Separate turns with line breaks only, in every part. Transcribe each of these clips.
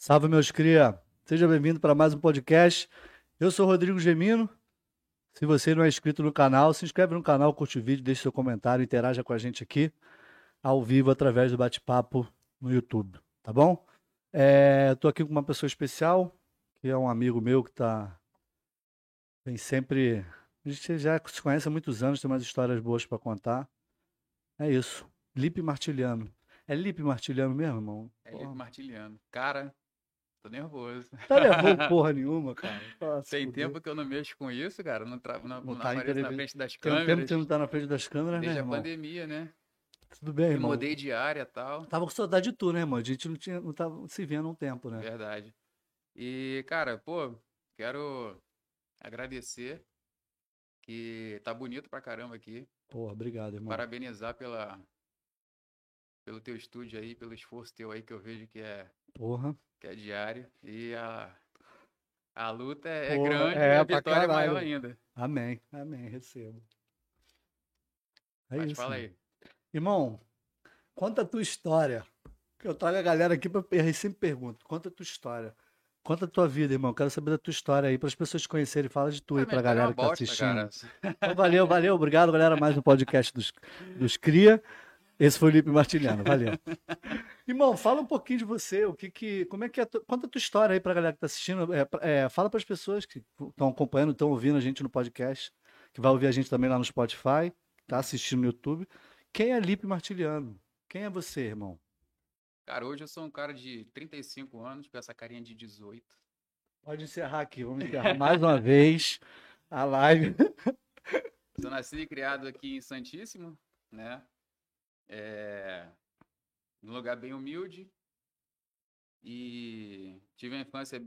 Salve, meus cria. Seja bem-vindo para mais um podcast. Eu sou o Rodrigo Gemino. Se você não é inscrito no canal, se inscreve no canal, curte o vídeo, deixe seu comentário, interaja com a gente aqui ao vivo através do bate-papo no YouTube, tá bom? Estou aqui com uma pessoa especial, que é um amigo meu que vem sempre. A gente já se conhece há muitos anos, tem umas histórias boas para contar. É isso. Lipe Martiliano. É Lipe Martiliano mesmo, irmão?
É Lipe
Porra.
Martiliano. Cara, tô nervoso.
Tá nervoso porra nenhuma, cara. Nossa,
Tem
fudeu.
tempo que eu não mexo com isso, cara. Não,
Não
não
tá em
apareço na
televisão.
frente das
Tem um tempo que você não
câmeras.
tá na frente das câmeras, né,
Desde a
irmão?
pandemia, né?
Tudo bem,
Me
irmão?
mudei de área e tal.
Tava com saudade de tu, né, irmão? A gente não tava se vendo há um tempo, né?
Verdade. E, cara, pô, quero agradecer que tá bonito pra caramba aqui.
Porra, obrigado, irmão.
Parabenizar pelo teu estúdio aí, pelo esforço teu aí que eu vejo
Porra.
que é diário. E a luta é
Porra,
grande e
é
a
pra
vitória é maior
caralho.
ainda.
Amém, amém, recebo. É
Mas
isso,
fala
irmão.
aí.
Irmão, conta a tua história. Que eu trago a galera aqui pra eu sempre pergunto. Conta a tua história. Conta a tua vida, irmão. Quero saber da tua história aí, para as pessoas te conhecerem. Fala de tu
Ah,
aí
minha
pra
história é uma
galera que tá
bosta, cara.
assistindo. Então, valeu, valeu. Obrigado, galera. Mais um podcast dos Cria. Esse foi o Lipe Martiliano. Valeu. Irmão, fala um pouquinho de você, como é que é, conta a tua história aí pra galera que tá assistindo, fala para as pessoas que estão acompanhando, estão ouvindo a gente no podcast, que vai ouvir a gente também lá no Spotify, tá assistindo no YouTube. Quem é Lipe Martiliano? Quem é você, irmão?
Cara, hoje eu sou um cara de 35 anos, com essa carinha de 18.
Pode encerrar aqui, vamos encerrar mais uma vez a live.
Sou nascido e criado aqui em Santíssimo, né? É, num lugar bem humilde e tive uma infância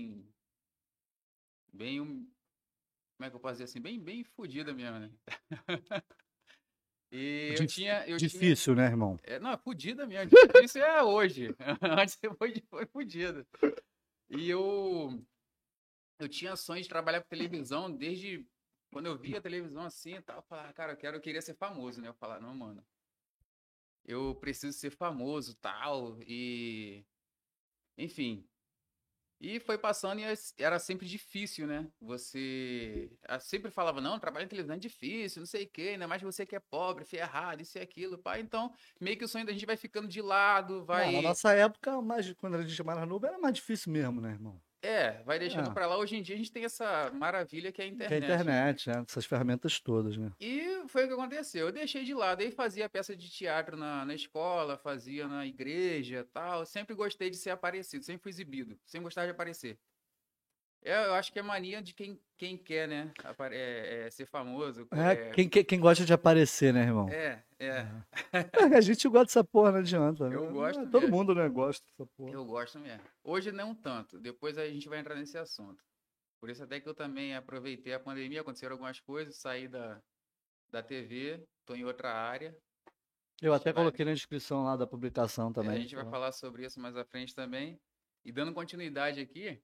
como é que eu posso dizer assim, bem fodida mesmo, né? E eu tinha,
Difícil, né, irmão?
não, fodida mesmo, difícil é hoje, antes foi fodida. E eu tinha sonho de trabalhar com televisão desde quando eu via televisão assim e tal, eu falava, cara, eu queria ser famoso, né? Eu falava, não, mano, eu preciso ser famoso, tal, e enfim. E foi passando e era sempre difícil, né? Sempre falava, não, trabalhar em televisão é difícil, não sei o quê, ainda mais você que é pobre, ferrado, isso e aquilo, pá. Então, meio que o sonho da gente vai ficando de lado,
Não, na
vai.
nossa época, quando a gente era novo, era mais difícil mesmo, né, irmão?
Vai deixando
É,
pra lá. Hoje em dia a gente tem essa maravilha que é a
que é a
internet, né?
internet, né? Essas ferramentas todas, né?
E foi o que aconteceu. Eu deixei de lado, aí fazia peça de teatro na escola, fazia na igreja tal. Sempre gostei de ser aparecido, sempre fui exibido, sempre gostava de aparecer. Eu acho que é mania de quem quer, né? Ser famoso.
Quem gosta de aparecer, né, irmão?
É.
A gente gosta dessa porra, não adianta.
Eu gosto
Todo
mesmo.
mundo, né, gosta dessa porra.
Eu gosto mesmo. Hoje não tanto. Depois a gente vai entrar nesse assunto. Por isso até que eu também aproveitei a pandemia, aconteceram algumas coisas, saí da TV, tô em outra área.
Eu até coloquei na descrição lá da publicação
A
também.
gente vai falar sobre isso mais à frente também. E dando continuidade aqui,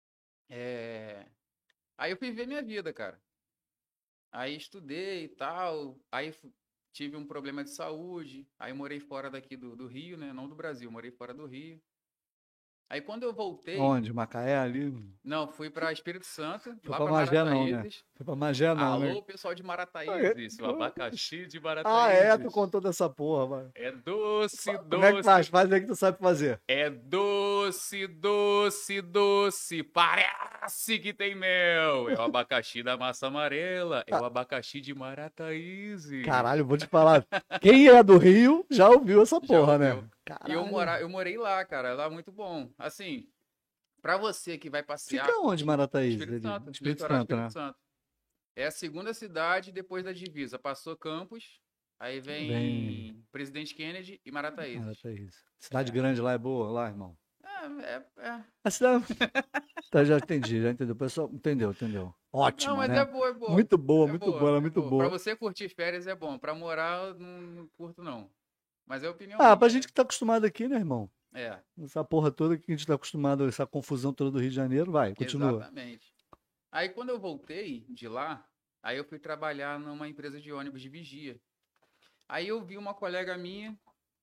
é, aí eu fui ver minha vida, cara. Aí estudei e tal, tive um problema de saúde, aí morei fora daqui do Rio, né? Não do Brasil, morei fora do Rio. Aí quando eu voltei,
Onde? Macaé ali?
não, fui para Espírito Santo,
Foi
lá
pra
para
Magé não, né?
Marataízes.
Foi pra Magé não, né?
Alô, pessoal de Marataízes, o abacaxi de
Ah, é? Tu
Marataízes.
contou dessa porra, mano.
É doce,
Como é que faz?
doce.
Faz aí que tu sabe fazer.
É doce, doce, doce. Parece que tem mel. É o abacaxi da massa amarela. É o
Ah,
abacaxi de Marataízes.
caralho, vou te falar. Quem é do Rio já ouviu essa
Já
porra, né?
ouviu? E
Caralho.
eu morei lá, cara. Lá é muito bom. Assim, pra você que vai
Fica
passear,
onde,
curtir,
Marataízes?
Espírito
Ali?
Santo,
Espírito
litoral
Santo,
Espírito
né?
Santo. É a segunda cidade depois da divisa. Passou Campos, aí
Vem.
vem Presidente Kennedy e Marataízes.
Marataízes. Cidade
É.
grande lá é boa, lá, irmão.
É.
A cidade. Tá, já entendi, já entendeu. O pessoal entendeu, entendeu.
Não,
Ótima,
mas
né?
é boa, é boa.
Muito boa,
É
muito
boa,
boa, ela é
é
muito
boa. Pra
boa.
você curtir férias é bom. Pra morar, eu não curto, não. Mas é opinião
Ah, pra
minha,
gente
né?
que tá acostumado aqui, né, irmão?
É,
Essa porra toda que a gente tá acostumado, essa confusão toda do Rio de Janeiro, vai, continua.
exatamente. Aí quando eu voltei de lá, aí eu fui trabalhar numa empresa de ônibus de vigia. Aí eu vi uma colega minha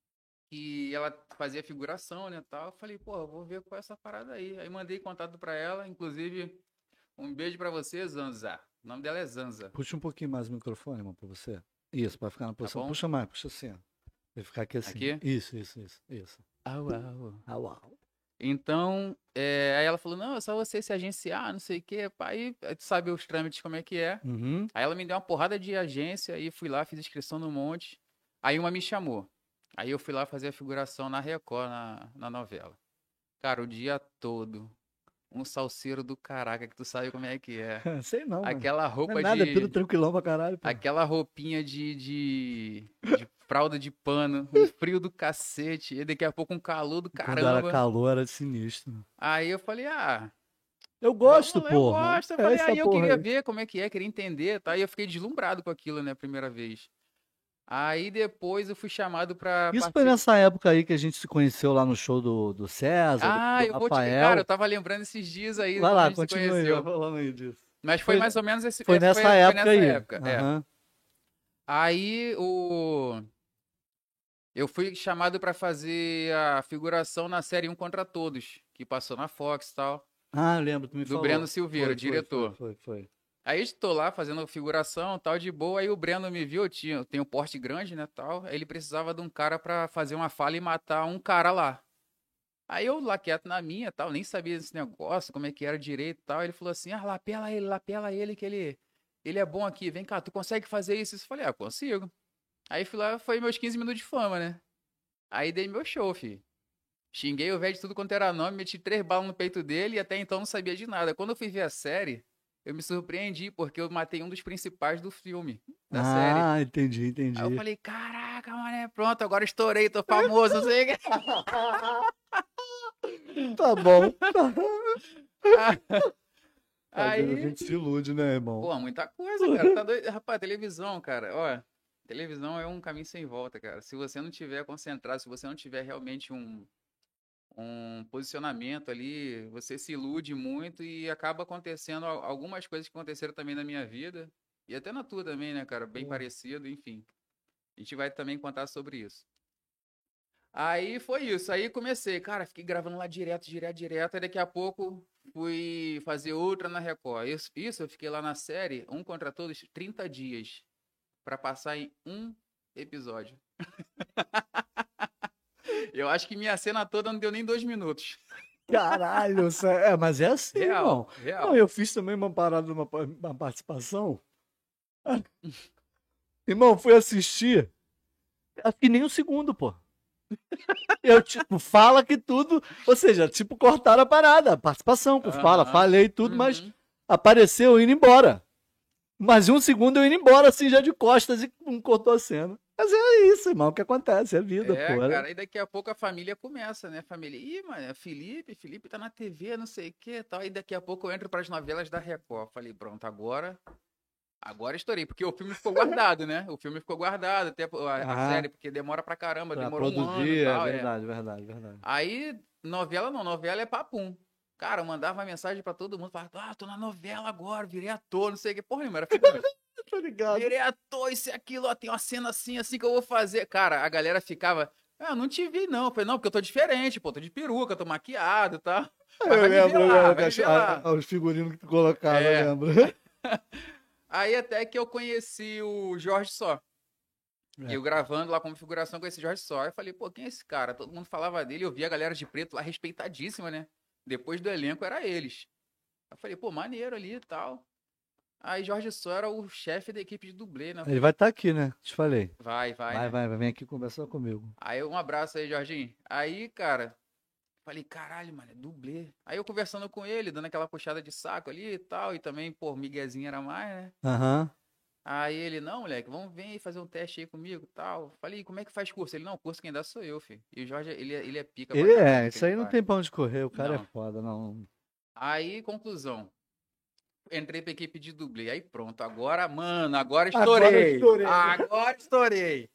que ela fazia figuração, né, tal. Eu falei, pô, eu vou ver qual é essa parada aí. Aí mandei contato pra ela, inclusive, um beijo pra você, Zanza. O nome dela é Zanza,
Puxa um pouquinho mais o microfone, irmão, pra você. Isso, pra ficar na
tá
posição.
bom?
Puxa mais, puxa assim, ó. Vai ficar aqui assim.
Aqui?
Isso.
Au, au.
Ah, uau.
Então, aí ela falou, não, é só você se agenciar, não sei o quê. Aí, tu sabe os trâmites como é que é.
Uhum.
Aí ela me deu uma porrada de agência e fui lá, fiz inscrição no monte. Aí uma me chamou. Aí eu fui lá fazer a figuração na Record, na novela. Cara, o dia todo. Um salseiro do caraca, que tu sabe como é que é.
Sei não, mano.
Aquela
Não é
roupa
nada, é tudo
de.
tranquilão pra caralho, pô.
Aquela roupinha de fralda de pano, um frio do cacete, e daqui a pouco um calor do
Quando era
caramba.
calor, era sinistro.
Aí eu falei,
Eu gosto,
vamos, eu
porra.
gosto. Eu
É
falei,
essa
aí eu
porra
queria
aí.
ver como é que é, queria entender, tá? E eu fiquei deslumbrado com aquilo, né, a primeira vez. Aí depois eu fui chamado pra
Isso foi
participar.
nessa época aí que a gente se conheceu lá no show do César, do
Eu vou te. Cara, eu
Rafael.
tava lembrando esses dias aí
Vai
quando a
lá,
gente se
continua aí, vai
conheceu.
falando aí disso.
Mas foi mais ou menos esse.
Foi nessa
Foi
época
nessa
aí.
época, é.
Aham.
Aí eu fui chamado pra fazer a figuração na série Um Contra Todos, que passou na Fox e tal,
Ah, eu lembro, tu me
do
falou.
Breno Silveira,
Foi.
diretor.
Foi.
Aí estou lá fazendo figuração, tal, de boa. Aí o Breno me viu, eu tenho um porte grande, né, tal. Aí ele precisava de um cara pra fazer uma fala e matar um cara lá. Aí eu lá quieto na minha, tal, nem sabia desse negócio, como é que era direito e tal. Ele falou assim: lapela ele, que ele é bom aqui. Vem cá, tu consegue fazer isso? Eu falei: consigo. Aí fui lá, foi meus 15 minutos de fama, né? Aí dei meu show, fi. Xinguei o velho de tudo quanto era nome, meti 3 balas no peito dele e até então não sabia de nada. Quando eu fui ver a série, eu me surpreendi, porque eu matei um dos principais do filme, da série.
Ah, entendi.
Aí eu falei: caraca, mané, pronto, agora estourei, tô famoso, não sei o que.
Tá bom. Às vezes a
Aí,
gente se ilude, né, irmão?
pô, muita coisa, cara. Tá doido? Rapaz, televisão, cara. Ó, televisão é um caminho sem volta, cara. Se você não tiver concentrado, se você não tiver realmente um posicionamento ali, você se ilude muito e acaba acontecendo algumas coisas que aconteceram também na minha vida. E até na tua também, né, cara? Bem parecido, enfim. A gente vai também contar sobre isso. Aí foi isso. Aí comecei, cara, fiquei gravando lá direto. Aí daqui a pouco fui fazer outra na Record. Isso eu fiquei lá na série, Um Contra Todos, 30 dias. Pra passar em um episódio. Eu acho que minha cena toda não deu nem 2 minutos.
Caralho, mas é assim, irmão.
Real.
Não, eu fiz também uma parada, uma participação. Irmão, fui assistir. Acho que nem um segundo, pô. Eu, tipo, fala que tudo. Ou seja, tipo, cortaram a parada. A participação, com falei tudo, mas apareceu indo embora. Mas em um segundo eu indo embora, assim, já de costas e não cortou a cena. Mas é isso, irmão, o que acontece, é vida, pô.
Cara, e daqui a pouco a família começa, né? Família, mano, Felipe tá na TV, não sei o que tal. E daqui a pouco eu entro pras novelas da Record. Falei, pronto, agora estourei, porque o filme ficou guardado, né? O filme ficou guardado, até a série, porque demora pra caramba, demorou um ano e tal.
Verdade.
Aí, novela é papum. Cara, eu mandava uma mensagem pra todo mundo, falava, tô na novela agora, virei ator, não sei o que. Porra nenhuma, era figurante.
Tô ligado.
Virei ator, isso e aquilo, ó, tem uma cena assim que eu vou fazer. Cara, a galera ficava, não te vi não. Eu falei, não, porque eu tô diferente, pô, tô de peruca, tô maquiado e tal. Mas
Eu lembro,
vai me ver lá.
os figurinos que tu colocava, eu lembro.
Aí até que eu conheci o Jorge Só. Eu gravando lá como figuração, conheci o Jorge Só. Eu falei, pô, quem é esse cara? Todo mundo falava dele, eu via a galera de preto lá respeitadíssima, né? Depois do elenco era eles. Eu falei, pô, maneiro ali e tal. Aí Jorge Só era o chefe da equipe de dublê, né?
Ele vai estar aqui, né? Te falei.
Vai,
Vai, vem aqui conversar comigo.
Aí um abraço aí, Jorginho. Aí, cara, falei, caralho, mano, é dublê. Aí eu conversando com ele, dando aquela puxada de saco ali e tal, e também, pô, miguezinho era mais, né?
Aham.
Aí ele, não, moleque, vamos vir aí fazer um teste aí comigo e tal. Falei, como é que faz curso? Ele, não, curso quem dá sou eu, filho. E o Jorge, ele é pica pra caralho,
Isso aí não
faz.
tem pra onde correr, o cara
Não.
é foda, não.
Aí, conclusão. Entrei pra equipe de dublê. Aí pronto, agora, mano, agora estourei. Agora estourei.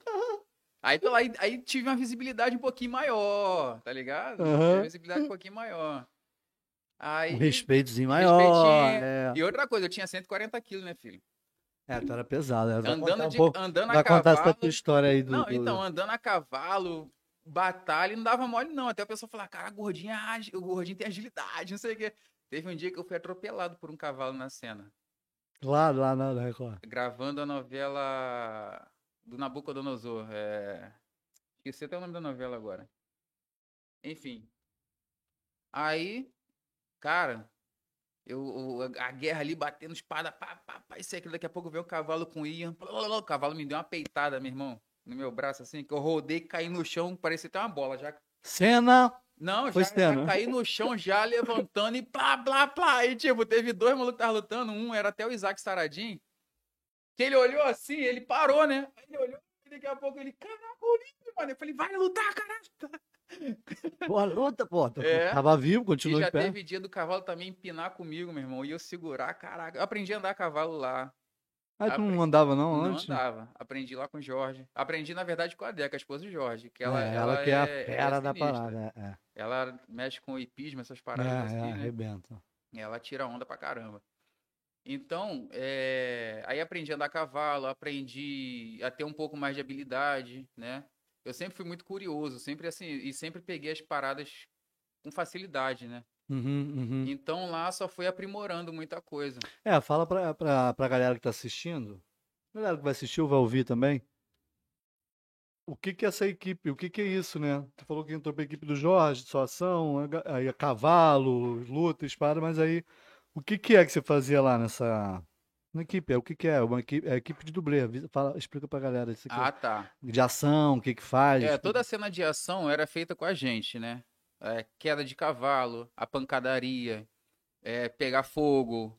Aí tive uma visibilidade um pouquinho maior, tá ligado? Tive uma visibilidade um pouquinho maior. Aí,
Um respeitozinho maior.
respeitinho. E outra coisa, eu tinha 140 quilos, né, filho?
Tu era pesado.
Andando
vai
a
contar essa
cavalo.
tua história aí do.
Não, então, andando a cavalo, batalha e não dava mole, não. Até a pessoa falar, cara, o gordinho tem agilidade, não sei o quê. Teve um dia que eu fui atropelado por um cavalo na cena,
Lá na Record.
gravando a novela do Nabucodonosor. Esqueci até o nome da novela agora. Enfim. Aí, cara, a guerra ali batendo espada, pá, isso e aquilo. Daqui a pouco veio o cavalo com Ian. O cavalo me deu uma peitada, meu irmão, no meu braço, assim, que eu rodei, caí no chão, parecia até uma bola. Já.
Cena!
Não,
Foi
já
cena.
caí no chão, já levantando e plá. E tipo, teve dois malucos que estavam lutando. Um era até o Isaac Saradin, que ele olhou assim, ele parou, né? Aí ele olhou e daqui a pouco ele, caraca, Olímpio, mano. Eu falei, vai lutar, caralho.
Boa luta, pô.
É.
Tava vivo,
E
continuou
já
em pé.
teve dia do cavalo também empinar comigo, meu irmão. E eu segurar, caraca. Eu aprendi a andar a cavalo lá.
Aí tu não andava não
Não
antes?
andava. Aprendi lá com o Jorge. Aprendi, na verdade, com a Deca, a esposa do Jorge. Que
Ela
ela
que é a
é
fera da
sinistra.
parada.
Ela mexe com hipismo, essas paradas assim, né?
Arrebenta.
E ela tira onda pra caramba. Então, aí aprendi a andar a cavalo, aprendi a ter um pouco mais de habilidade, né? Eu sempre fui muito curioso, sempre assim, e sempre peguei as paradas com facilidade, né?
Uhum.
Então lá só foi aprimorando muita coisa.
Fala pra galera que tá assistindo, galera que vai assistir ou vai ouvir também, o que que é essa equipe, o que que é isso, né? Tu falou que entrou pra equipe do Jorge, só ação, aí é cavalo, luta, espada, mas aí, o que que é que você fazia lá na equipe? O que que é? Uma equipe, é a equipe de dublê, fala, explica pra galera isso aqui.
Ah, tá.
De ação, o que que faz?
Toda a cena de ação era feita com a gente, né? Queda de cavalo, a pancadaria, pegar fogo,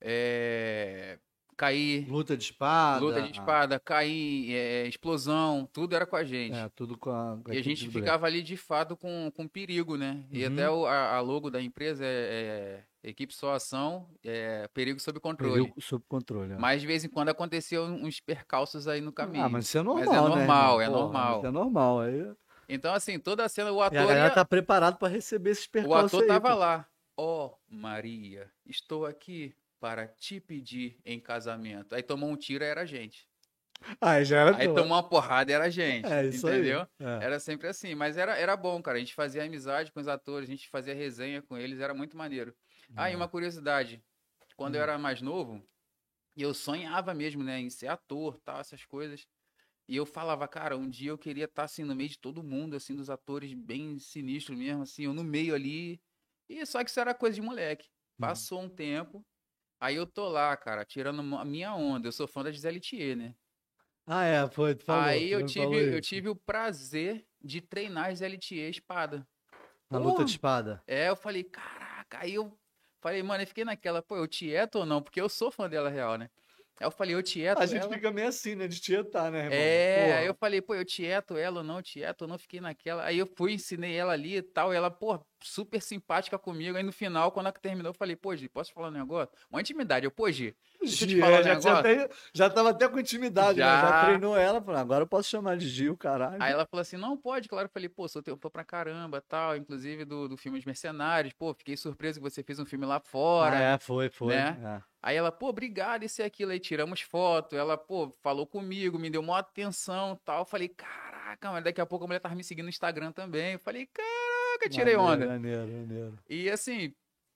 cair,
Luta de
luta
espada,
de espada, cair, explosão, tudo era com a gente.
tudo com a
E a
equipe de
gente
dublê.
ficava ali de fato com perigo, né? E até
Uhum.
a logo da empresa é Equipe Só Ação, Perigo Sob Controle.
Perigo sob controle,
Mas de vez em quando aconteciam uns percalços aí no caminho.
mas isso é
Mas é
normal, né, irmão?
normal, é
Porra, isso é
normal.
normal. Aí...
Então, assim, toda a cena,
E a galera tá preparado pra receber esses
o
percalços
ator
aí,
tava
pô.
lá. Ó, Maria, estou aqui para te pedir em casamento. Aí tomou um tiro, era a gente.
Aí já era
Aí
teu.
tomou uma porrada, era a gente.
É isso aí.
Entendeu? Era sempre assim. Mas era bom, cara. A gente fazia amizade com os atores, a gente fazia resenha com eles, era muito maneiro. Ah, e uma curiosidade. Quando eu era mais novo, eu sonhava mesmo, né, em ser ator, tal, essas coisas. E eu falava, cara, um dia eu queria estar assim no meio de todo mundo, assim, dos atores bem sinistros mesmo, assim, eu no meio ali. E só que isso era coisa de moleque. Passou um tempo, aí eu tô lá, cara, tirando a minha onda. Eu sou fã da Gisele Thier, né?
Foi, tu falou.
Aí
Tu já me falou
eu
isso.
tive o prazer de treinar a Gisele Thier espada.
Na luta de
Pô,
espada.
eu falei, caraca, aí eu falei, mano, eu fiquei naquela, pô, eu tieto ou não? Porque eu sou fã dela real, né? Aí eu falei, eu
A
tieto
gente
ela.
fica meio assim, né? De tietar, né, irmão?
Aí eu falei, pô, eu tieto ela ou não, tieto ou não, fiquei naquela. Aí eu fui, ensinei ela ali e tal, e ela, pô, super simpática comigo. Aí no final, quando ela terminou, eu falei, pô, Gi, posso falar um negócio? Uma intimidade. Eu, pô, Gi, deixa eu te falar um negócio.
Já tava até com intimidade, né? Já
Já.
treinou ela. Falei, agora eu posso chamar de Gil, caralho.
Aí ela falou assim, não, pode, claro. Eu falei, pô, sou teu fã pra caramba, tal, inclusive do filme Os Mercenários. Pô, fiquei surpreso que você fez um filme lá fora,
Foi.
né? Aí ela, pô, obrigado, isso e aquilo. Aí tiramos foto. Ela, pô, falou comigo, me deu maior atenção tal. Eu falei, caraca, mas daqui a pouco a mulher tava me seguindo no Instagram também. Eu falei, caraca, tirei onda.
Maneiro.
E assim,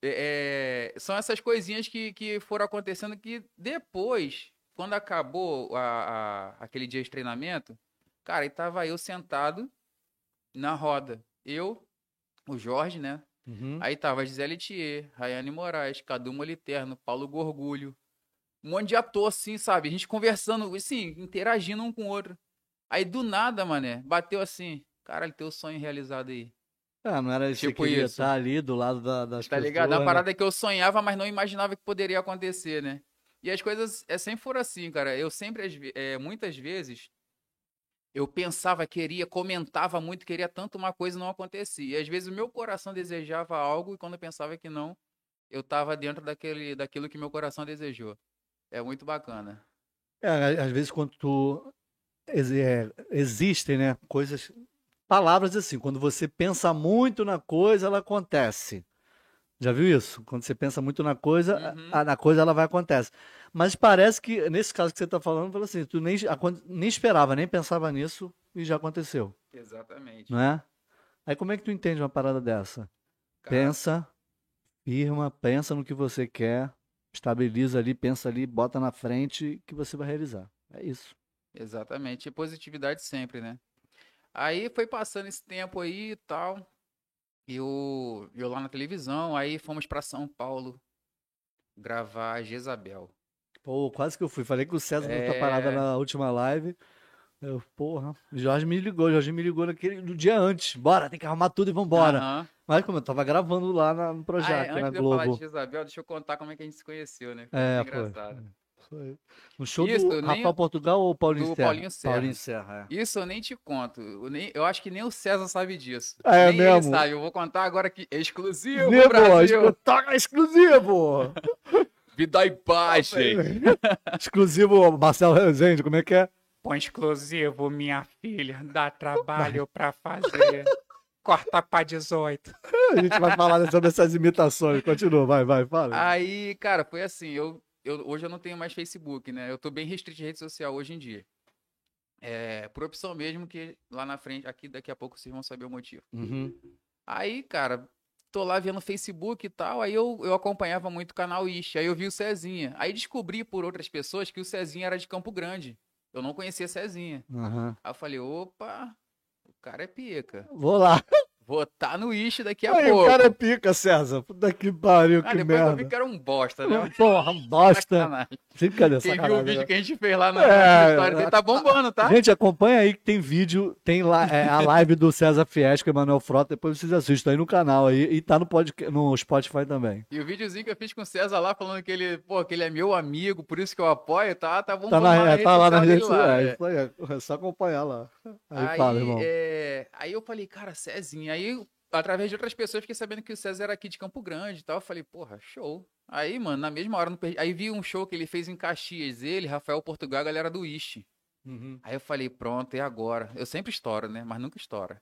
são essas coisinhas que foram acontecendo que depois, quando acabou aquele dia de treinamento, cara, e tava eu sentado na roda. Eu, o Jorge, né?
Uhum.
Aí tava a Gisele Thier, Rayane Moraes, Cadu Moliterno, Paulo Gorgulho. Um monte de ator, assim, sabe? A gente conversando, assim, interagindo um com o outro. Aí do nada, mané, bateu assim. Caralho, teu sonho realizado aí.
Não era isso que
Tipo
você queria
isso.
estar ali do lado das
Tá
pessoas,
ligado? É uma
né?
parada que eu sonhava, mas não imaginava que poderia acontecer, né? E as coisas sempre foram assim, cara. Eu sempre, muitas vezes, eu pensava, queria, comentava muito, queria tanto uma coisa e não acontecia. E às vezes o meu coração desejava algo e quando eu pensava que não, eu tava dentro daquilo que meu coração desejou. É muito bacana.
Às vezes quando existem, né, palavras assim, quando você pensa muito na coisa, ela acontece, Já viu isso? Quando você pensa muito na coisa,
Uhum.
na coisa ela vai acontecer. Mas parece que, nesse caso que você tá falando, fala assim, tu nem esperava, nem pensava nisso e já aconteceu,
Exatamente.
não é? Aí como é que tu entende uma parada dessa?
Cara,
Pensa, firma, pensa no que você quer, estabiliza ali, pensa ali, bota na frente que você vai realizar. É isso.
exatamente. E positividade sempre, né? Aí foi passando esse tempo aí e tal. Eu lá na televisão, aí fomos pra São Paulo gravar a Jezabel.
Pô, quase que eu fui. Falei com o César nessa parada
É.
na última live. Eu, porra, o Jorge me ligou no dia antes. Bora, tem que arrumar tudo e vambora.
Aham.
Mas como eu tava gravando lá no
Ah, é,
Projac, na
antes de eu falar de
Globo.
Jezabel, deixa eu contar como é que a gente se conheceu, né? Foi muito
É, foi.
engraçado.
Foi. No show do
Isso,
Rafael
nem
Portugal ou Paulinho
do
Serra?
Paulinho
Paulinho
Serra.
Serra,
Isso eu nem te conto. Eu acho que nem o César sabe disso.
é. É
Nem ele
mesmo?
sabe. Eu vou contar agora que é exclusivo,
Exclusivo!
Brasil.
Toca exclusivo!
Me dá imagem.
Exclusivo Marcelo Rezende, como é que é?
Põe exclusivo, minha filha. Dá trabalho pra fazer. Corta pra 18.
A gente vai falar sobre essas imitações. Continua, vai, fala.
Aí, cara, foi assim. Hoje eu não tenho mais Facebook, né? Eu tô bem restrito de rede social hoje em dia. É, por opção mesmo, que lá na frente, aqui daqui a pouco vocês vão saber o motivo.
Uhum.
Aí, cara, tô lá vendo Facebook e tal, aí eu acompanhava muito o canal Ish, aí eu vi o Cezinha. Aí descobri por outras pessoas que o Cezinha era de Campo Grande. Eu não conhecia Cezinha.
Aham.
Aí eu falei, opa, o cara é pica.
Vou lá.
Vou tá no Ish daqui a
Aí, o cara é
pouco.
pica, César. Puta que pariu,
Ah,
que
depois eu vi
merda.
que era um bosta, né?
Porra, bosta.
Sacanagem.
Cadê
Quem viu o
sacanagem,
vídeo
né?
que a gente fez lá no história dele tá bombando, tá?
Gente, acompanha aí que tem vídeo, tem lá a live do César Fiesco e Emanuel Frota, depois vocês assistem aí no canal aí e tá no Spotify também.
E o videozinho que eu fiz com o César lá, falando que ele, pô, que ele é meu amigo, por isso que eu apoio, tá
Tá,
bombando lá na rede
tá lá
social
nas
dele
redes
lá.
sociais,
É.
isso aí, é só acompanhar lá. Aí fala,
Aí,
irmão.
aí eu falei, cara, Cezinha. Aí, através de outras pessoas, fiquei sabendo que o César era aqui de Campo Grande e tal. Eu falei, porra, show. Aí, mano, na mesma hora, não perdi. Aí vi um show que ele fez em Caxias, ele, Rafael Portugal, a galera do Ishi.
Uhum.
Aí eu falei, pronto, é agora. Eu sempre estouro, né? Mas nunca estoura.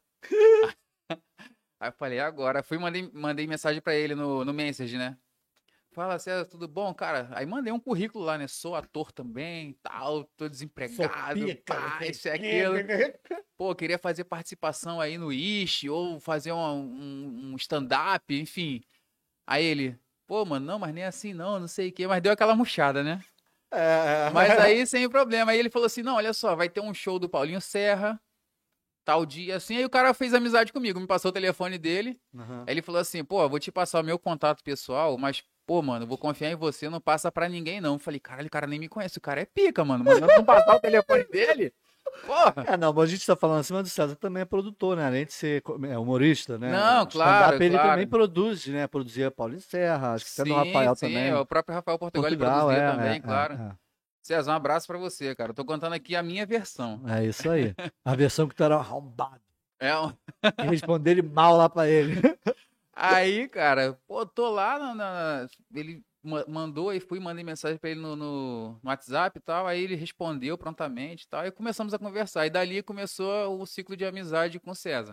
Aí eu falei, é agora. Fui, mandei mensagem pra ele no Message, né? Fala, César, tudo bom, cara? Aí mandei um currículo lá, né? Sou ator também, tal, tô desempregado, pá, isso e aquilo. Pô, queria fazer participação aí no Ish, ou fazer um stand-up, enfim. Aí ele, pô, mano, não, mas nem assim não sei o quê. Mas deu aquela murchada, né? Mas aí, sem problema. Aí ele falou assim, não, olha só, vai ter um show do Paulinho Serra, tal dia, assim. Aí o cara fez amizade comigo, me passou o telefone dele.
Uhum.
Aí ele falou assim, pô, vou te passar o meu contato pessoal, mas, pô, mano, vou confiar em você, não passa pra ninguém, não. Eu falei, caralho, o cara nem me conhece, o cara é pica, mano. Mandando não passar o telefone dele? Porra!
Não, mas a gente tá falando assim, mas o César também é produtor, né? Além de ser humorista, né?
Não, claro,
Stand-up ele também
claro.
produz, né? Produzia Paulinho Serra, acho que até do
Sim,
Rafael
sim,
também.
o próprio Rafael Portugal ele
Portugal,
produzia também,
é,
claro.
é.
César, um abraço pra você, cara. Eu tô contando aqui a minha versão.
É isso aí. A versão que tu era arrombado.
É,
E responder ele mal lá pra ele.
aí, cara, pô, tô lá ele mandou e mandei mensagem pra ele no WhatsApp e tal, aí ele respondeu prontamente e tal, e começamos a conversar. E dali começou o ciclo de amizade com o César.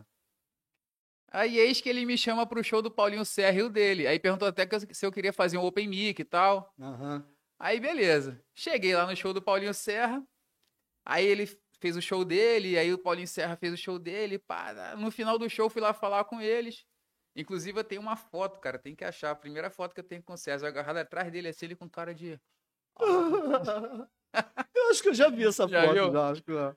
Aí eis que ele me chama pro show do Paulinho Serra e o dele. Aí perguntou até se eu queria fazer um open mic e tal.
Uhum.
Aí beleza. Cheguei lá no show do Paulinho Serra. Aí ele fez o show dele, aí o Paulinho Serra fez o show dele. Pá. No final do show fui lá falar com eles. Inclusive eu tenho uma foto, cara, tem que achar. A primeira foto que eu tenho com o César, agarrado atrás dele, assim, ele com cara de...
Eu acho que eu já vi essa
Já
foto,
viu?
já, acho que já.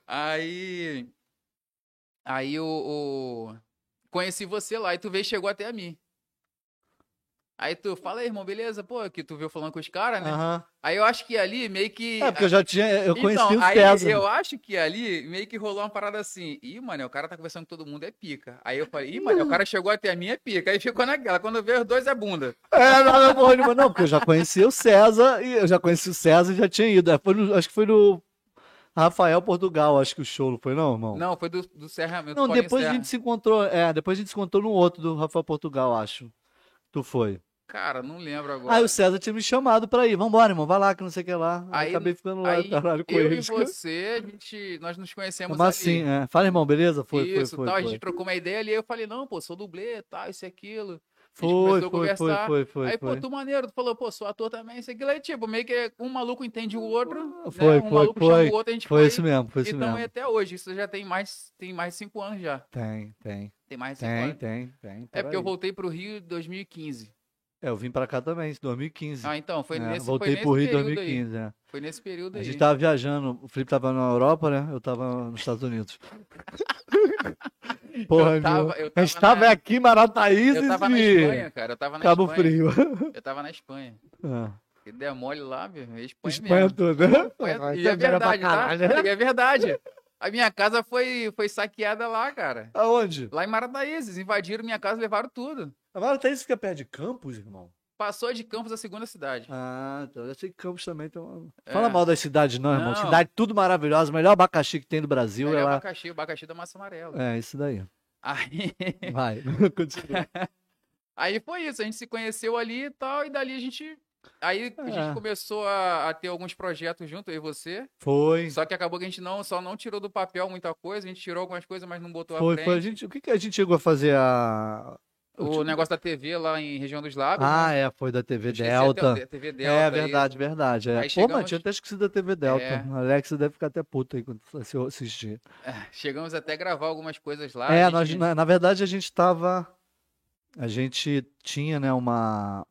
Aí conheci você lá e tu veio e chegou até a mim. Aí tu, fala aí, irmão, beleza? Pô, que tu veio falando com os caras, né?
Aham.
Aí eu acho que ali meio que...
É, porque eu conheci
Então,
o
aí
César.
eu acho que ali meio que rolou uma parada assim. Ih, mano, o cara tá conversando com todo mundo, é pica. Aí eu falei, ih, mano, o cara chegou até a mim, é pica. Aí ficou naquela, quando vê os dois é bunda.
Não, porra nenhuma, não, porque eu já conheci o César e já tinha ido. Acho que foi no Rafael Portugal, acho que o show, não foi não, irmão?
Não, foi do Serra, do
Não,
Paulinho
depois a
Serra.
gente se encontrou, depois a gente se encontrou no outro do Rafael Portugal, acho. Tu foi.
Cara, não lembro
Aí
agora.
o César tinha me chamado pra ir. Vambora, irmão, vai lá, que não sei o que lá. Aí
Aí,
acabei ficando lá,
aí
caralho, com
eu e
eles.
você, nós nos conhecemos
Mas assim,
ali.
Fala, irmão, beleza? Foi,
Isso,
foi,
tal, a
foi.
gente trocou uma ideia ali, eu falei, não, pô, sou dublê, tal, isso e aquilo. A gente começou a
Foi.
conversar. Aí, pô,
Foi.
tu maneiro, tu falou, pô, sou ator também, isso aqui, aí, tipo, meio que um maluco entende o outro, né?
Foi,
Um maluco chama o outro, a gente
foi isso
foi.
mesmo, foi
E
isso
então
mesmo.
até hoje, isso já tem mais de 5 anos já.
Tem.
Tem mais de 5 anos.
Tem.
É porque eu voltei pro Rio em 2015.
É, eu vim pra cá também, em 2015.
Ah, então,
Voltei pro Rio em
período aí.
2015, né?
Foi nesse período
A
aí.
gente tava viajando, o Felipe tava na Europa, né? Eu tava nos Estados Unidos. Porra, a gente tava aqui, Marataízes
Eu tava na Espanha, cara. Eu tava na
Cabo
Espanha.
Frio.
Eu tava na Espanha.
Ah.
Que der mole lá, meu. Espanha
Espanha
mesmo.
toda.
E é verdade, tá? E é verdade. A minha casa foi saqueada lá, cara.
Aonde?
Lá em Marataízes. Invadiram minha casa e levaram tudo.
A Marataízes fica perto de Campos, irmão?
Passou de Campos a segunda cidade.
Ah, então eu sei que Campos também tem uma...
É.
Fala mal das cidades não, irmão.
Não.
Cidade tudo maravilhosa, o melhor abacaxi que tem no Brasil
Melhor
é lá.
o abacaxi da massa amarela.
É, isso daí.
Aí...
Vai, continua.
Aí foi isso, a gente se conheceu ali e tal, e dali a gente... Aí a gente começou a ter alguns projetos junto, eu e você.
Foi.
Só que acabou que a gente só não tirou do papel muita coisa, a gente tirou algumas coisas, mas não botou à frente.
Foi. O que a gente chegou a fazer
O negócio da TV lá em Região dos Lagos.
Ah,
né?
foi da TV
Eu esqueci
Delta.
até a TV Delta.
Verdade. É.
Aí
Pô, mas
chegamos-
tinha até esquecido da TV Delta.
É.
A Alexa deve ficar até puta aí quando você assistir.
Chegamos até a gravar algumas coisas lá.
É,
a gente...
na verdade a gente tava. A gente tinha, né, uma.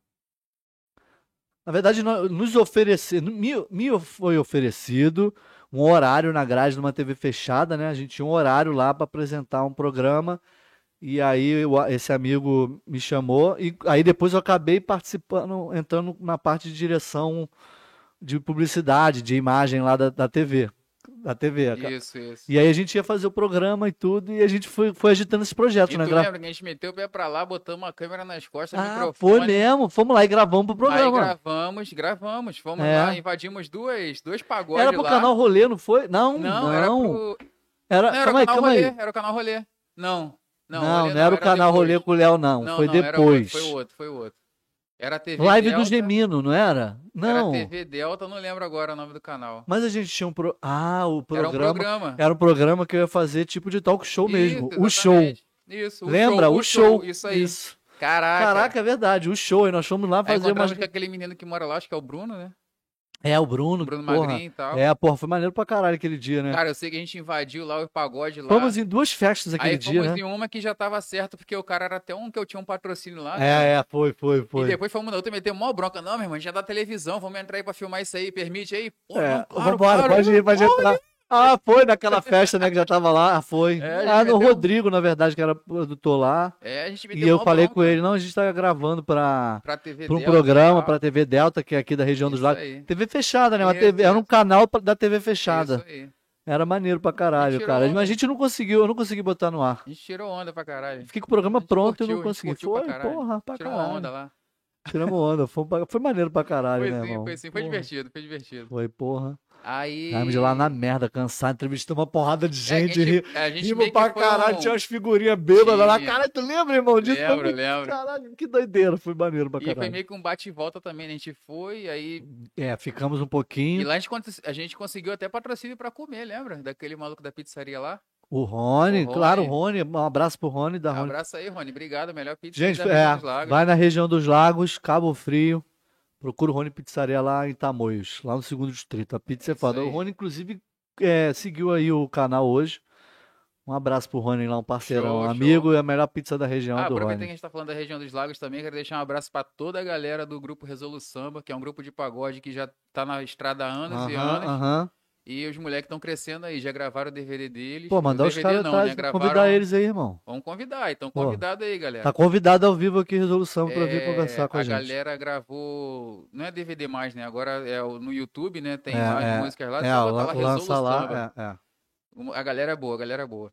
Na verdade, nos ofereceram. Me foi oferecido um horário na grade de uma TV fechada, né? A gente tinha um horário lá para apresentar um programa. E aí esse amigo me chamou. E aí depois eu acabei participando, entrando na parte de direção de publicidade, de imagem lá da TV. Da TV.
Isso.
E aí a gente ia fazer o programa e tudo, e a gente foi agitando esse projeto,
E
né?
tu lembra que a gente meteu o pé pra lá, botamos uma câmera nas costas, microfone.
Foi mesmo, fomos lá e gravamos pro programa.
Aí gravamos. Fomos
É.
lá, invadimos dois pagodes
Era pro
lá.
canal Rolê, não foi? Não.
Era pro...
Era,
Não, era o
calma
canal Rolê,
aí.
era o canal Rolê. Não
Não era o canal
depois.
Rolê com o Léo, não. Foi depois.
Foi o outro. Era a TV
Live
Delta.
do Gemino, não era? Não.
Era TV Delta, não lembro agora o nome do canal.
Mas a gente tinha o programa.
Era um programa.
Era um programa que eu ia fazer tipo de talk show mesmo. O show.
Exatamente. Isso,
Lembra? O show.
Isso aí.
Isso.
Caraca.
Caraca, é verdade. O show. E nós fomos lá
Aí
fazer
encontramos
umas.
com aquele menino que mora lá, acho que é o Bruno, né?
É, o Bruno.
Bruno
porra.
Magrinho e tal.
Porra, foi maneiro pra caralho aquele dia, né?
Cara, eu sei que a gente invadiu lá o pagode lá.
Fomos em duas festas aquele
Aí
dia,
fomos
né?
em uma que já tava certo, porque o cara era até um que eu tinha um patrocínio lá.
Foi.
E depois fomos na outra, meteu mó bronca. Não, meu irmão, a gente já dá televisão, vamos entrar aí pra filmar isso aí, permite aí? Pô, não, claro,
vambora,
claro.
pode entrar. Ah, foi naquela festa, né, que já tava lá. Foi.
É,
No Rodrigo, na verdade, que era produtor lá.
É, a gente meteu
E eu
mó
falei
bronca
com ele, não, a gente tá gravando pra
TV
um
Delta,
programa,
tal.
pra TV Delta, que é aqui da região dos
Isso
Lagos.
aí.
TV fechada, né? Uma
Isso,
TV, era um
isso.
canal da TV fechada.
Isso aí.
Era maneiro pra caralho,
tirou
cara.
onda.
Mas a gente não conseguiu, eu não consegui botar no ar.
A gente tirou onda pra caralho.
Fiquei com o programa
A gente
pronto e
curtiu,
não
a gente
consegui.
curtiu pra
Foi,
caralho.
porra, pra
Tirou uma
caralho.
onda lá.
Tiramos onda. Foi maneiro pra caralho, né, irmão?
Foi sim, foi divertido, foi divertido.
Foi, porra.
Aí...
Saímos de lá na merda, cansado, entrevistamos uma porrada de gente,
a gente
rimos
meio que
pra
foi
caralho,
um-
tinha umas figurinhas bêbadas lá.
Tinha.
Caralho, tu lembra, irmão, disso?
Lembro.
Caralho, que doideira, foi maneiro pra
E foi
caralho.
meio que um bate e volta também, né? A gente foi, aí...
Ficamos um
E
pouquinho.
lá a gente conseguiu até patrocínio pra comer, lembra? Daquele maluco da pizzaria lá.
O Rony,
O Rony.
claro, o Rony, um abraço pro Rony da Rony.
Abraço aí, Rony. Obrigado, melhor pizza
Gente,
da região dos Lagos.
vai na região dos Lagos, Cabo Frio, procura o Rony Pizzaria lá em Tamoios, lá no segundo distrito. A pizza é
Isso
foda.
aí.
O Rony, inclusive, seguiu aí o canal hoje. Um abraço pro Rony lá, um parceirão,
Show,
amigo e a melhor pizza da região do
aproveitando que a
Rony.
gente tá falando da região dos Lagos também, quero deixar um abraço pra toda a galera do grupo Resolu Samba, que é um grupo de pagode que já tá na estrada há anos e anos.
Aham.
E os moleques estão crescendo aí, já gravaram o DVD deles.
Pô, mandar
O
os
DVD
caras
não,
atrás,
né? Gravaram...
convidar eles aí, irmão.
Vamos convidar, então
Pô,
convidado aí, galera.
Tá convidado ao vivo aqui, Resolução, pra vir conversar com a gente.
galera gravou, não é DVD mais, né? Agora no YouTube, né? Tem
É,
mais músicas lá.
É,
só botar lá
lança
Resolu Samba.
lá.
A galera é boa, a galera é boa.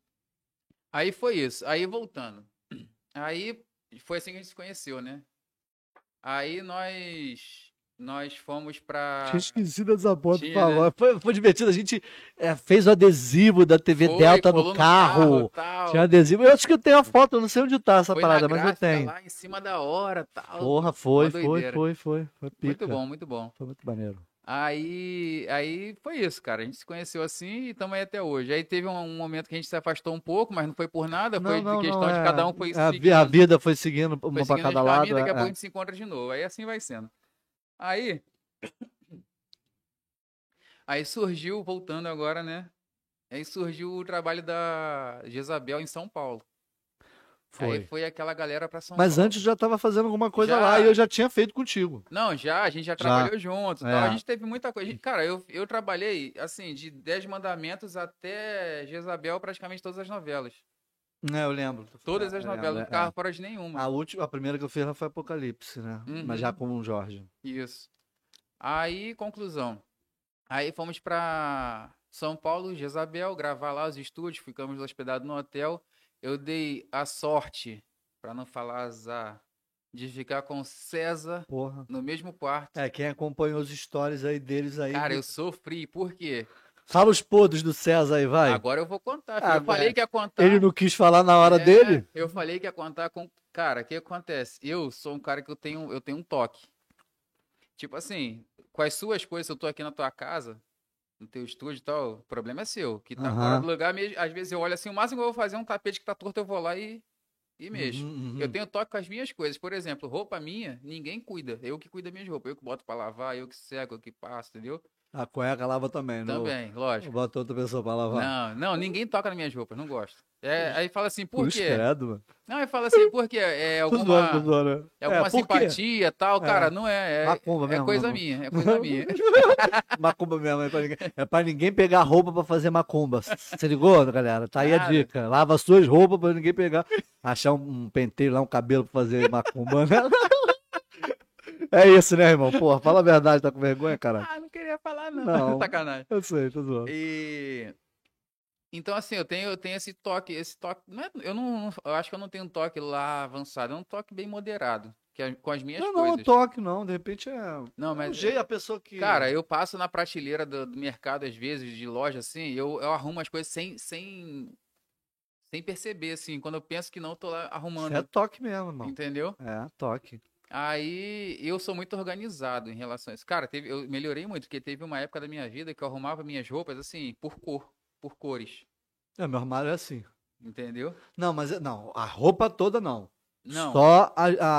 Aí foi isso. Aí voltando. Aí foi assim que a gente se conheceu, né? Aí nós fomos pra...
Tinha esquecido essa porra,
Tinha,
tu falou.
né?
Foi divertido. A gente fez o adesivo da TV Delta
colou
no carro.
tal.
Tinha adesivo. Eu acho que eu tenho a foto, eu não sei onde tá essa
Foi
parada,
na
mas eu
gráfica
tenho.
lá em cima da hora, tal.
Porra,
Uma
foi
doideira.
pica.
Muito bom.
Foi muito maneiro.
Aí foi isso, cara. A gente se conheceu assim e estamos aí até hoje. Aí teve um momento que a gente se afastou um pouco, mas não foi por nada,
Não,
foi de
não, não,
questão de cada um foi
a
seguindo.
vida foi seguindo
Foi
uma para
seguindo os
cada
caminhos,
lado.
daqui a pouco a gente se encontra de novo. Aí assim vai sendo. Aí, aí surgiu, voltando agora, né? Aí surgiu o trabalho da Jezabel em São Paulo. Aí
Foi.
foi aquela galera pra São
Mas
Paulo.
antes já estava fazendo alguma coisa lá e eu
Já,
já tinha feito contigo.
não, já, a gente já
Já.
trabalhou junto e tal. A
É.
gente teve muita coisa. Cara, eu trabalhei, assim, de 10 Mandamentos até Jezabel, praticamente todas as novelas.
É, eu lembro.
Todas as
Eu lembro,
novelas, não ficava fora de nenhuma.
A primeira que eu fiz lá foi Apocalipse, né? Mas já
Uhum,
com o Jorge.
isso. Aí, conclusão. Aí fomos pra São Paulo, Jezabel, gravar lá os estúdios, ficamos hospedados no hotel. Eu dei a sorte, pra não falar azar, de ficar com o César
Porra.
no mesmo quarto.
É, quem acompanhou os stories aí deles aí.
Cara, eu sofri, por quê?
Fala os podres do César aí, vai.
Agora eu vou contar, filho.
Ah,
Eu falei que ia
ele
contar.
não quis falar na hora dele?
Eu falei que ia contar com. Cara, o que acontece? Eu sou um cara que eu tenho um toque. Tipo assim, com as suas coisas, se eu tô aqui na tua casa, no teu estúdio e tal, o problema é seu. Que tá fora
Aham.
do lugar, às vezes eu olho assim, o máximo que eu vou fazer é um tapete que tá torto, eu vou lá e mexo.
Uhum,
Eu
uhum.
tenho toque com as minhas coisas. Por exemplo, roupa minha, ninguém cuida. Eu que cuido das minhas roupas. Eu que boto pra lavar, eu que seco, eu que passo, entendeu?
A cueca lava também, não?
Também, lógico.
Bota outra pessoa pra lavar.
Não, não, ninguém toca nas minhas roupas, não gosto. É, aí fala assim, por
Cruz
quê?
credo, mano.
Não, aí fala assim, por quê?
Tô zoando, tô zoando.
É alguma
Por quê?
simpatia tal, cara,
É,
não é,
macumba
é
mesmo,
coisa
não.
minha, é coisa minha.
Macumba mesmo, é pra ninguém pegar roupa pra fazer macumba. Você ligou, galera? Tá aí a
Nada.
dica. Lava as suas roupas pra ninguém pegar. Achar um penteio lá, um cabelo pra fazer macumba, né? É isso, né, irmão? Porra, fala a verdade, tá com vergonha, caralho?
Ah, não queria falar não,
Não,
sacanagem.
eu sei, tô zoando.
E então assim, eu tenho esse toque, eu acho que eu não tenho um toque lá avançado, é um toque bem moderado, com as minhas
Não, não,
coisas.
toque não, de repente é
Não,
um
mas
jeito, a pessoa que...
cara, eu passo na prateleira do mercado às vezes, de loja assim, eu arrumo as coisas sem perceber assim, quando eu penso que não, eu tô lá
Isso é
arrumando,
toque mesmo, irmão.
entendeu?
É, toque.
Aí eu sou muito organizado em relação a isso. Cara, eu melhorei muito, porque teve uma época da minha vida que eu arrumava minhas roupas assim, por cores,
É, meu armário é assim.
entendeu?
Não, mas não, a roupa toda não.
Não.
Só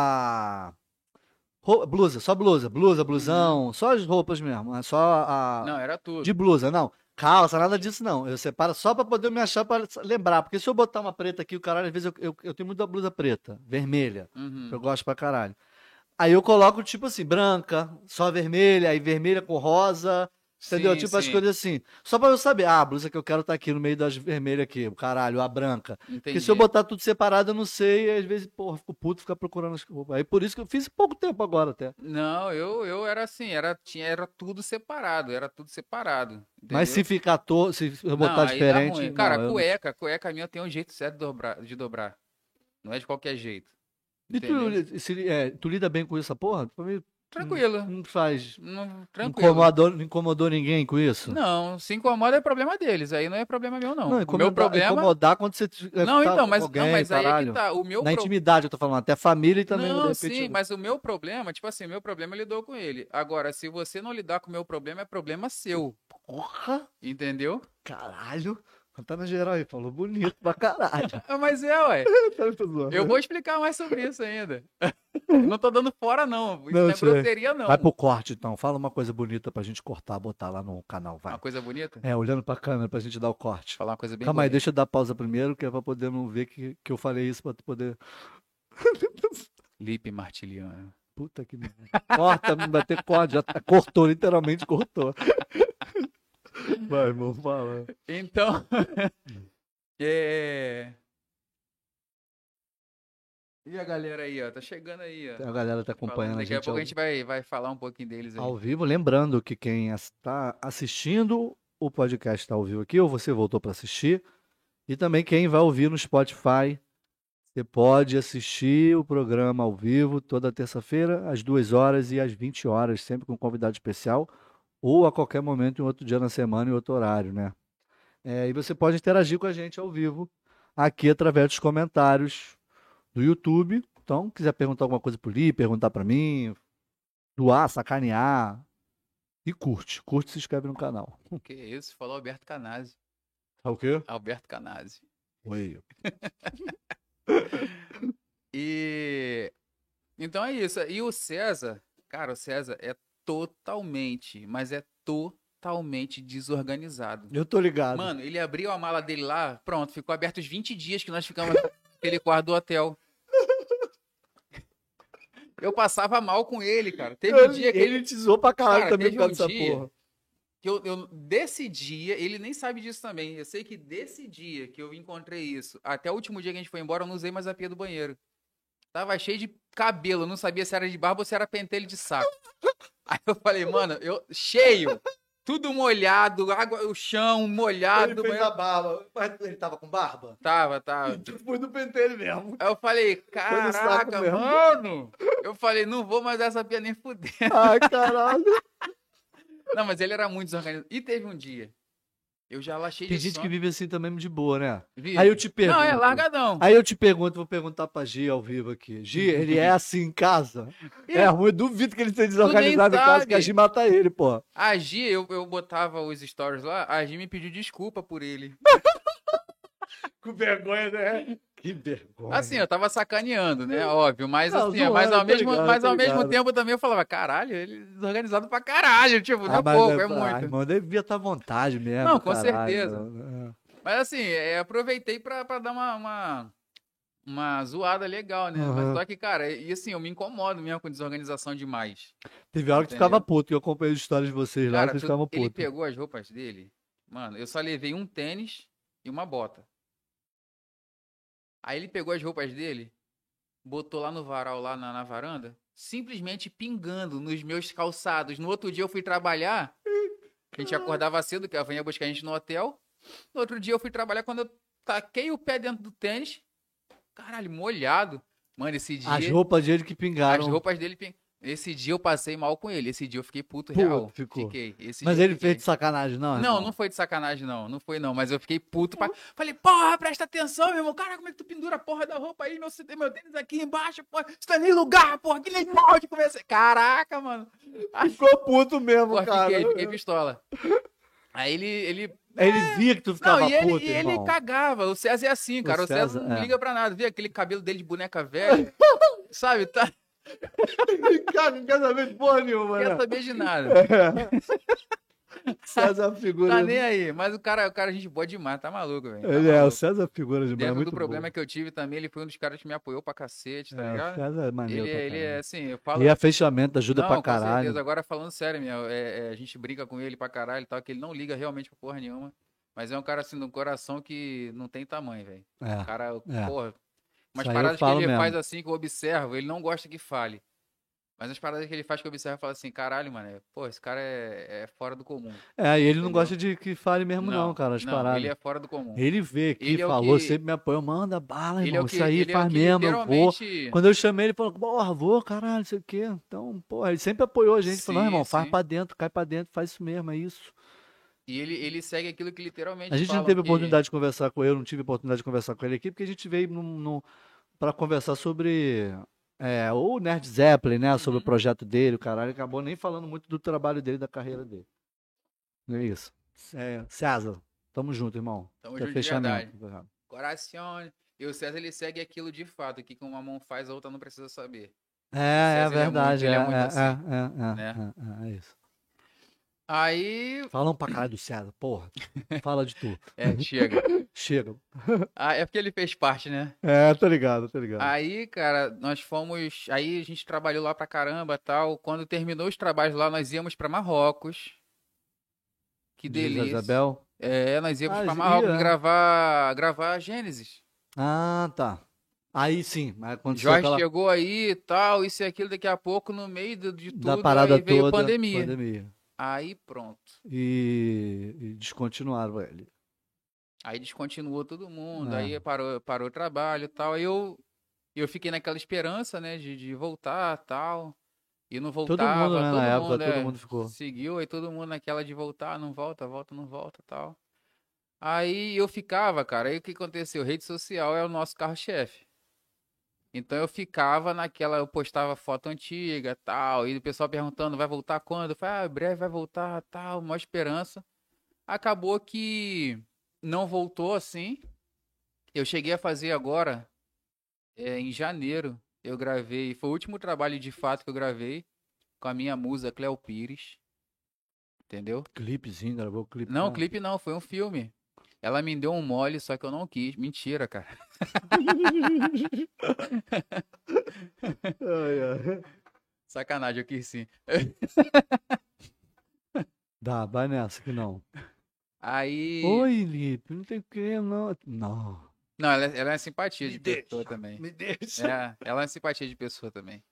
blusa, só blusa,
Uhum.
blusão, só as roupas mesmo, é só
Não, era
de
tudo.
blusa, não. Calça, nada disso não. Eu separo só pra poder me achar pra lembrar, porque se eu botar uma preta aqui, o caralho, às vezes eu tenho muita blusa preta, vermelha, que eu
Uhum.
gosto pra caralho. Aí eu coloco tipo assim, branca, só vermelha, aí vermelha com rosa, entendeu?
Sim,
Tipo as
sim.
coisas assim. Só pra eu saber, a blusa que eu quero tá aqui no meio das vermelhas aqui, o caralho, a branca. Porque se eu
Entendi.
botar tudo separado, eu não sei, e às vezes, porra, fico puto ficar procurando as roupas. Aí por isso que eu fiz pouco tempo agora até.
Não, eu era assim, era era tudo separado,
Mas se
entendeu?
ficar se eu
Não,
botar
aí dá
diferente,
ruim. Cara,
não, eu não.
cueca minha tem um jeito certo de dobrar. Não é de qualquer jeito,
E
entendeu?
tu lida bem com essa porra? Pra mim,
Tranquilo,
não faz.
tranquilo.
Não incomodou ninguém com isso?
Não, se incomoda é problema deles, aí não é problema meu não.
Não,
O meu problema.
incomodar quando você
Não,
tá
então,
com
mas não,
alguém,
mas aí é que
caralho.
tá. O meu
Na
pro...
intimidade, eu tô falando, até família e também, de
Não,
repente.
sim, mas o meu problema, tipo assim, o meu problema lidou com ele. Agora, se você não lidar com o meu problema, é problema seu,
Porra!
entendeu?
Caralho! Tá na geral aí, falou bonito pra caralho.
Ah, mas é, ué.
Tô
Eu
zoando.
vou explicar mais sobre isso ainda. Não tô dando fora, não. Isso
Não
não é
sei.
grosseria,
Vai
não.
pro corte então. Fala uma coisa bonita pra gente cortar, botar lá no canal,
Uma
vai.
coisa bonita?
É, olhando pra câmera pra gente dar o corte.
Falar uma coisa bem
Calma aí,
bonita.
deixa eu dar pausa primeiro, que é pra poder não ver que eu falei isso, pra tu poder.
Lipe Martiliano.
Puta que merda. Corta, não vai ter corte. Cortou, literalmente cortou. Vai, irmão, fala.
Então, é... E a galera aí, ó, tá chegando aí, ó.
A galera tá
Falando,
acompanhando a
daqui a
gente
pouco a gente vai falar um pouquinho deles aí.
ao vivo. Lembrando que quem está assistindo o podcast está ao vivo aqui, ou você voltou para assistir, e também quem vai ouvir no Spotify, você pode assistir o programa ao vivo toda terça-feira, às 2 horas e às 20 horas, sempre com um convidado especial, ou a qualquer momento, em outro dia na semana, em outro horário, né? E você pode interagir com a gente ao vivo, aqui através dos comentários do YouTube. Então, quiser perguntar alguma coisa pro Li, perguntar para mim, doar, sacanear, E curte. Curte e se inscreve no canal.
Que isso? Falou Alberto Canazzi.
Tá o quê?
Alberto Canazzi.
Oi.
E então é isso. E o César, cara, o César é totalmente, mas é totalmente desorganizado.
Eu tô ligado.
Mano, ele abriu a mala dele lá, pronto, ficou aberto os 20 dias que nós ficamos naquele quarto do hotel. Eu passava mal com ele, cara. Teve um dia que
ele te zoou pra caralho
Cara,
também
teve
por causa
um
dessa
dia
porra.
que desse dia, ele nem sabe disso também. Eu sei que desse dia que eu encontrei isso, até o último dia que a gente foi embora, eu não usei mais a pia do banheiro. Tava cheio de cabelo, eu não sabia se era de barba ou se era pentelho de saco. Aí eu falei, mano, cheio, tudo molhado, água, o chão molhado.
Ele fez a barba. Mas ele tava com barba?
Tava.
Tu foi do pentelho mesmo.
Aí eu falei,
Foi no saco
caraca,
mesmo.
mano. Eu falei, não vou mais essa pia nem fuder.
Ai, caralho.
Não, mas ele era muito desorganizado. E teve um dia, eu já lá cheio
Tem
de
gente
sono.
que vive assim também de boa, né?
Vive.
Aí eu te pergunto.
Não, é largadão.
Aí eu te pergunto, vou perguntar pra Gi ao vivo aqui. Gi, ele é assim em casa? É ruim, eu duvido que ele seja desorganizado em casa, que a Gi mata ele, pô.
A Gi, eu botava os stories lá, a Gi me pediu desculpa por ele.
Com vergonha, né? Que vergonha.
Assim, eu tava sacaneando, né? Óbvio, mas
Não,
assim,
zoando,
mas ao
tô ligado, tô
mesmo
ligado.
tempo também eu falava, caralho, ele é desorganizado pra caralho, tipo, não é
mas
pouco, é
ai,
muito.
irmão, devia estar à vontade mesmo,
Não, com
caralho.
certeza. Mas assim, aproveitei pra dar uma zoada legal, né? Mas
Uhum.
só que, cara, e assim, eu me incomodo mesmo com desorganização demais.
Teve hora que tu
Entendeu?
ficava puto, que eu acompanhei as histórias de vocês lá,
Cara,
vocês ficavam
ele
putos.
pegou as roupas dele, mano, eu só levei um tênis e uma bota. Aí ele pegou as roupas dele, botou lá no varal, lá na varanda, simplesmente pingando nos meus calçados. No outro dia eu fui trabalhar, a gente acordava cedo, que ela vinha buscar a gente no hotel. No outro dia eu fui trabalhar, quando eu taquei o pé dentro do tênis, caralho, molhado. Mano, esse dia...
As roupas dele que pingaram.
As roupas dele... Esse dia eu passei mal com ele. Esse dia eu fiquei puto
Puto,
real.
ficou.
Fiquei. Esse
Mas
dia eu
ele
fiquei.
fez de sacanagem, não?
Não,
irmão?
não foi de sacanagem, não. Não foi, não. Mas eu fiquei puto. Falei, porra, presta atenção, meu irmão. Cara, como é que tu pendura a porra da roupa aí? Meu tênis aqui embaixo, porra. Isso não é nem lugar, porra. Que nem pode conversar. Caraca, mano.
Ficou puto mesmo,
Porra,
cara.
fiquei pistola. Aí ele...
Ele via que tu ficava
Não, e
puto,
ele
irmão.
cagava. O César é assim, cara. O César não
é.
liga pra nada. Vê aquele cabelo dele de boneca velha. Sabe? Tá...
Ele caga em casamento porra nenhuma,
Não quer
né?
saber de nada.
César é uma figura.
Tá nem aí. Mas o cara a gente boa demais. Tá maluco, velho. Tá
Ele é, o
maluco.
César é figura demais.
Dentro
Muito
do problema
bom.
que eu tive também, ele foi um dos caras que me apoiou pra cacete, tá
O
ligado?
César é maneiro pra
Ele é
caralho.
assim, eu falo...
E a fechamento ajuda
Não,
pra
com
caralho.
certeza. Agora falando sério, meu, a gente brinca com ele pra caralho e tal, que ele não liga realmente pra porra nenhuma. Mas é um cara assim, de um coração que não tem tamanho, velho.
É,
O cara,
é.
porra... Umas
Isso aí eu
paradas que
falo
ele
mesmo.
faz assim, que eu observo, ele não gosta que fale. Mas as paradas que ele faz que eu observo, eu falo assim, caralho, mano, pô, esse cara é fora do comum.
É, e ele não
Entendeu?
gosta de que fale mesmo não, cara, as paradas.
Ele é fora do comum.
Ele vê aqui,
Ele é o
falou,
que-
sempre me apoiou, manda bala,
Ele é
irmão,
o que,
isso aí
ele é o
faz
que
mesmo, eu vou.
literalmente...
Quando eu chamei, ele falou, porra, vou, caralho, não sei o quê. Então, porra, ele sempre apoiou a gente, falou, não,
Sim,
irmão, faz
sim.
pra dentro, cai pra dentro, faz isso mesmo, é isso.
E ele segue aquilo que literalmente
A gente não
falam
teve
que...
oportunidade de conversar com ele, eu não tive oportunidade de conversar com ele aqui, porque a gente veio pra conversar sobre o Nerd Zeppelin, né, sobre o
Uhum.
projeto dele, o caralho, ele acabou nem falando muito do trabalho dele, da carreira dele. Não é isso. César, tamo junto, irmão.
Tamo
Até
junto de
fechamento.
Coração. E o César, ele segue aquilo de fato. O que uma mão faz, a outra não precisa saber.
É
César, ele é
verdade.
muito- ele é muito assim, né?
É isso.
Aí...
Falam pra caralho do César, porra. Fala de tu.
chega.
Chega.
É porque ele fez parte, né?
Tô ligado, tô ligado.
Aí, cara, nós fomos... Aí a gente trabalhou lá pra caramba e tal. Quando terminou os trabalhos lá, nós íamos pra Marrocos. Que
De Vila
delícia.
Isabel?
Nós íamos
Ah,
pra
ia,
Marrocos
né?
gravar Gênesis.
Tá. Aí sim, mas aconteceu
Jorge
aquela
chegou aí e tal, isso e aquilo, daqui a pouco, no meio de
da
tudo,
parada
aí veio
toda,
pandemia. Aí pronto.
E descontinuaram ele.
Aí descontinuou todo mundo,
É.
aí parou o trabalho e tal. Aí eu fiquei naquela esperança, né, de voltar e tal. E não
Todo
voltava,
mundo, né, na época,
mundo,
todo mundo ficou.
seguiu, aí todo mundo naquela de voltar, não volta e tal. Aí eu ficava, cara, aí o que aconteceu? Rede social é o nosso carro-chefe. Então eu ficava naquela, eu postava foto antiga, tal, e o pessoal perguntando, vai voltar quando? Eu falei, breve vai voltar, tal, uma esperança. Acabou que não voltou assim. Eu cheguei a fazer agora, em janeiro, eu gravei, foi o último trabalho de fato que eu gravei com a minha musa Cleo Pires, entendeu?
Clipezinho, gravou o clipe
Não,
com ela.
clipe não, foi um filme. Ela me deu um mole, só que eu não quis. Mentira, cara.
Ai, ai.
Sacanagem, eu quis sim.
Dá, vai nessa que não.
Aí.
Oi, Lipe, não tem que não. Não.
Não, ela é simpatia
Me
de pessoa
deixa,
também.
me deixa.
Ela é simpatia de pessoa também.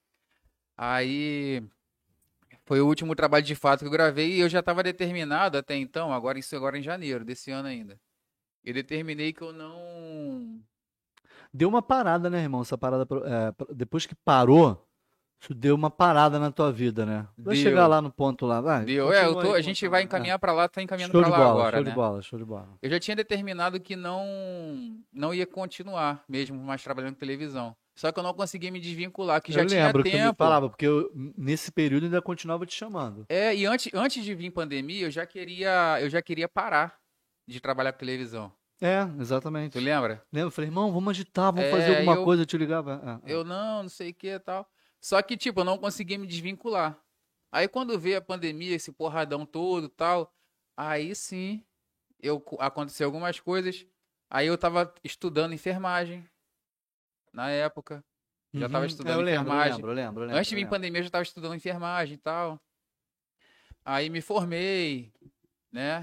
Aí. Foi o último trabalho de fato que eu gravei e eu já estava determinado até então, agora isso agora em janeiro desse ano ainda. Eu determinei que eu não.
Deu uma parada, né, irmão? Essa parada, depois que parou, isso deu uma parada na tua vida, né? Vai chegar
Deu.
lá no ponto lá, vai,
Deu.
continua aí
A gente vai
contando. É.
encaminhar pra lá, tá encaminhando
Show
pra
de
lá
bola,
agora,
show de
né?
bola, show de bola.
Eu já tinha determinado que não ia continuar mesmo mais trabalhando com televisão. Só que eu não conseguia me desvincular, que
Eu
já tinha
lembro que tu me
tempo.
falava, porque eu, nesse período ainda continuava te chamando.
E antes de vir pandemia, eu já queria parar de trabalhar com televisão.
É,
Tu
exatamente.
lembra?
Lembro, eu falei, irmão, vamos agitar, vamos fazer
É,
alguma
eu,
coisa, eu te ligava.
eu não sei o que e tal. Só que, tipo, eu não conseguia me desvincular. Aí quando veio a pandemia, esse porradão todo e tal, aí sim, aconteceu algumas coisas. Aí eu tava estudando enfermagem na época. Já tava
Eu
estudando
lembro, eu
enfermagem.
lembro, eu lembro, eu lembro,
Antes de
eu
vir
lembro.
pandemia, eu já estava estudando enfermagem e tal. Aí me formei, né?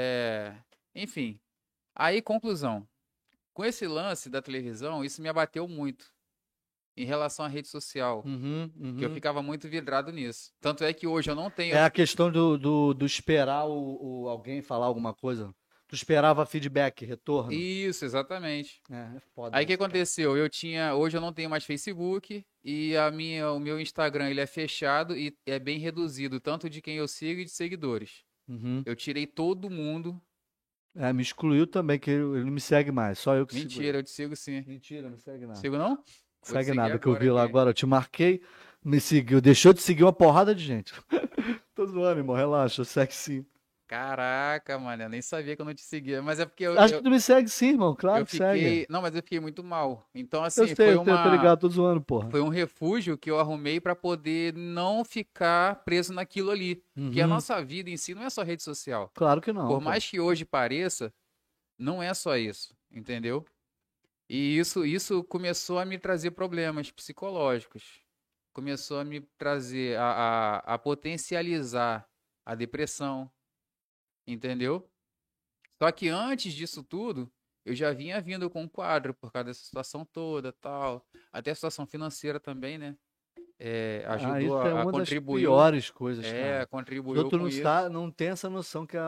Enfim. Aí, conclusão. Com esse lance da televisão, isso me abateu muito em relação à rede social,
Uhum,
que eu
uhum.
ficava muito vidrado nisso. Tanto é que hoje eu não
É
tenho.
a questão do esperar alguém falar alguma coisa. Tu esperava feedback, retorno.
Isso, exatamente.
É foda
Aí o que
isso, cara.
aconteceu? Hoje eu não tenho mais Facebook e o meu Instagram ele é fechado e é bem reduzido, tanto de quem eu sigo e de seguidores.
Uhum.
Eu tirei todo mundo.
É, me excluiu também, que ele não me segue mais, só eu que sigo
Mentira,
ele.
eu te sigo sim.
Mentira, não segue nada.
Sigo não? Vou te
Segue
seguir
nada, que eu
agora
vi lá
aqui.
agora, eu te marquei, me seguiu, deixou de seguir uma porrada de gente. Tô zoando, irmão, relaxa, segue sim.
Caraca, mano, eu nem sabia que eu não te seguia. Mas é porque
Acho que tu me segue sim, irmão,
eu
claro que segue.
fiquei. Não, mas eu fiquei muito mal. Então,
Eu
assim,
sei, eu tô ligado, tô zoando, porra.
foi um refúgio que eu arrumei pra poder não ficar preso naquilo ali. Porque a
Uhum.
nossa vida em si não é só rede social.
Claro que não,
Por
pô.
mais que hoje pareça, não é só isso, entendeu? E isso começou a me trazer problemas psicológicos. Começou a me trazer, a potencializar a depressão, entendeu? Só que antes disso tudo, eu já vinha vindo com um quadro por causa dessa situação toda, tal. Até a situação financeira também, né?
Ah,
Ajudou
isso é
a
uma das
contribuiu,
piores coisas, cara. Os
contribuiu
outros
com isso.
não tem essa noção que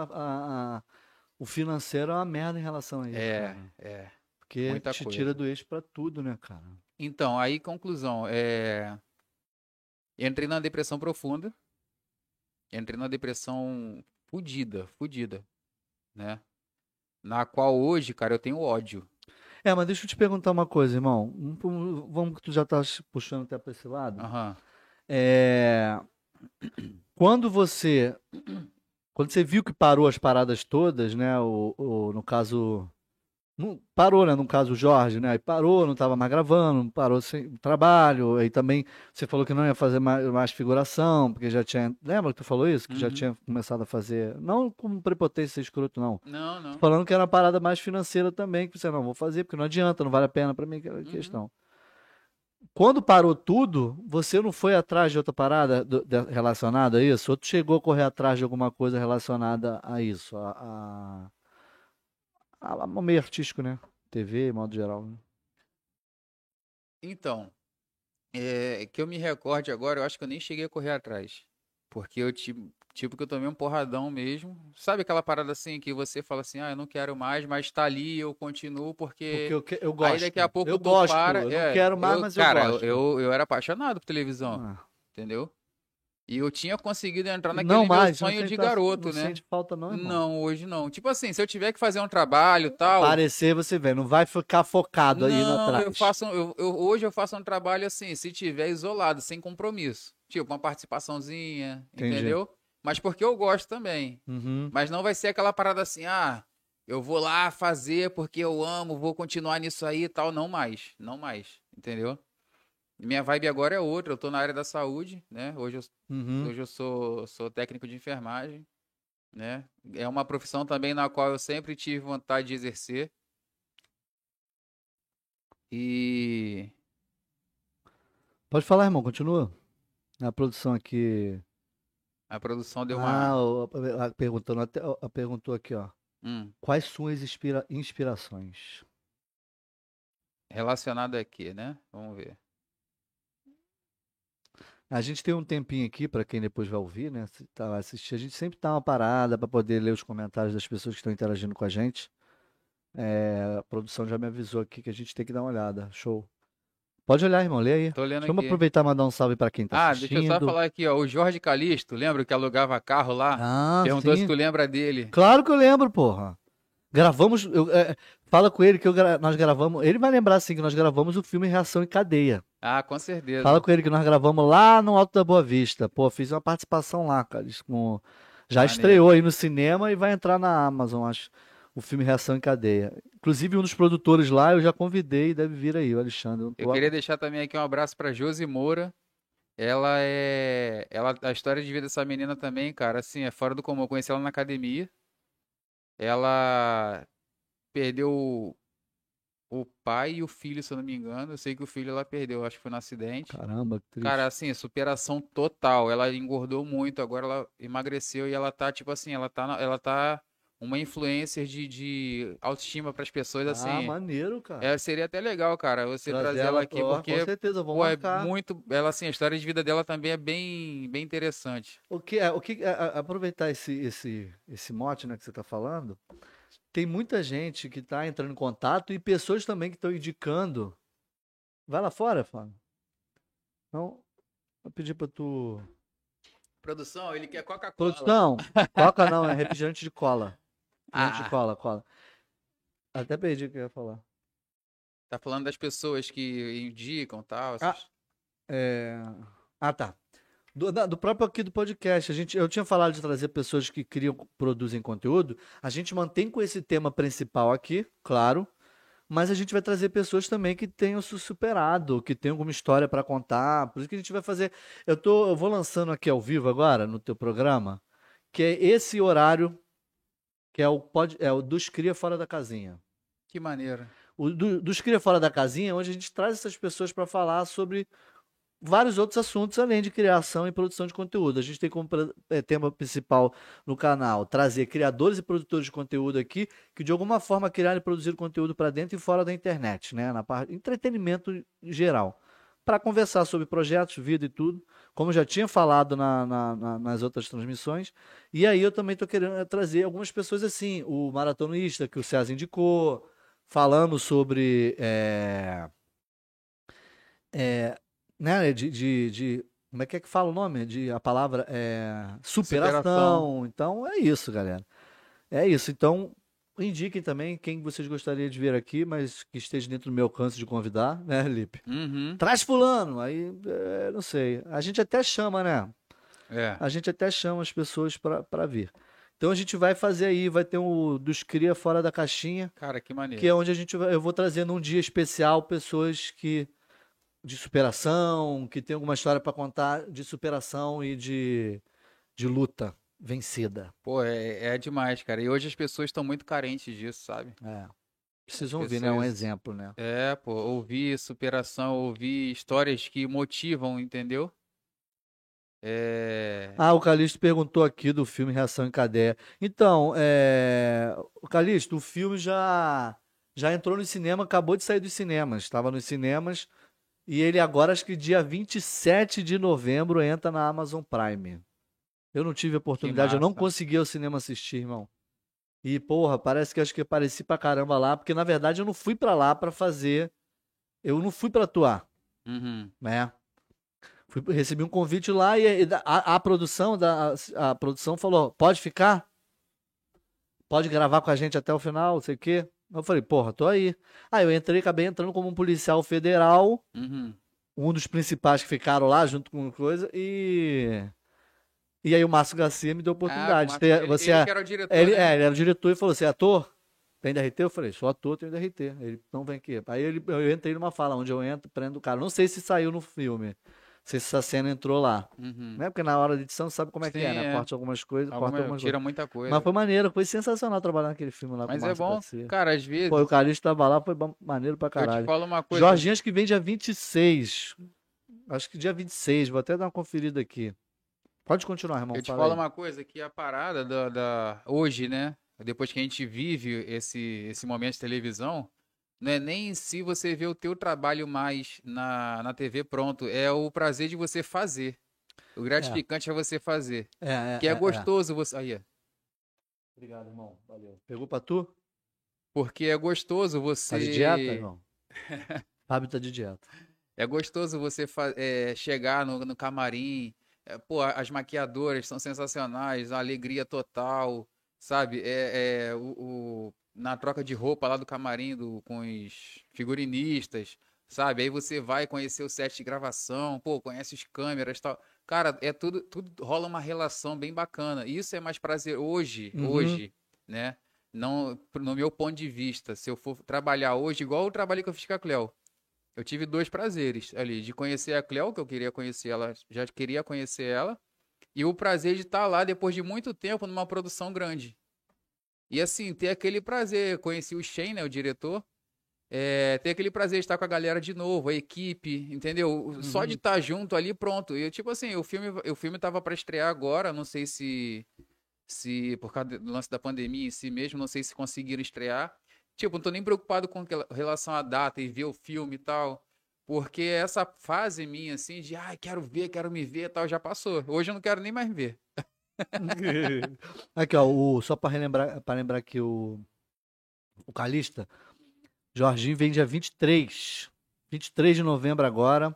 o financeiro é uma merda em relação a isso, cara. Porque
Muita
te tira
coisa.
do eixo pra tudo, né, cara?
Então, aí conclusão, entrei na depressão profunda, entrei na depressão fudida, né? Na qual hoje, cara, eu tenho ódio.
É, mas deixa eu te perguntar uma coisa, irmão. Vamos que tu já tá puxando até pra esse lado.
Aham.
É, quando você, quando você viu que parou as paradas todas, né? No caso, não, parou, né? No caso, o Jorge, né? Aí parou, não estava mais gravando, parou sem trabalho. Aí também você falou que não ia fazer mais figuração, porque já tinha. Lembra que tu falou isso? Que já
Uhum.
tinha começado a fazer. Não com prepotência e escroto, não.
Não,
Tô
não.
falando que era uma parada mais financeira também, que você não vou fazer, porque não adianta, não vale a pena pra mim aquela
Uhum.
questão. Quando parou tudo, você não foi atrás de outra parada relacionada a isso? Ou tu chegou a correr atrás de alguma coisa relacionada a isso? Ao meio artístico, né? TV, de modo geral, né?
Então, que eu me recorde agora, eu acho que eu nem cheguei a correr atrás. Porque eu, tipo que eu tomei um porradão mesmo. Sabe aquela parada assim que você fala assim, eu não quero mais, mas tá ali, eu continuo,
Porque
porque
eu
aí daqui a
gosto.
pouco
Eu
tu
gosto.
para.
Eu não quero mais, mas eu
Cara,
gosto.
eu era apaixonado por televisão,
Ah,
entendeu? E eu tinha conseguido entrar naquele
Não
meu
mais, não
sonho de
sente,
garoto,
não
né?
sente falta não, irmão.
Não, hoje não. Tipo assim, se eu tiver que fazer um trabalho e tal.
Aparecer, você vê, não vai ficar focado aí indo
Não,
atrás.
hoje eu faço um trabalho assim, se tiver isolado, sem compromisso. Tipo, uma participaçãozinha,
Entendi.
entendeu? Mas porque eu gosto também.
Uhum.
Mas não vai ser aquela parada assim, eu vou lá fazer porque eu amo, vou continuar nisso aí e tal. Não mais, não mais, entendeu? Minha vibe agora é outra, eu tô na área da saúde, né?
Uhum.
Hoje eu sou técnico de enfermagem, né? É uma profissão também na qual eu sempre tive vontade de exercer. E
Pode falar, irmão, continua. A produção aqui.
a produção deu
Ah,
uma.
perguntando até, perguntou aqui, ó.
Hum,
Quais suas inspirações?
relacionada aqui, né? Vamos ver.
A gente tem um tempinho aqui para quem depois vai ouvir, né? Se tá assistir, a gente sempre dá uma parada para poder ler os comentários das pessoas que estão interagindo com a gente. A produção já me avisou aqui que a gente tem que dar uma olhada. Show. Pode olhar, irmão, lê aí.
Tô lendo
Deixa eu
aqui.
aproveitar e mandar um salve para quem está
Deixa eu só
assistindo.
falar aqui, ó. O Jorge Calisto, lembra que alugava carro lá?
Ah,
Perguntou se
sim.
tu lembra dele.
Claro que eu lembro, porra. Gravamos. Fala com ele que nós gravamos. Ele vai lembrar sim que nós gravamos o filme Reação em Cadeia.
Ah, com
Fala
certeza.
com ele que nós gravamos lá no Alto da Boa Vista. Pô, fiz uma participação lá, cara. Já
Maneiro.
estreou aí no cinema e vai entrar na Amazon, acho. O filme Reação em Cadeia. Inclusive, um dos produtores lá eu já convidei, deve vir aí, o Alexandre.
Eu queria deixar também aqui um abraço pra Josi Moura. A história de vida dessa menina também, cara, assim, é fora do comum. Eu conheci ela na academia. Ela perdeu o pai e o filho, se eu não me engano. Eu sei que o filho ela perdeu, acho que foi no acidente.
Caramba, que
Cara,
triste.
assim, superação total. Ela engordou muito, agora ela emagreceu e ela tá, tipo assim, ela tá uma influencer de autoestima pras pessoas,
Ah,
assim.
maneiro, cara.
Seria até legal, cara, você
Trazer
trazer ela
ela,
aqui,
ó, com
porque,
certeza, vou
pô, é
marcar.
muito. Ela, assim, a história de vida dela também é bem, bem interessante.
Aproveitar esse mote, né, que você está falando, tem muita gente que está entrando em contato e pessoas também que estão indicando. Vai lá fora, Fábio. Então, vou pedir para tu.
Produção, ele quer Coca-Cola.
Produção, coca não, é refrigerante de cola. Refrigerante de
Ah,
cola, cola. Até perdi o que eu ia falar.
tá falando das pessoas que indicam tal.
Ah, é... ah tá. Do próprio aqui do podcast, eu tinha falado de trazer pessoas que criam, produzem conteúdo. A gente mantém com esse tema principal aqui, claro, mas a gente vai trazer pessoas também que tenham se superado, que tenham alguma história para contar. Por isso que a gente vai fazer. Eu vou lançando aqui ao vivo agora no teu programa, que é esse horário que é o dos Cria Fora da Casinha.
Que maneiro.
Dos Cria Fora da Casinha, onde a gente traz essas pessoas para falar sobre vários outros assuntos além de criação e produção de conteúdo. A gente tem como tema principal no canal trazer criadores e produtores de conteúdo aqui que de alguma forma criaram e produziram conteúdo para dentro e fora da internet, né? Na parte entretenimento em geral. Para conversar sobre projetos, vida e tudo, como já tinha falado nas outras transmissões. E aí eu também estou querendo trazer algumas pessoas assim, o maratonista que o César indicou, falando sobre né, como é que fala o nome? A palavra
Superação.
superação. Então é isso, galera. É isso. Então indiquem também quem vocês gostariam de ver aqui, mas que esteja dentro do meu alcance de convidar, né, Lipe?
Uhum.
Traz fulano, aí não sei. A gente até chama, né?
É.
A gente até chama as pessoas para vir. Então a gente vai fazer aí, vai ter o dos Cria Fora da Caixinha,
Cara, que
que
maneiro.
é onde eu vou trazer num dia especial pessoas que de superação, que tem alguma história para contar de superação e de luta vencida.
Pô, é demais, cara. E hoje as pessoas estão muito carentes disso, sabe?
É.
As
Precisam ouvir, né? Um
pessoas.
exemplo, né?
Pô, ouvir superação, ouvir histórias que motivam, entendeu? É.
Ah, o Calixto perguntou aqui do filme Reação em Cadeia. Então, o Calixto, o filme já entrou no cinema, acabou de sair dos cinemas. Estava nos cinemas e ele agora, acho que dia 27 de novembro, entra na Amazon Prime. Eu não tive
Que
oportunidade, eu não
massa.
consegui ir ao cinema assistir, irmão. E, porra, parece que acho que eu apareci pra caramba lá, porque na verdade eu não fui pra lá pra fazer. Eu não fui pra atuar,
Uhum.
né? Recebi um convite lá e a produção, a produção falou, pode ficar? Pode gravar com a gente até o final, não sei o quê. Eu falei, porra, tô aí. Aí eu acabei entrando como um policial federal,
Uhum.
um dos principais que ficaram lá junto com coisa, e aí o Márcio Garcia me deu a
Ah, com o
oportunidade.
Márcio,
Você
ele que era o diretor, né?
ele era o diretor e falou: você é ator? Tem DRT? Eu falei: sou ator, tenho DRT. Ele, não vem aqui. Aí eu entrei numa fala onde eu entro, prendo o cara. Não sei se saiu no filme, não sei se essa cena entrou lá.
Uhum.
Né? Porque na hora da edição você sabe como é
Sim,
que é, né?
é.
Corta algumas coisas, corta algumas
Tira
coisas.
muita
Mas
coisa.
foi maneiro, foi sensacional trabalhar naquele filme lá com o
Mas é
Márcio
bom,
Garcia.
cara, às
Pô, o
vezes,
Calixto tava lá, foi maneiro pra
eu te
caralho.
falo uma coisa.
Jorginho, acho que vem dia 26. Acho que dia 26, vou até dar uma conferida aqui. Pode continuar, irmão,
Eu te
fala
falo
aí.
uma coisa, que a parada hoje, né? Depois que a gente vive esse momento de televisão, não é nem em si você ver o teu trabalho mais na TV pronto, é o prazer de você fazer. O
É,
gratificante é você fazer. Que é
é.
gostoso você. Aí, ó.
Obrigado, irmão. Valeu. Pegou pra tu?
Porque é gostoso
Tá de dieta,
você.
irmão? Fábio tá de dieta.
É gostoso você chegar no camarim. Pô, as maquiadoras são sensacionais, a alegria total, sabe? Na troca de roupa lá do camarim com os figurinistas, sabe? Aí você vai conhecer o set de gravação, pô, conhece as câmeras e tal. Cara, tudo rola uma relação bem bacana. Isso é mais prazer
Uhum.
hoje, né? Não, no meu ponto de vista, se eu for trabalhar hoje, igual o trabalho que eu fiz com a Cleo. Eu tive dois prazeres ali, de conhecer a Cleo, que eu queria conhecer ela, já queria conhecer ela, e o prazer de estar lá depois de muito tempo numa produção grande. E assim, ter aquele prazer, conheci o Shane, né, o diretor, ter aquele prazer de estar com a galera de novo, a equipe, entendeu? Só de
Uhum.
estar junto ali, pronto. E tipo assim, o filme tava para estrear agora, não sei se por causa do lance da pandemia em si mesmo, não sei se conseguiram estrear. Tipo, não tô nem preocupado com relação à data e ver o filme e tal. Porque essa fase minha, assim, de quero ver, quero me ver e tal, já passou. Hoje eu não quero nem mais ver.
Aqui, ó, só para lembrar aqui o Calista, Jorginho vem dia 23 de novembro agora,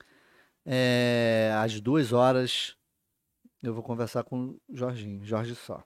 às 2 horas, eu vou conversar com o Jorginho, Jorge Só.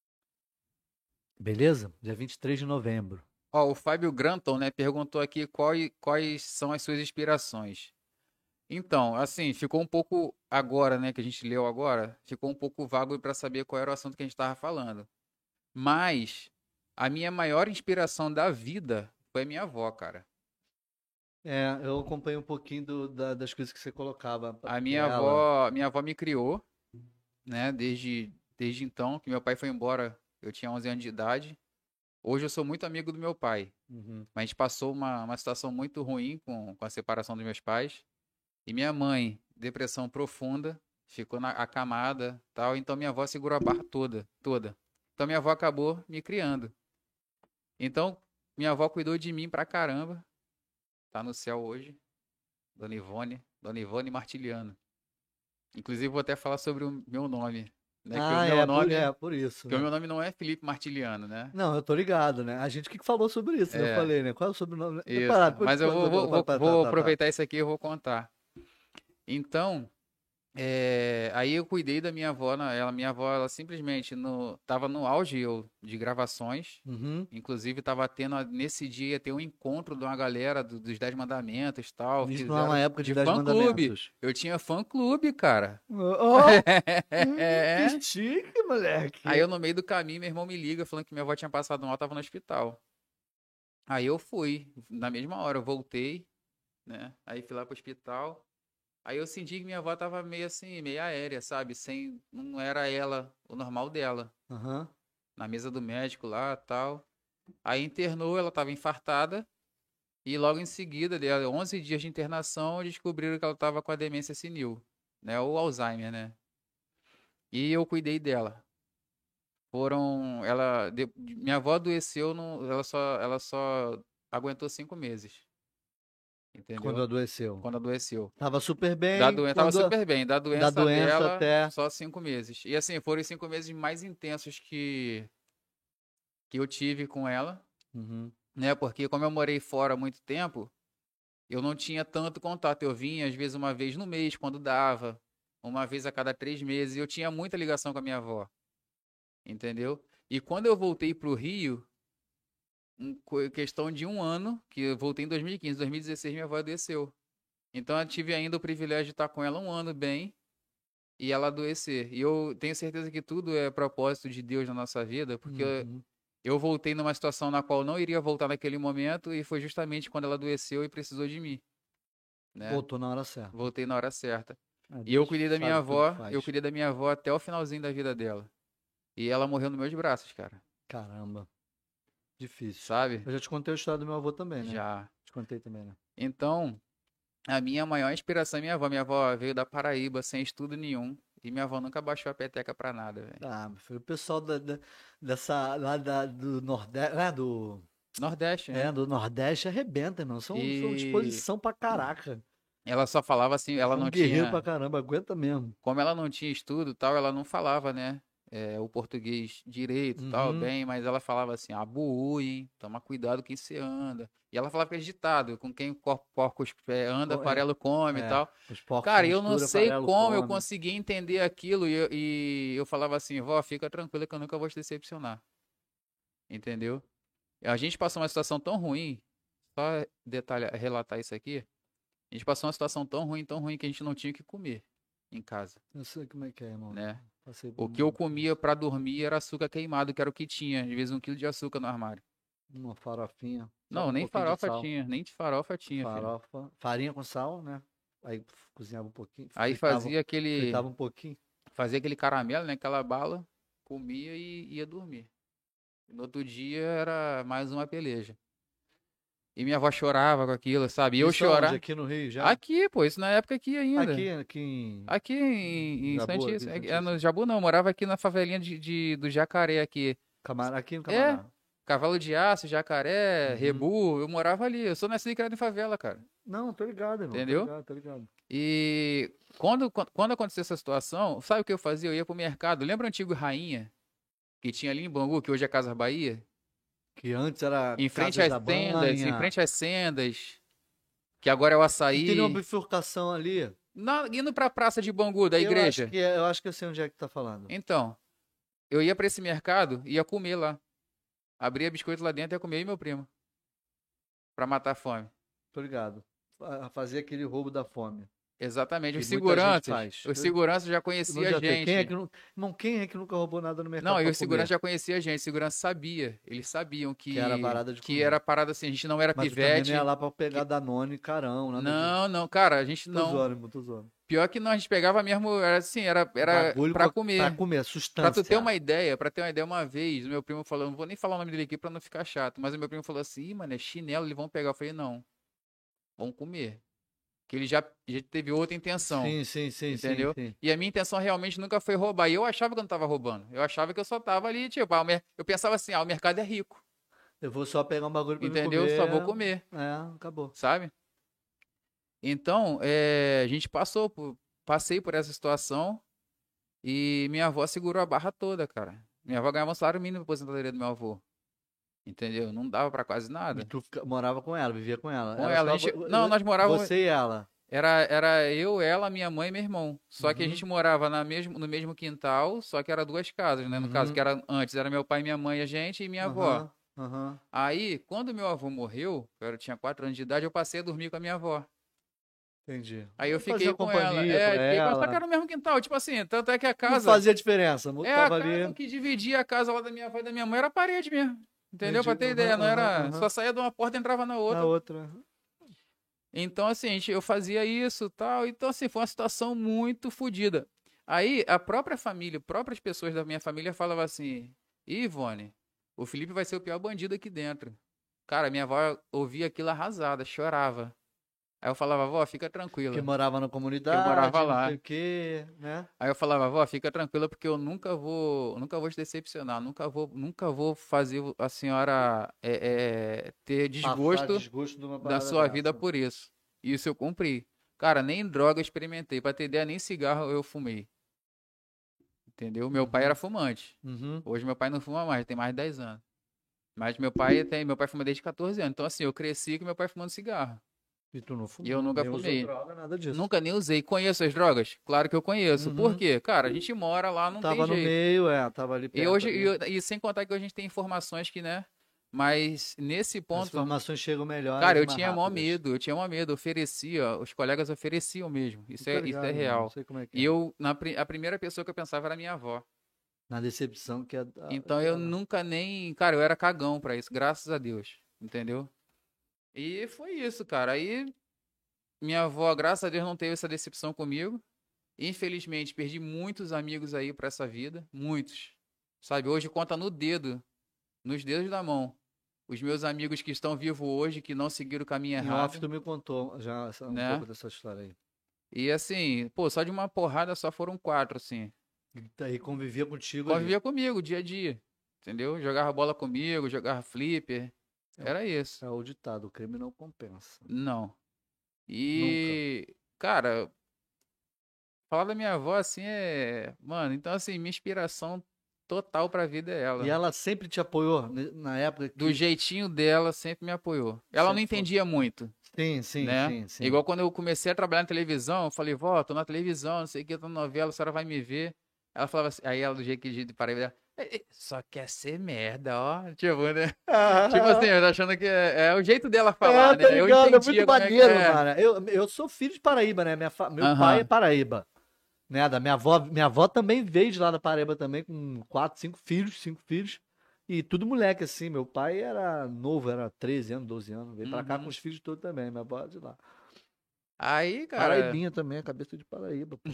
Beleza? Dia 23 de novembro.
Ó, o Fábio Granton, né, perguntou aqui quais são as suas inspirações. Então, assim, ficou um pouco agora, né, que a gente leu agora, ficou um pouco vago para saber qual era o assunto que a gente estava falando. Mas a minha maior inspiração da vida foi a minha avó, cara.
Eu acompanho um pouquinho das coisas que você colocava
A
dela.
minha avó me criou, né, desde então, que meu pai foi embora, eu tinha 11 anos de idade. Hoje eu sou muito amigo do meu pai,
Uhum.
mas a gente passou uma situação muito ruim com a separação dos meus pais. E minha mãe, depressão profunda, ficou acamada, tal, então minha avó segurou a barra toda, toda. Então minha avó acabou me criando. Então minha avó cuidou de mim pra caramba, tá no céu hoje, Dona Ivone Martiliano. Inclusive vou até falar sobre o meu nome, né,
Ah, por isso,
que o
né?
meu nome não é Felipe Martiliano, né?
Não, eu tô ligado, né? A gente que falou sobre isso, né? Eu
É,
falei, né? Qual é o sobrenome?
isso.
Depois
Mas eu vou
tá.
aproveitar isso aqui e vou contar. Então, aí eu cuidei da minha avó, minha avó, ela simplesmente tava no auge de gravações.
Uhum.
Inclusive, tava tendo, nesse dia, ter um encontro de uma galera dos Dez Mandamentos e tal.
Isso não é uma
Fizeram
época de
de
10
fã-clube.
mandamentos.
Eu tinha fã-clube, cara.
Oh, que chique,
Aí
moleque.
eu, no meio do caminho, meu irmão me liga falando que minha avó tinha passado mal, tava no hospital. Aí eu fui, na mesma hora, eu voltei, né? Aí fui lá pro hospital. Aí eu senti que minha avó tava meio assim, meio aérea, sabe? Não era ela, o normal dela.
Aham.
Na mesa do médico lá, tal. Aí internou, ela tava infartada. E logo em seguida, 11 dias de internação, descobriram que ela tava com a demência senil, né? Ou Alzheimer, né? E eu cuidei dela. Minha avó adoeceu, ela só aguentou 5 meses,
Quando
entendeu?
adoeceu.
Quando adoeceu.
Tava super bem.
Tava
Quando
super bem. Da
da
doença
doença
dela,
até.
só 5 meses. E assim, foram os 5 meses mais intensos que eu tive com ela,
Uhum.
né? Porque como eu morei fora há muito tempo, eu não tinha tanto contato. Eu vinha, às vezes, uma vez no mês, quando dava, uma vez a cada 3 meses. E eu tinha muita ligação com a minha avó, entendeu? E quando eu voltei pro Rio, questão de um ano, que eu voltei em 2015, 2016 minha avó adoeceu. Então eu tive ainda o privilégio de estar com ela um ano bem e ela adoecer. E eu tenho certeza que tudo é propósito de Deus na nossa vida, porque
Uhum.
eu voltei numa situação na qual não iria voltar naquele momento e foi justamente quando ela adoeceu e precisou de mim, né?
Voltou na hora certa.
Voltei na hora certa. E eu
Deus
cuidei da minha
sabe tudo que
avó,
faz.
eu cuidei da minha avó até o finalzinho da vida dela. E ela morreu nos meus braços, cara.
Caramba. Difícil.
Sabe?
Eu já te contei a história do meu avô também, né?
Já.
Te contei também, né?
Então, a minha maior inspiração é minha avó. Minha avó veio da Paraíba sem estudo nenhum. E minha avó nunca baixou a peteca pra nada, velho.
Ah, foi o pessoal dessa, lá do Nordeste, né?
Nordeste, né?
Do Nordeste arrebenta, irmão. São
E
disposição pra caraca.
ela só falava assim, ela
São
não
guerreiro pra
tinha.
caramba, aguenta mesmo.
Como ela não tinha estudo e tal, ela não falava, né? O português direito e tal,
Uhum.
bem, mas ela falava assim, abuú, hein? Toma cuidado com quem você anda. E ela falava que é ditado, com quem porcos anda, farelo come e tal.
Os porcos se
Cara, eu não
misturam,
sei
farelo
como eu
come.
consegui entender aquilo e eu falava assim, vó, fica tranquila que eu nunca vou te decepcionar. Entendeu? A gente passou uma situação tão ruim, só relatar isso aqui, a gente passou uma situação tão ruim que a gente não tinha o que comer em casa,
Eu sei como é que é, irmão.
né?
Passei por
O que eu comia pra dormir era açúcar queimado, que era o que tinha, às vezes 1 quilo de açúcar no armário.
uma farofinha, só
Não,
com um
nem
pouquinho de
farofa
sal.
tinha, nem de farofa tinha, filho.
Farofa, farinha com sal, né? Aí cozinhava um pouquinho,
Aí
fritava um pouquinho.
fazia aquele caramelo, né? Aquela bala, comia e ia dormir. E no outro dia era mais uma peleja. E minha avó chorava com aquilo, sabe? E eu
Isso aonde?
chorar.
Aqui no Rio já?
Aqui, pô, isso na época aqui ainda.
Aqui em
Aqui em
Jabu, aqui
Santíssimo.
em
No
Santíssimo.
Jabu não, eu morava aqui na favelinha do Jacaré aqui.
Aqui no
É,
Camará.
Cavalo de Aço, Jacaré,
Uhum.
Rebu, eu morava ali. Eu sou nascido e criado em favela, cara.
Não, tô ligado, irmão. Tô
Entendeu?
ligado, tô ligado.
E quando aconteceu essa situação, sabe o que eu fazia? Eu ia pro mercado. Lembra o antigo Rainha, que tinha ali em Bangu, que hoje é Casa Bahia?
Que antes era
Em frente
Casas
às
da
sendas, em
Banha.
frente às sendas, que agora é o
E tem uma
açaí.
bifurcação ali.
Indo pra Praça de Bangu, da igreja.
Eu acho que eu sei onde é que tá falando.
Então, eu ia pra esse mercado e ia comer lá. Abria biscoito lá dentro e ia comer eu e meu primo. Pra matar a fome.
Tô ligado. Fazer aquele roubo da fome.
Exatamente.
Que
Os
muita gente
seguranças,
faz.
os seguranças já
Não
conheciam a
adianta. Quem é
gente.
que não... Irmão, quem é que nunca roubou nada no mercado
Não, e
pra
os seguranças
comer?
já conheciam a gente. Os seguranças sabia. Eles sabiam
Que era parada de
que
comer.
era parada assim. A gente não era
Mas tu também não ia
pivete.
lá pra pegar Danone, carão, nada disso.
Não, não, cara, a gente
Tô
não.
zoando, irmão, tô zoando.
Pior que não, a gente pegava mesmo, era assim, era
Bagulho
pra
pra
comer.
comer,
Pra tu ter
substância.
uma ideia, uma vez, o meu primo falou, não vou nem falar o nome dele aqui pra não ficar chato, mas o meu primo falou assim, ih, mano, é chinelo, eles vão pegar. Eu falei, não, vão comer. Que ele já teve outra intenção,
Sim,
entendeu?
sim.
E a minha intenção realmente nunca foi roubar. E eu achava que eu não tava roubando. Eu achava que eu só tava ali, tipo, eu pensava assim, o mercado é rico,
Eu vou só pegar um bagulho pra me
entendeu?
comer.
Só vou comer,
Acabou.
sabe? Então, a gente passei por essa situação e minha avó segurou a barra toda, cara. Minha avó ganhava um salário mínimo da aposentadoria do meu avô. Entendeu? Não dava pra quase
E
nada.
tu morava com ela, vivia com ela.
Com
Era
ela,
só
não, nós morávamos,
você e ela.
era eu, ela, minha mãe e meu irmão. Só que a
Uhum.
gente morava no mesmo quintal, só que era duas casas, né? No caso,
Uhum.
que era antes, era meu pai, minha mãe, a gente e minha avó.
Aham.
Aí, quando meu avô morreu, eu tinha 4 anos de idade, eu passei a dormir com a minha avó.
Entendi.
Aí eu
Fazia
fiquei com ela.
companhia pra
Fiquei com ela, só que
ela.
era no mesmo quintal, tipo assim, tanto é que a
Não
casa.
fazia diferença. O
A
tava
casa
ali.
que dividia a casa lá da minha avó e da minha mãe era a parede mesmo. Entendeu? Pra
Entendi.
ter ideia, não era. Só
Aham.
saía de uma porta e entrava na
Na
outra.
outra.
Então, assim, eu fazia isso tal. Então, assim, foi uma situação muito fodida. Aí, a própria família, próprias pessoas da minha família falavam assim: "Ih, Ivone, o Felipe vai ser o pior bandido aqui dentro." Cara, minha avó ouvia aquilo arrasada, chorava. Aí eu falava, vó, fica
Que
tranquila.
morava na
Eu
comunidade,
morava
não sei
lá.
o quê, né?
Aí eu falava, vó, fica tranquila porque eu nunca vou te decepcionar, nunca vou fazer a senhora ter
Passar
desgosto
desgosto de uma
da
parada
sua vida
dessa.
por isso. Isso eu cumpri. Cara, nem droga eu experimentei. Pra ter ideia, nem cigarro eu fumei. Entendeu? Meu pai era fumante.
Uhum.
Hoje meu pai não fuma mais, tem mais de 10 anos. Mas meu pai fuma desde 14 anos. Então assim, eu cresci com meu pai fumando cigarro.
E tu não fumou?
E eu nunca
nem usou
fumei.
droga, nada disso.
Nunca nem usei. Conheço as drogas? Claro que eu conheço.
Uhum.
Por quê? Cara, a gente mora lá, não
Tava
tem
no
jeito.
meio, tava ali
E
perto.
hoje,
ali.
e sem contar que hoje a gente tem informações que, né? Mas nesse
As
ponto,
informações chegam melhores
cara,
e
eu
mais
tinha maior
rápidas.
medo, eu tinha maior medo, oferecia, os colegas ofereciam mesmo.
Não tô
Isso é
ligado, não
real.
sei como é que
E
é.
eu, a primeira pessoa que eu pensava era minha avó.
Na decepção que é.
Então eu nunca nem. Cara, eu era cagão pra isso, graças a Deus. Entendeu? E foi isso, cara. Aí minha avó, graças a Deus, não teve essa decepção comigo. Infelizmente, perdi muitos amigos aí pra essa vida. Muitos. Sabe, hoje conta no dedo, nos dedos da mão. Os meus amigos que estão vivos hoje, que não seguiram o caminho
Em off,
errado,
tu me contou já um
né?
pouco dessa história aí.
E assim, pô, só de uma porrada só foram 4, assim.
E daí convivia contigo ali.
Convivia comigo dia a dia. Entendeu? Jogava bola comigo, jogava flipper.
É o,
Era isso.
é o ditado: o crime não compensa.
Não.
Nunca.
E, cara, falar da minha avó assim é. Mano, então assim, minha inspiração total pra vida é
E
ela.
ela sempre te apoiou na época
Do
que.
jeitinho dela, sempre me apoiou. Ela não
Sempre foi.
entendia muito,
Sim, sim,
né?
sim, sim.
Igual quando eu comecei a trabalhar na televisão, eu falei, vó, tô na televisão, não sei o que, tô na novela, a senhora vai me ver. Ela falava assim, aí ela do jeito que de Paraíba, ela, só quer ser merda, ó. Tipo, né? Tipo assim, eu tô achando que é o jeito dela falar,
Tá
né? Eu
ligado? É
entendia
muito
como é que
maneiro,
é.
mano. Eu sou filho de Paraíba, né? Meu pai é
Aham.
Paraíba. Né? Da minha avó também veio de lá da Paraíba também, com 4, 5 filhos, 5 filhos. E tudo moleque, assim. Meu pai era novo, era 13 anos, 12 anos. Veio pra cá com
Uhum.
os filhos todos também. Minha avó é de lá.
Aí, cara,
Paraibinha também, a cabeça de Paraíba, pô.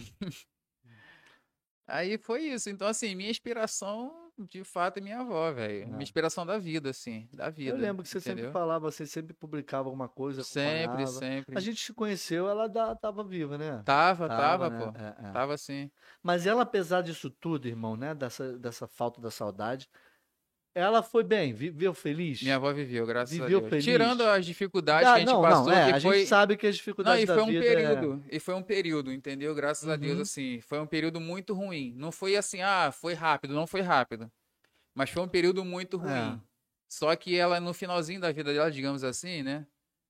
aí foi isso. Então, assim, minha inspiração, de fato, é minha avó, velho. Minha
É.
inspiração da vida, assim, da
Eu
vida,
lembro que você sempre
entendeu?
falava, você sempre publicava alguma coisa,
Sempre,
acompanhava. A
sempre.
gente se conheceu, ela tava viva, né?
Tava,
Né?
pô. Tava assim.
Mas ela, apesar disso tudo, irmão, né? Dessa falta da saudade, ela foi bem, viveu
Minha
feliz.
avó viveu, graças a
Viveu
Deus. Tirando
feliz.
as dificuldades que a gente
Não, não,
passou, que
a gente
foi.
sabe que as
Não,
dificuldades da vida é.
e foi um período, entendeu? Graças a Deus,
Uhum.
assim, foi um período muito ruim. Não foi assim, ah, foi rápido, não foi rápido. Mas foi um período muito
É,
ruim. Só que ela, no finalzinho da vida dela, digamos assim, né?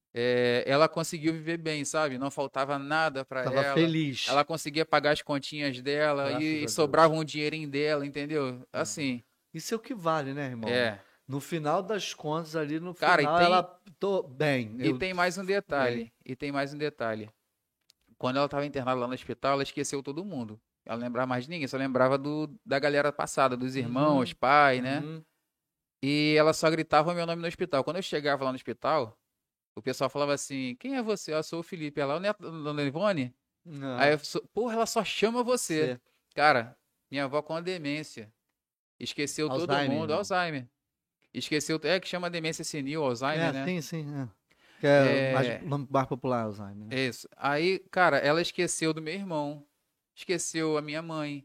Ela conseguiu viver bem, sabe? Não faltava nada pra
tava
ela.
feliz.
Ela conseguia pagar as continhas dela
Graças
e
a
sobrava
Deus.
um dinheirinho dela, entendeu?
É.
Assim,
Isso é o que vale, né, irmão?
é.
No final das contas, ali no
Cara,
final, ela. Tô bem.
e tem mais um
Bem.
detalhe. E tem mais um detalhe. Quando ela estava internada lá no hospital, ela esqueceu todo mundo. Ela não lembrava mais de ninguém, só lembrava da galera passada, dos irmãos,
Uhum,
pai, né?
uhum.
E ela só gritava o meu nome no hospital. Quando eu chegava lá no hospital, o pessoal falava assim: Quem é você? Eu sou o Felipe. Ela, o neto da Dona Ivone? Aí
Não,
eu, porra, ela só chama você.
você.
Cara, minha avó com a demência. Esqueceu todo
Alzheimer,
mundo,
irmão.
Alzheimer. Esqueceu, que chama demência senil, Alzheimer, né?
Sim, sim. É. Que é
É,
nome mais popular, Alzheimer, né?
isso. Aí, cara, ela esqueceu do meu irmão. Esqueceu a minha mãe.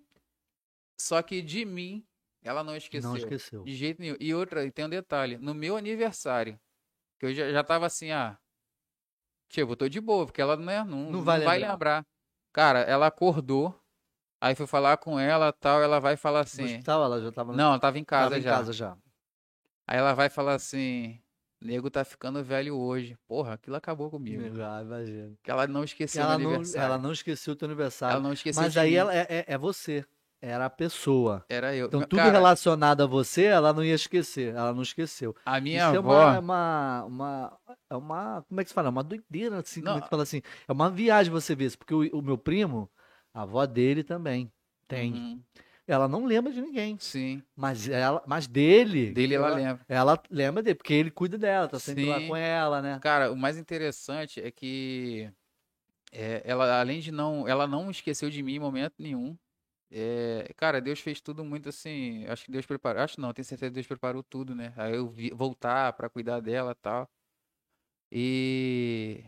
Só que de mim, ela não
Não
esqueceu.
esqueceu.
De jeito nenhum. E outra, e tem um detalhe. No meu aniversário, que eu já tava assim, tipo, eu tô de boa, porque ela
Não vai
não vai
lembrar.
lembrar. Cara, ela acordou, aí fui falar com ela tal, ela vai falar
No
assim.
hospital, ela já tava,
Não, ela tava em
tava
casa
em
já.
casa já.
Aí ela vai falar assim, nego tá ficando velho hoje. Porra, aquilo acabou comigo.
Ah, imagina.
Que ela não esqueceu meu
Ela
aniversário.
não esqueceu o teu
Ela
aniversário.
não esqueceu
Mas
de
aí
mim.
ela é você. Era a pessoa.
Era eu.
Então, tudo
Cara,
relacionado a você, ela não ia esquecer. Ela não esqueceu.
a minha
Isso é
avó.
como é que se fala? Uma doideira, assim, como é
Não.
que se fala assim? É uma viagem você ver isso, porque o meu primo, a avó dele também tem.
Uhum,
Ela não lembra de ninguém,
sim.
mas dele,
Dele ela lembra.
ela lembra dele, porque ele cuida dela, tá sempre lá com
Sim.
ela, né?
Cara, o mais interessante é que ela, além de não, ela não esqueceu de mim em momento nenhum. Cara, Deus fez tudo muito assim. Acho que Deus preparou. Acho não, tenho certeza que Deus preparou tudo, né? Aí eu voltar pra cuidar dela e tal. E.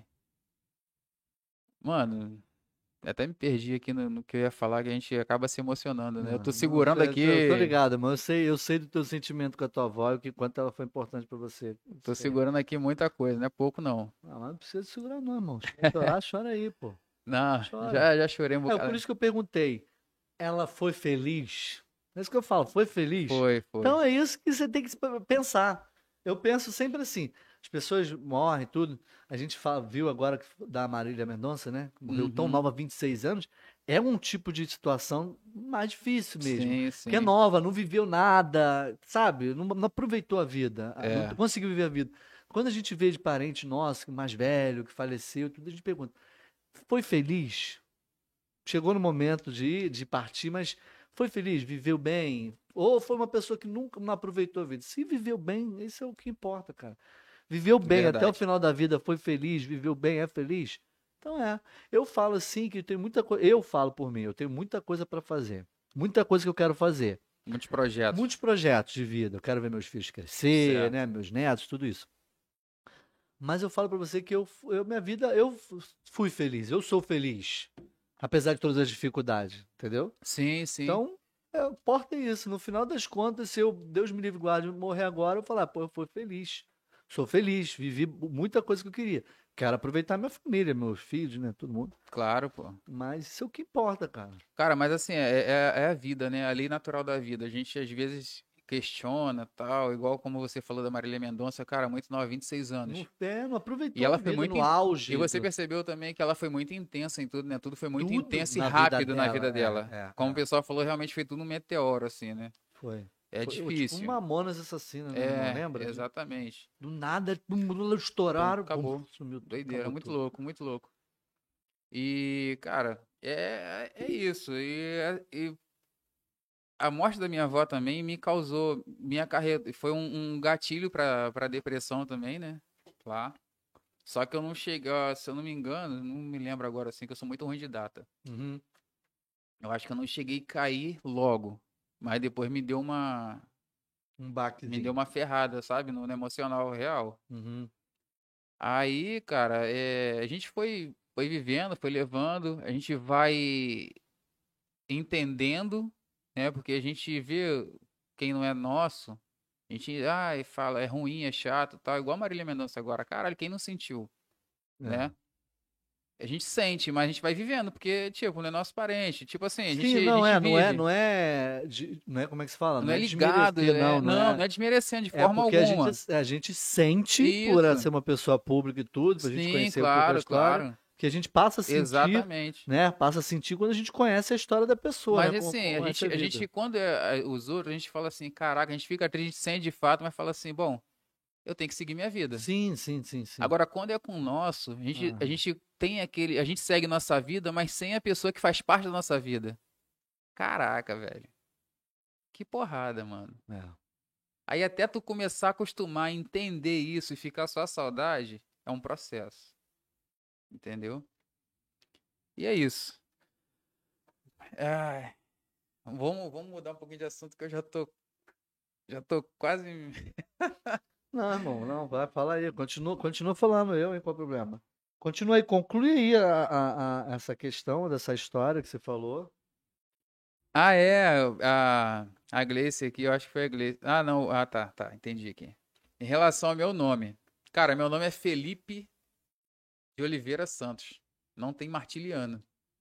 Mano, até me perdi aqui no que eu ia falar, que a gente acaba se emocionando, né? Eu tô
Não,
segurando
eu tô
aqui.
ligado, mas eu sei do teu sentimento com a tua avó e o quanto ela foi importante pra você.
Tô
Sei.
segurando aqui muita coisa, não é pouco não.
Mas não precisa segurar não, irmão. Se quer chorar, chora aí, pô.
Não,
Chora.
já chorei um
Por
bocado.
isso que eu perguntei. Ela foi feliz? É isso que eu falo, foi feliz?
Foi.
Então é isso que você tem que pensar. Eu penso sempre assim, As pessoas morrem e tudo. A gente viu agora da Marília Mendonça, né? Morreu tão nova, 26 anos. É um tipo de situação mais difícil mesmo.
Sim,
Porque é
sim.
nova, não viveu nada, sabe? Não aproveitou a vida, não
É.
conseguiu viver a vida. Quando a gente vê de parente nosso, mais velho, que faleceu, tudo, a gente pergunta: foi feliz? Chegou no momento de partir, mas foi feliz? Viveu bem? Ou foi uma pessoa que nunca não aproveitou a vida? Se viveu bem, isso é o que importa, cara. Viveu bem até o
Verdade.
final da vida, foi feliz, viveu bem, é feliz? Então é. Eu falo assim que tem muita coisa. Eu falo por mim, eu tenho muita coisa para fazer. Muita coisa que eu quero fazer.
Muitos projetos.
Muitos projetos de vida. Eu quero ver meus filhos crescer,
Certo.
né? Meus netos, tudo isso. Mas eu falo para você que minha vida, fui feliz. Eu sou feliz. Apesar de todas as dificuldades, entendeu?
Sim, sim.
Então, importa isso. No final das contas, se eu, Deus me livre e guarde, morrer agora, eu falar, pô, eu fui feliz. Sou feliz, vivi muita coisa que eu queria. Quero aproveitar minha família, meus filhos, né? Todo mundo.
Claro, pô.
Mas isso é o que importa, cara.
Cara, mas assim, é a vida, né? A lei natural da vida. A gente às vezes questiona, tal, igual como você falou da Marília Mendonça, cara, muito nova, 26 anos.
Não
E
aproveitou a
ela foi
vida
muito.
no
E
auge,
você percebeu também que ela foi muito intensa em tudo, né? Tudo foi muito
tudo
intenso e
na vida
rápido na
dela.
vida dela. Como o pessoal falou, realmente foi tudo um meteoro, assim, né?
Foi.
É
Foi tipo
difícil.
Mamonas Assassina, né, irmão?
É,
Lembra?
exatamente.
Do nada, pum,
Pum,
estouraram, pum,
acabou.
sumiu tudo,
Doideira,
acabou
muito
tudo.
louco, muito louco. E, cara, é isso. E a morte da minha avó também me causou, minha carreira, foi um gatilho pra depressão também, né? Lá. Só que eu não cheguei, ó, se eu não me engano, não me lembro agora assim, que eu sou muito ruim de data.
Uhum.
Eu acho que eu não cheguei a cair logo, mas depois
Um
me deu
baquezinho.
uma ferrada, sabe, no emocional real.
Uhum.
Aí, cara, a gente foi vivendo, foi levando, a gente vai entendendo, né? Porque a gente vê quem não é nosso, a gente, ai, fala, é ruim, é chato, tal, igual a Marília Mendonça agora. Caralho, quem não sentiu,
É.
né? A gente sente, mas a gente vai vivendo, porque, tipo, não é nosso parente. Tipo assim,
Sim,
a
não
gente
é, não é,
vive,
não é, não é como é que se fala?
não
Não
é
é
ligado,
desmerecer, não, não
não,
é.
não é desmerecendo de
É
forma
porque
alguma.
a gente sente, por
Isso,
ser uma pessoa pública e tudo, pra gente
sim,
conhecer um pouco a
claro,
história,
claro,
que a gente passa a sentir,
exatamente.
né? Passa a sentir quando a gente conhece a história da pessoa,
Mas
né?
assim,
Conhece a
a
vida.
gente quando os outros, a gente fala assim, caraca, a gente fica triste, sente de fato, mas fala assim, bom, eu tenho que seguir minha vida.
Sim, sim, sim, sim.
Agora, quando é com o nosso,
Ah,
a gente tem aquele, a gente segue nossa vida, mas sem a pessoa que faz parte da nossa vida. Caraca, velho. Que porrada, mano.
é.
Aí até tu começar a acostumar a entender isso e ficar só a saudade, é um processo. Entendeu? E é isso. Ai, vamos mudar um pouquinho de assunto que eu já tô quase.
Não, irmão, não, vai, fala aí, continua falando eu, hein, qual o problema? Continua aí, conclui aí essa questão dessa história que você falou.
Ah, é. A Gleice aqui, eu acho que foi a Gleice. Ah, não. Ah, tá. Entendi aqui. Em relação ao meu nome. Cara, meu nome é Felipe de Oliveira Santos. Não tem Martiliano,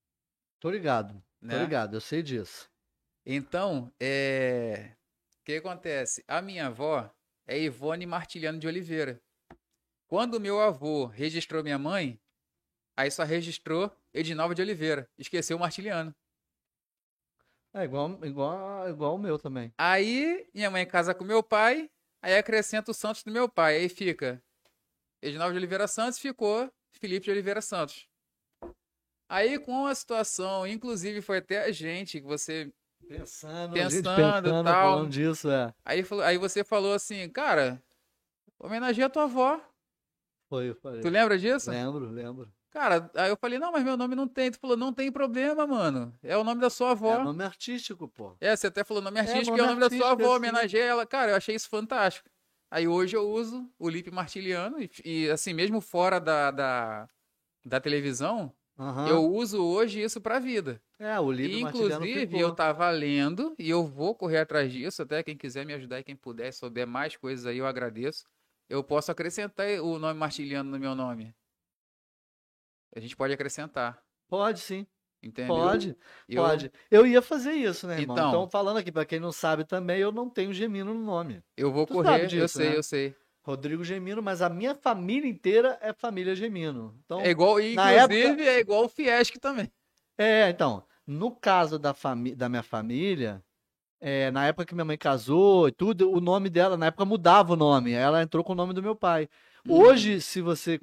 Tô
né?
ligado, eu sei disso.
Então, o que acontece? A minha avó é Ivone Martiliano de Oliveira. Quando o meu avô registrou minha mãe, aí só registrou Edinalva de Oliveira. Esqueceu o Martiliano.
É igual o meu também.
Aí, minha mãe casa com meu pai, aí acrescenta o Santos do meu pai. Aí fica Edinaldo de Oliveira Santos, ficou Felipe de Oliveira Santos. Aí com a situação, inclusive foi até a gente que você
A gente
pensando e
pensando, falando
tal.
disso, é.
Aí você falou assim, cara, homenageia a tua avó.
Eu
Tu
falei.
lembra disso?
Lembro.
Cara, aí eu falei, não, mas meu nome não tem. Tu falou, não tem problema, mano. É o nome da sua
É
avó.
nome artístico, pô.
Você até falou nome
É
artístico e é
nome
o nome da sua
artístico,
avó,
assim.
homenageia ela. Cara, eu achei isso fantástico. Aí hoje eu uso o Lipe Martiliano assim, mesmo fora da televisão, eu
Aham.
uso hoje isso pra vida.
É, o
E
Lipe Martiliano
inclusive eu
ficou.
tava lendo e eu vou correr atrás disso, até quem quiser me ajudar e quem puder souber mais coisas aí, eu agradeço. Eu posso acrescentar o nome Martiliano no meu nome. A gente pode acrescentar,
Pode sim.
entendeu?
Pode.
Eu
Pode. Eu ia fazer isso, né, irmão? Então,
então,
falando aqui, pra quem não sabe também, eu não tenho Gemino no nome.
eu vou
Tu sabe
correr,
disso, né?
eu sei.
Rodrigo Gemino, mas a minha família inteira é família Gemino. Então,
É igual,
na
inclusive,
época,
é igual o Fiesc também.
então, no caso da minha família, na época que minha mãe casou e tudo, o nome dela, na época mudava o nome, ela entrou com o nome do meu pai. Hoje, se você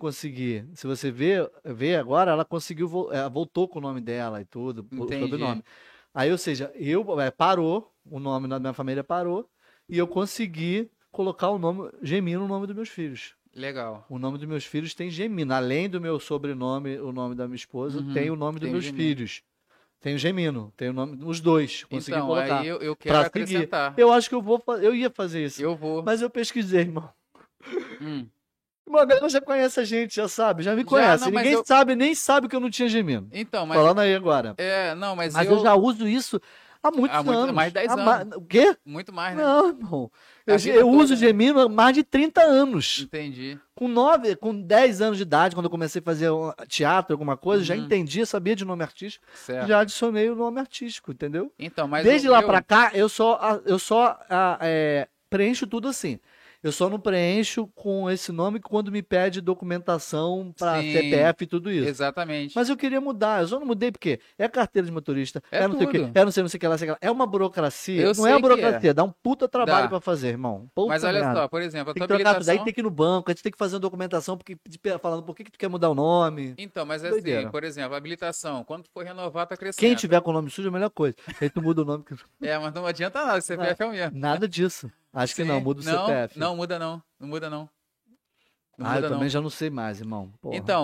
ver agora, ela conseguiu, ela voltou com o nome dela e tudo, o
Entendi.
sobrenome. Aí, ou seja, parou, o nome da minha família parou, e eu consegui colocar o nome Gemino no nome dos meus filhos.
Legal.
O nome dos meus filhos tem Gemino. Além do meu sobrenome, o nome da minha esposa, tem o nome dos
tem
meus
Gemino.
filhos. Tem o Gemino, tem o nome, os dois, consegui
Então,
colocar.
aí eu
pra
quero acrescentar.
Eu acho que eu ia fazer isso.
Eu vou.
Mas eu pesquisei, irmão.
Hum.
Uma galera já conhece a gente, já sabe, já me conhece.
não, mas
Ninguém
eu-
sabe, nem sabe que eu não tinha Gemino.
Então, mas...
Falando aí agora.
Não, mas
Mas eu já uso isso há muitos anos.
mais de 10 anos.
O quê?
Muito mais, né?
Não, irmão.
A vida
Eu uso
toda, né?
Gemino há mais de 30 anos.
Entendi.
Com 10 anos de idade, quando eu comecei a fazer teatro, alguma coisa, já entendia, sabia de nome artístico,
Certo.
já adicionei o nome artístico, entendeu?
Então, mas
Desde
o
lá
meu-
pra cá, eu só preencho tudo assim. Eu só não preencho com esse nome quando me pede documentação pra
Sim,
CPF e tudo isso.
Exatamente.
Mas eu queria mudar, eu só não mudei porque é carteira de motorista,
É
não sei o quê,
tudo.
não sei o que lá, sei o que lá. É uma burocracia,
Eu
não
sei
é uma
que
burocracia, dá um puta trabalho
Dá.
pra fazer, irmão. Puta
Mas olha
merda.
só, por exemplo, a
Tem
tua
que trocar,
habilitação...
daí tem que ir no banco, a gente tem que fazer uma documentação falando por que tu quer mudar o nome.
Então, mas assim,
Doideira.
por exemplo, a habilitação, quando for renovar, tá crescendo.
Quem tiver com o nome sujo é a melhor coisa. Aí tu muda o nome.
Mas não adianta nada, o CPF é o mesmo.
Nada disso. Acho que
Sim.
não, muda o
Não,
CPF.
Não, muda não. Não muda não. Não
Eu
muda
também
não.
já não sei mais, irmão. Porra.
Então,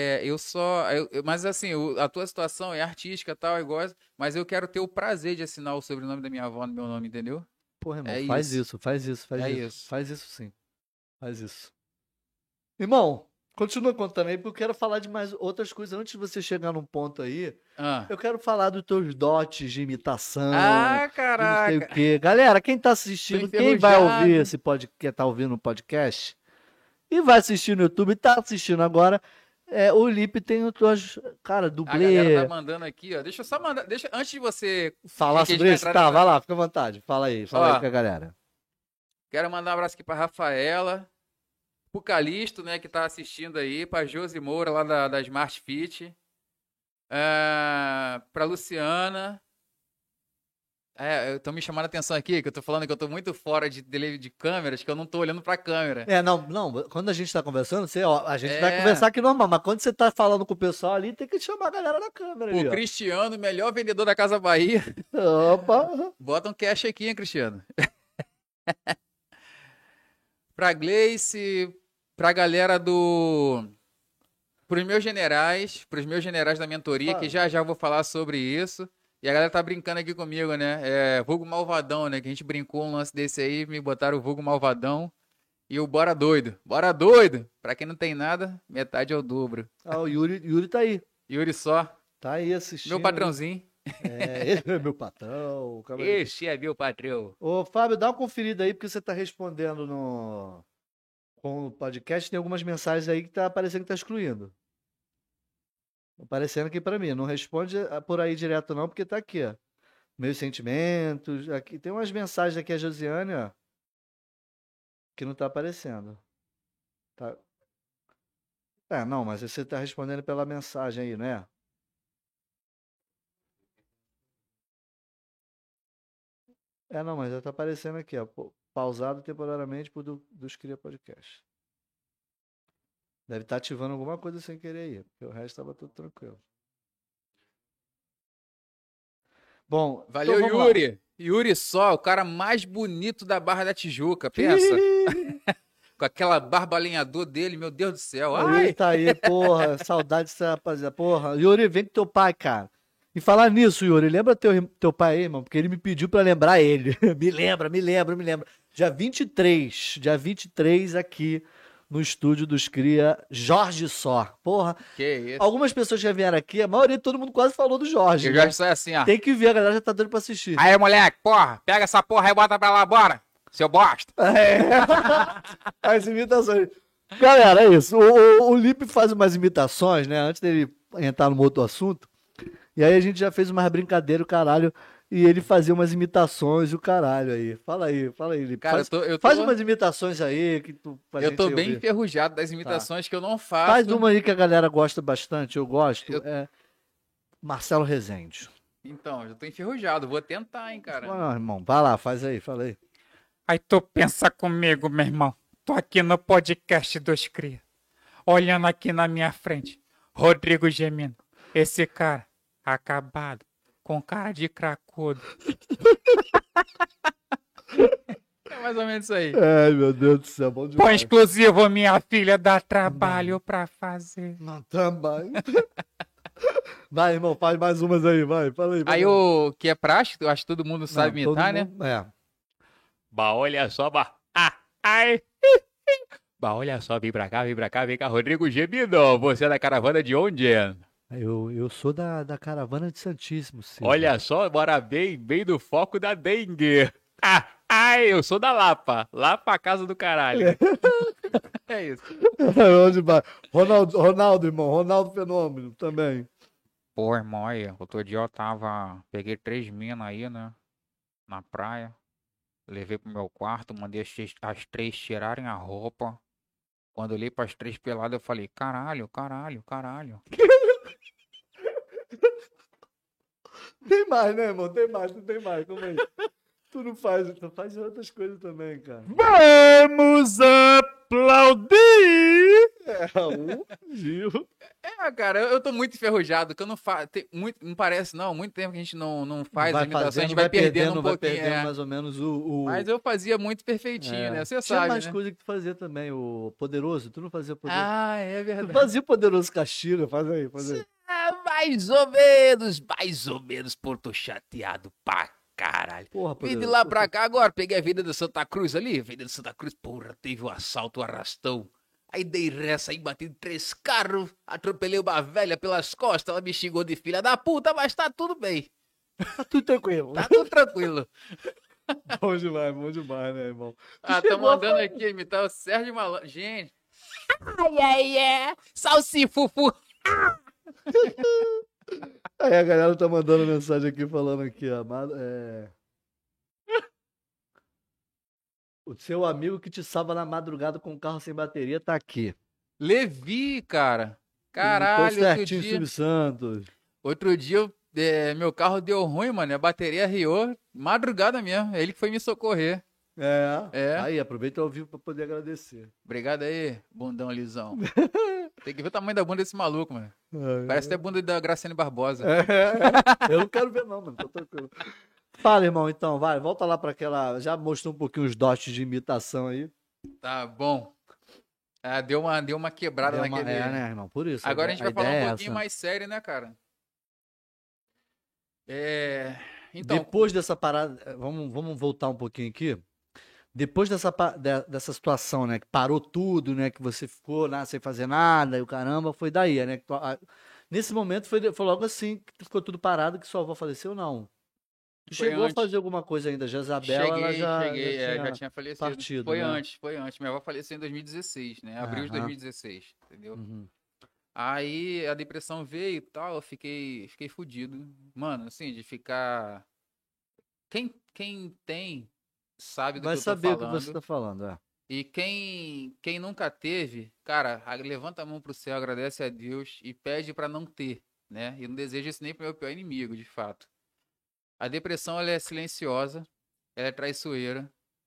mas assim, a tua situação é artística e tal, igual, mas eu quero ter o prazer de assinar o sobrenome da minha avó no meu nome, entendeu?
Porra, irmão,
é
faz
isso.
isso.
É isso.
Faz isso sim. Faz isso. Irmão, continua contando aí, porque eu quero falar de mais outras coisas. Antes de você chegar num ponto aí,
Ah,
eu quero falar dos teus dotes de imitação. de não sei
caraca.
o quê. Galera, quem tá assistindo,
Tô
quem vai
enferrujado.
ouvir esse podcast, tá ouvindo o podcast, e vai assistir no YouTube, tá assistindo agora, o Lipe tem o tuas. Cara,
A
dublê.
galera tá mandando aqui, ó. Deixa eu só mandar. Antes de você
Falar
que a gente
sobre
vai
isso?
entrar
Tá,
nessa-
vai lá, fica à vontade. Fala aí
Ó.
com a galera.
Quero mandar um abraço aqui pra Rafaela, pro Calixto, né, que tá assistindo aí, pra Josi Moura, lá da Smart Fit, pra Luciana. Estão me chamando a atenção aqui, que eu tô falando que eu tô muito fora de câmeras, que eu não tô olhando pra câmera.
Não, quando a gente tá conversando, a gente vai
É.
conversar aqui normal, mas quando você tá falando com o pessoal ali, tem que chamar a galera da câmera ali,
O Cristiano, melhor vendedor da Casa Bahia.
ó. Opa!
Bota um cash aqui, hein, Cristiano? Pra Gleice, pra galera pros meus generais da mentoria, que já eu vou falar sobre isso. E a galera tá brincando aqui comigo, né? Vulgo Malvadão, né? Que a gente brincou um lance desse aí, me botaram o Vulgo Malvadão. E o Bora Doido. Bora Doido! Pra quem não tem nada, metade é o dobro.
O Yuri tá aí.
Yuri só,
Tá aí assistindo.
meu patrãozinho.
Ele é meu patrão.
Esse é meu patrão.
Ô, Fábio, dá uma conferida aí, porque você tá respondendo com o podcast. Tem algumas mensagens aí que tá parecendo que tá excluindo. Tá aparecendo aqui pra mim. Não responde por aí direto, não, porque tá aqui, ó. Meus sentimentos. Aqui tem umas mensagens aqui, a Josiane, ó. Que não tá aparecendo. Tá. Não, mas você tá respondendo pela mensagem aí, né? Não, mas já tá aparecendo aqui, ó. Pausado temporariamente dos Cria Podcast. Deve estar ativando alguma coisa sem querer aí, porque o resto tava tudo tranquilo. Bom,
Valeu,
então vamos
Yuri. Yuri só, o cara mais bonito da Barra da Tijuca, pensa. Com aquela barba alinhador dele, meu Deus do céu.
O Yuri
Ai,
tá aí, porra. Saudade dessa rapaziada. Porra, Yuri, vem com teu pai, cara. E falar nisso, Yuri, lembra teu pai aí, irmão? Porque ele me pediu pra lembrar ele. Me lembra. Dia 23 aqui no estúdio dos Cria, Jorge Só. Porra,
que isso.
algumas pessoas já vieram aqui, a maioria, todo mundo quase falou do Jorge.
Eu
né?
já sou assim, ó.
Tem que ver, a galera já tá doido pra assistir.
Aí, moleque, porra, pega essa porra e bota pra lá, bora. Seu bosta.
As imitações. Galera, é isso. O Lipe faz umas imitações, né? Antes dele entrar no outro assunto. E aí a gente já fez umas brincadeiras, caralho. E ele fazia umas imitações e o caralho aí. Fala aí, Lipe.
Cara,
Faz umas imitações aí que tu, pra
eu
gente
tô
aí
bem
ouvir.
enferrujado das
Tá.
imitações que eu não
Faz
faço.
uma aí que a galera gosta bastante, eu gosto.
Eu-
É Marcelo Rezende.
Então, eu tô enferrujado. Vou tentar, hein, cara.
Ah, irmão, vai lá, faz aí, fala aí.
Aí tu pensa comigo, meu irmão. Tô aqui no podcast dos Cria. Olhando aqui na minha frente. Rodrigo Gemino. Esse cara, acabado. Com cara de cracudo.
É mais ou menos isso aí.
Ai, meu Deus do céu, bom
Põe
demais.
exclusivo, minha filha dá trabalho pra fazer.
Não, também. Vai, irmão, faz mais umas aí, vai, fala aí.
Aí o que é prático, eu acho que todo mundo
Não,
sabe
todo
imitar, né?
mundo- É.
Bah, olha só, bah. Ai. Bah, olha só, vem pra cá, vem cá, Rodrigo Gemino. Você é da caravana de onde?
Eu sou da caravana de Santíssimo, Silva.
Olha só, bora bem do foco da dengue. Eu sou da Lapa. Lapa, casa do caralho.
É isso.
Onde vai? Ronaldo, irmão, Ronaldo Fenômeno também.
Pô, irmão, aí, outro dia eu peguei 3 minas aí, né, na praia, levei pro meu quarto, mandei as 3 tirarem a roupa. Quando eu olhei pras 3 peladas, eu falei, caralho.
Tem mais, né, irmão? Tem mais. Como aí? Tu faz outras coisas também, cara.
Vamos aplaudir!
Gil.
É, cara, eu tô muito enferrujado, que eu não faço. Não parece, não. Muito tempo que a gente não faz
Vai
imitação, a gente
fazendo,
vai perdendo um
vai
pouquinho.
perdendo
é.
mais ou menos o...
Mas eu fazia muito perfeitinho, né? Você
Tinha
sabe,
mais
né?
coisa que tu fazia também, o Poderoso. Tu não fazia Poderoso?
Ah, é
Tu
verdade.
fazia o Poderoso Castilho, faz aí.
Mais ou menos, pô, tô chateado pra caralho.
Porra,
Vim de
Poderoso.
lá pra cá agora, peguei a Avenida do Santa Cruz ali, Avenida do Santa Cruz, porra, teve um assalto, um arrastão. Aí dei ressa, aí bati em 3 carros, atropelei uma velha pelas costas, ela me xingou de filha da puta, mas tá tudo bem,
Tá tudo tranquilo.
tá tudo tranquilo.
Bom demais, né, irmão?
Ah, tá mandando aqui imitar o Sérgio Malandro. Gente, salsifufu.
Aí a galera tá mandando mensagem aqui falando aqui, ó. O seu amigo que te salva na madrugada com o carro sem bateria tá aqui.
Levi, cara.
Tô
Caralho,
certinho, Silvio Santos.
outro dia meu carro deu ruim, mano, a bateria riou, madrugada mesmo, ele que foi me socorrer. É.
Aí, aproveita ao vivo pra poder agradecer.
Obrigado aí, bundão lisão. Tem que ver o tamanho da bunda desse maluco, mano. Parece até a bunda da Graciane Barbosa.
Eu não quero ver não, mano. Tô tranquilo. Fala, irmão, então, vai. Volta lá pra aquela... Já mostrou um pouquinho os dotes de imitação aí.
Tá bom. Ah, deu uma quebrada naquele...
né, irmão? Por isso.
Agora a gente vai falar
ideia
um
é
pouquinho
essa.
mais sério, né, cara? Então,
Depois dessa parada... Vamos voltar um pouquinho aqui. Depois dessa situação, né? Que parou tudo, né? Que você ficou lá sem fazer nada e o caramba, foi daí, né? Nesse momento foi logo assim que ficou tudo parado, que sua avó faleceu, não. Tu
Foi
chegou
antes.
a fazer alguma coisa ainda, Jezabel, ela
cheguei,
já
já tinha falecido.
partido,
Foi
né?
antes. Minha avó faleceu em 2016, né? Abril de
Aham.
2016, entendeu?
Uhum.
Aí a depressão veio e tal, eu fiquei fudido. Mano, assim, de ficar... Quem tem, sabe do
Vai
que eu tô
saber o que
falando.
você tá falando, é.
E quem nunca teve, cara, levanta a mão pro céu, agradece a Deus e pede pra não ter, né? E não deseja isso nem pro meu pior inimigo, de fato. A depressão, ela é silenciosa, ela é traiçoeira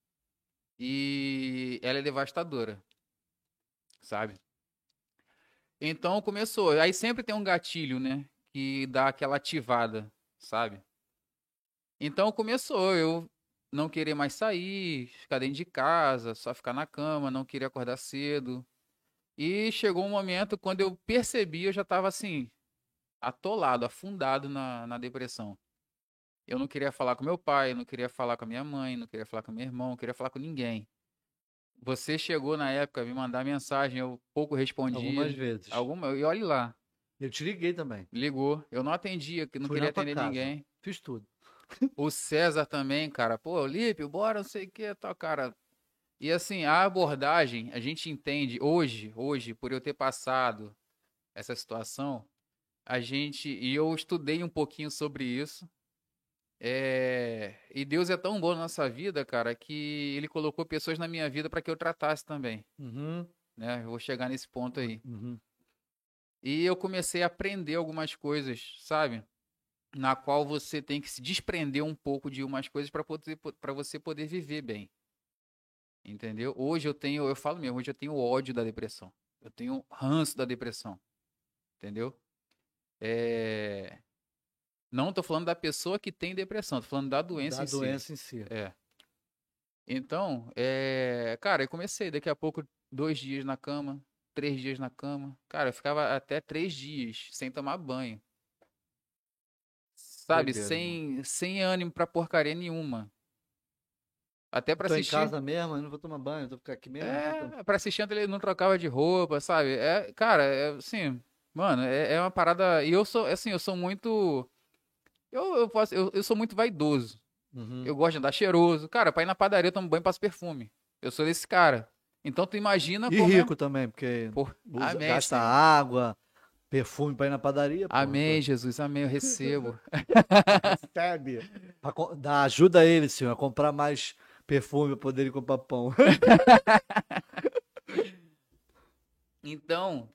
e ela é devastadora, sabe? Então começou, aí sempre tem um gatilho, né? Que dá aquela ativada, sabe? Então começou, eu não querer mais sair, ficar dentro de casa, só ficar na cama, não queria acordar cedo. E chegou um momento, quando eu percebi, eu já estava assim, atolado, afundado na depressão. Eu não queria falar com meu pai, não queria falar com a minha mãe, não queria falar com meu irmão, não queria falar com ninguém. Você chegou na época a me mandar mensagem, eu pouco respondi.
Algumas vezes.
E olhe lá,
Eu te liguei também.
ligou. Eu não atendia, que não
Fui
queria
na tua
atender
casa.
ninguém.
Fiz tudo.
O César também, cara. Pô, Lipe, bora, não sei o que, tal, cara. E assim, a abordagem, a gente entende hoje, por eu ter passado essa situação, e eu estudei um pouquinho sobre isso. E Deus é tão bom na nossa vida, cara, que ele colocou pessoas na minha vida para que eu tratasse também,
Uhum.
né? Eu vou chegar nesse ponto aí.
Uhum.
E eu comecei a aprender algumas coisas, sabe? Na qual você tem que se desprender um pouco de umas coisas para você poder viver bem. Entendeu? Hoje eu falo mesmo, hoje eu tenho ódio da depressão. Eu tenho ranço da depressão. Entendeu? Não tô falando da pessoa que tem depressão, tô falando da doença
Da
em si.
doença em si.
Então, cara, eu comecei daqui a pouco 2 dias na cama, 3 dias na cama. Cara, eu ficava até 3 dias sem tomar banho. Sabe?
Doideira,
Sem ânimo pra porcaria nenhuma. Até pra
Tô em
assistir.
casa mesmo, eu não vou tomar banho, vou ficar aqui mesmo.
Pra assistir ele não trocava de roupa, sabe? Cara, assim, mano, é uma parada. E eu sou, assim, eu sou muito. Eu sou muito vaidoso.
Uhum.
Eu gosto de andar cheiroso. Cara, pra ir na padaria eu tomo banho e passo perfume. Eu sou desse cara. Então tu imagina
E
como
rico também, porque
Pô, amém,
gasta
Senhor.
água, perfume pra ir na padaria.
Amém, Jesus, amém, eu recebo.
Recebe. Ajuda ele, Senhor, a comprar mais perfume pra poder ir comprar pão.
Então,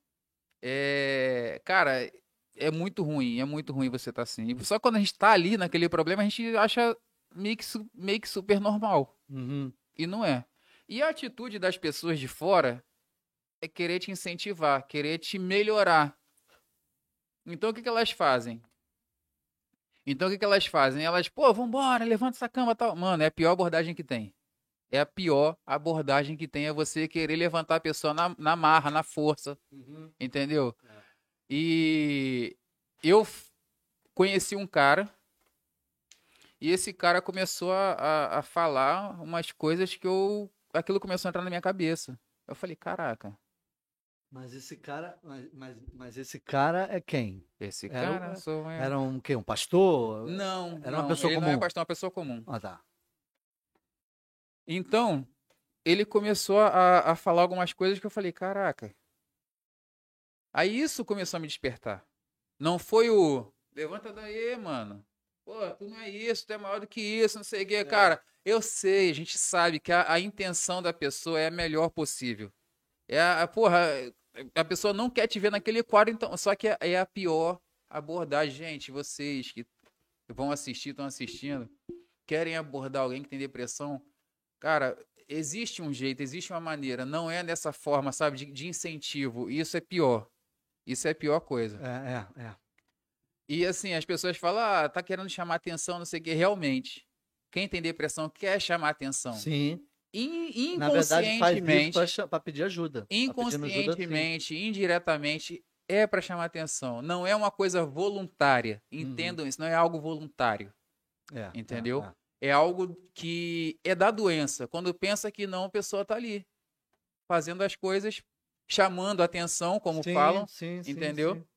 cara, é muito ruim você estar assim. Só quando a gente tá ali naquele problema, a gente acha meio que super normal.
Uhum.
E não é. E a atitude das pessoas de fora é querer te incentivar, querer te melhorar. Então, o que elas fazem? Elas, pô, vambora, levanta essa cama e tal. Mano, é a pior abordagem que tem. É a pior abordagem que tem, é você querer levantar a pessoa na marra, na força.
Uhum.
Entendeu? E eu conheci um cara, e esse cara começou a falar umas coisas que aquilo começou a entrar na minha cabeça. Eu falei, caraca,
Mas esse cara, mas esse cara é quem?
esse
Era
cara sou eu.
Era um quê? Um pastor?
Não,
Era uma
não,
pessoa
ele não
comum.
é pastor, é uma pessoa comum.
Ah, tá.
Então, ele começou a falar algumas coisas que eu falei, caraca. Aí isso começou a me despertar. Não foi levanta daí, mano. Pô, tu não é isso, tu é maior do que isso, não sei o quê. Cara, eu sei, a gente sabe que a intenção da pessoa é a melhor possível. Porra, a pessoa não quer te ver naquele quadro, então, só que é a pior abordagem. Gente, vocês que vão assistir, estão assistindo, querem abordar alguém que tem depressão, cara, existe um jeito, existe uma maneira, não é dessa forma, sabe, de incentivo. Isso é pior. Isso é a pior coisa.
É.
E assim, as pessoas falam, tá querendo chamar atenção, não sei o que. Realmente, quem tem depressão quer chamar atenção.
Sim.
Inconscientemente,
Na verdade, faz isso pra pedir ajuda.
inconscientemente, indiretamente, é para chamar atenção. Não é uma coisa voluntária. Entendam isso, não é algo voluntário. Entendeu? É algo que é da doença. Quando pensa que não, a pessoa tá ali, fazendo as coisas, chamando atenção, como falam.
Sim,
entendeu?
Sim.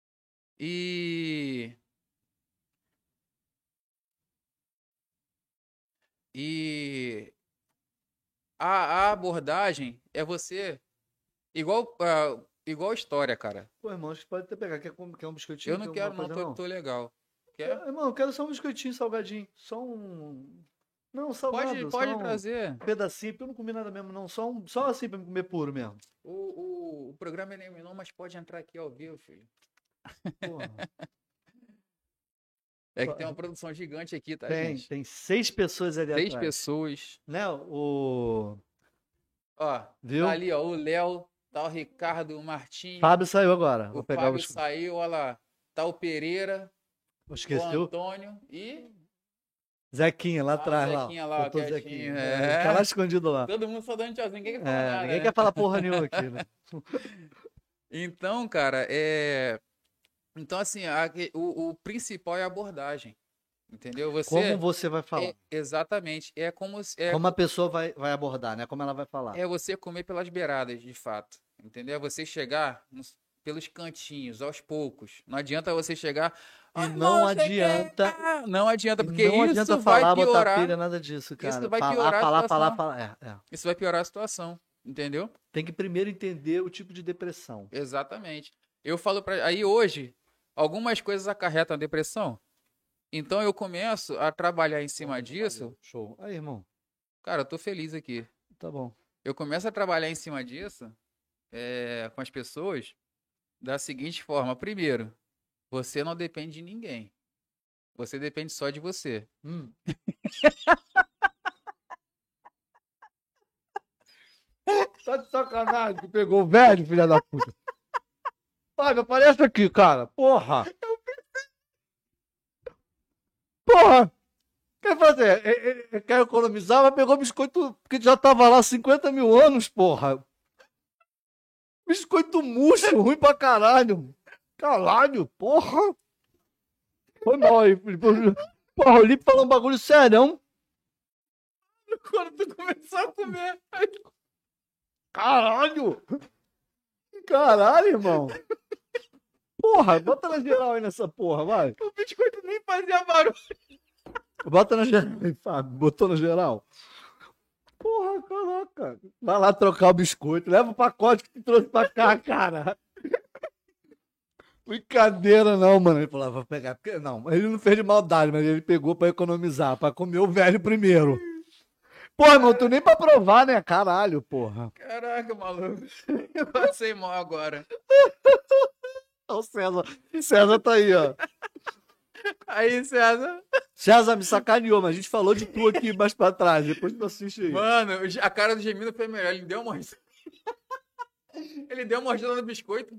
E a abordagem é você igual história, cara.
Pô, irmão, acho que pode até pegar. Quer um biscoitinho?
Eu não quero, não, tô legal. Quer?
Irmão, eu quero só um biscoitinho salgadinho. Só um. Não, salgado.
Pode
só
trazer.
Um pedacinho, porque eu não comi nada mesmo, não. Só assim pra me comer puro mesmo.
O programa é nem não, mas pode entrar aqui ao vivo, filho.
Porra.
É que tem uma produção gigante aqui, tá, gente?
Tem 6 pessoas ali atrás.
6 pessoas.
Né,
Ó,
viu?
tá ali, ó, o Léo, tá o Ricardo, o Martinho.
Fábio saiu agora.
O
Vou pegar
Fábio saiu, olha lá. Tá o Pereira,
Esqueceu?
o Antônio e...
Zequinha, lá atrás.
Zequinha lá,
Faltou
quietinho.
Zequinha. Tá lá escondido lá.
Todo mundo só dando tchauzinho, ninguém quer falar nada,
Ninguém
né?
quer falar porra nenhuma aqui, né?
Então, cara, Então, assim, o principal é a abordagem. Entendeu?
Como você vai falar?
Exatamente.
Como a pessoa vai abordar, né? Como ela vai falar.
É você comer pelas beiradas, de fato. Entendeu? É você chegar pelos cantinhos, aos poucos. Não adianta você chegar...
E não adianta...
Não adianta, porque
não
isso
adianta
vai
falar,
piorar...
botar pilha, nada disso, cara.
Isso vai piorar a situação.
Falar.
Isso vai piorar a situação. Entendeu?
Tem que primeiro entender o tipo de depressão.
Exatamente. Eu falo Aí hoje, algumas coisas acarretam a depressão. Então eu começo a trabalhar em cima disso.
Show. Aí, irmão.
Cara, eu tô feliz aqui.
Tá bom.
Eu começo a trabalhar em cima disso com as pessoas da seguinte forma. Primeiro, você não depende de ninguém. Você depende só de você.
Tá de sacanagem que pegou o velho, filha da puta. Pai, aparece aqui, cara. Porra. Porra. Quer fazer? Quer economizar, mas pegou biscoito que já tava lá há 50 mil anos, porra. Biscoito murcho, ruim pra caralho. Caralho, porra. Foi mal aí, Felipe. Porra, o Lipe falou um bagulho sério.
Quando tu começou a comer.
Caralho. Caralho, irmão. Porra, bota na geral aí nessa porra, vai.
O biscoito nem fazia barulho.
Bota na geral aí, Fábio. Botou na geral. Porra, caraca. Vai lá trocar o biscoito. Leva o pacote que tu trouxe pra cá, cara. Brincadeira não, mano. Ele falou, vou pegar. Porque, não, ele não fez de maldade, mas ele pegou pra economizar, pra comer o velho primeiro. Pô, irmão, tu nem pra provar, né? Caralho, porra.
Caraca, maluco. Eu passei mal agora.
Ó, o César. César tá aí, ó.
Aí, César.
César me sacaneou, mas a gente falou de tu aqui mais pra trás. Depois tu assiste aí.
Mano, a cara do Gemino foi melhor. Ele deu uma mordida. Ele deu uma mordida no biscoito.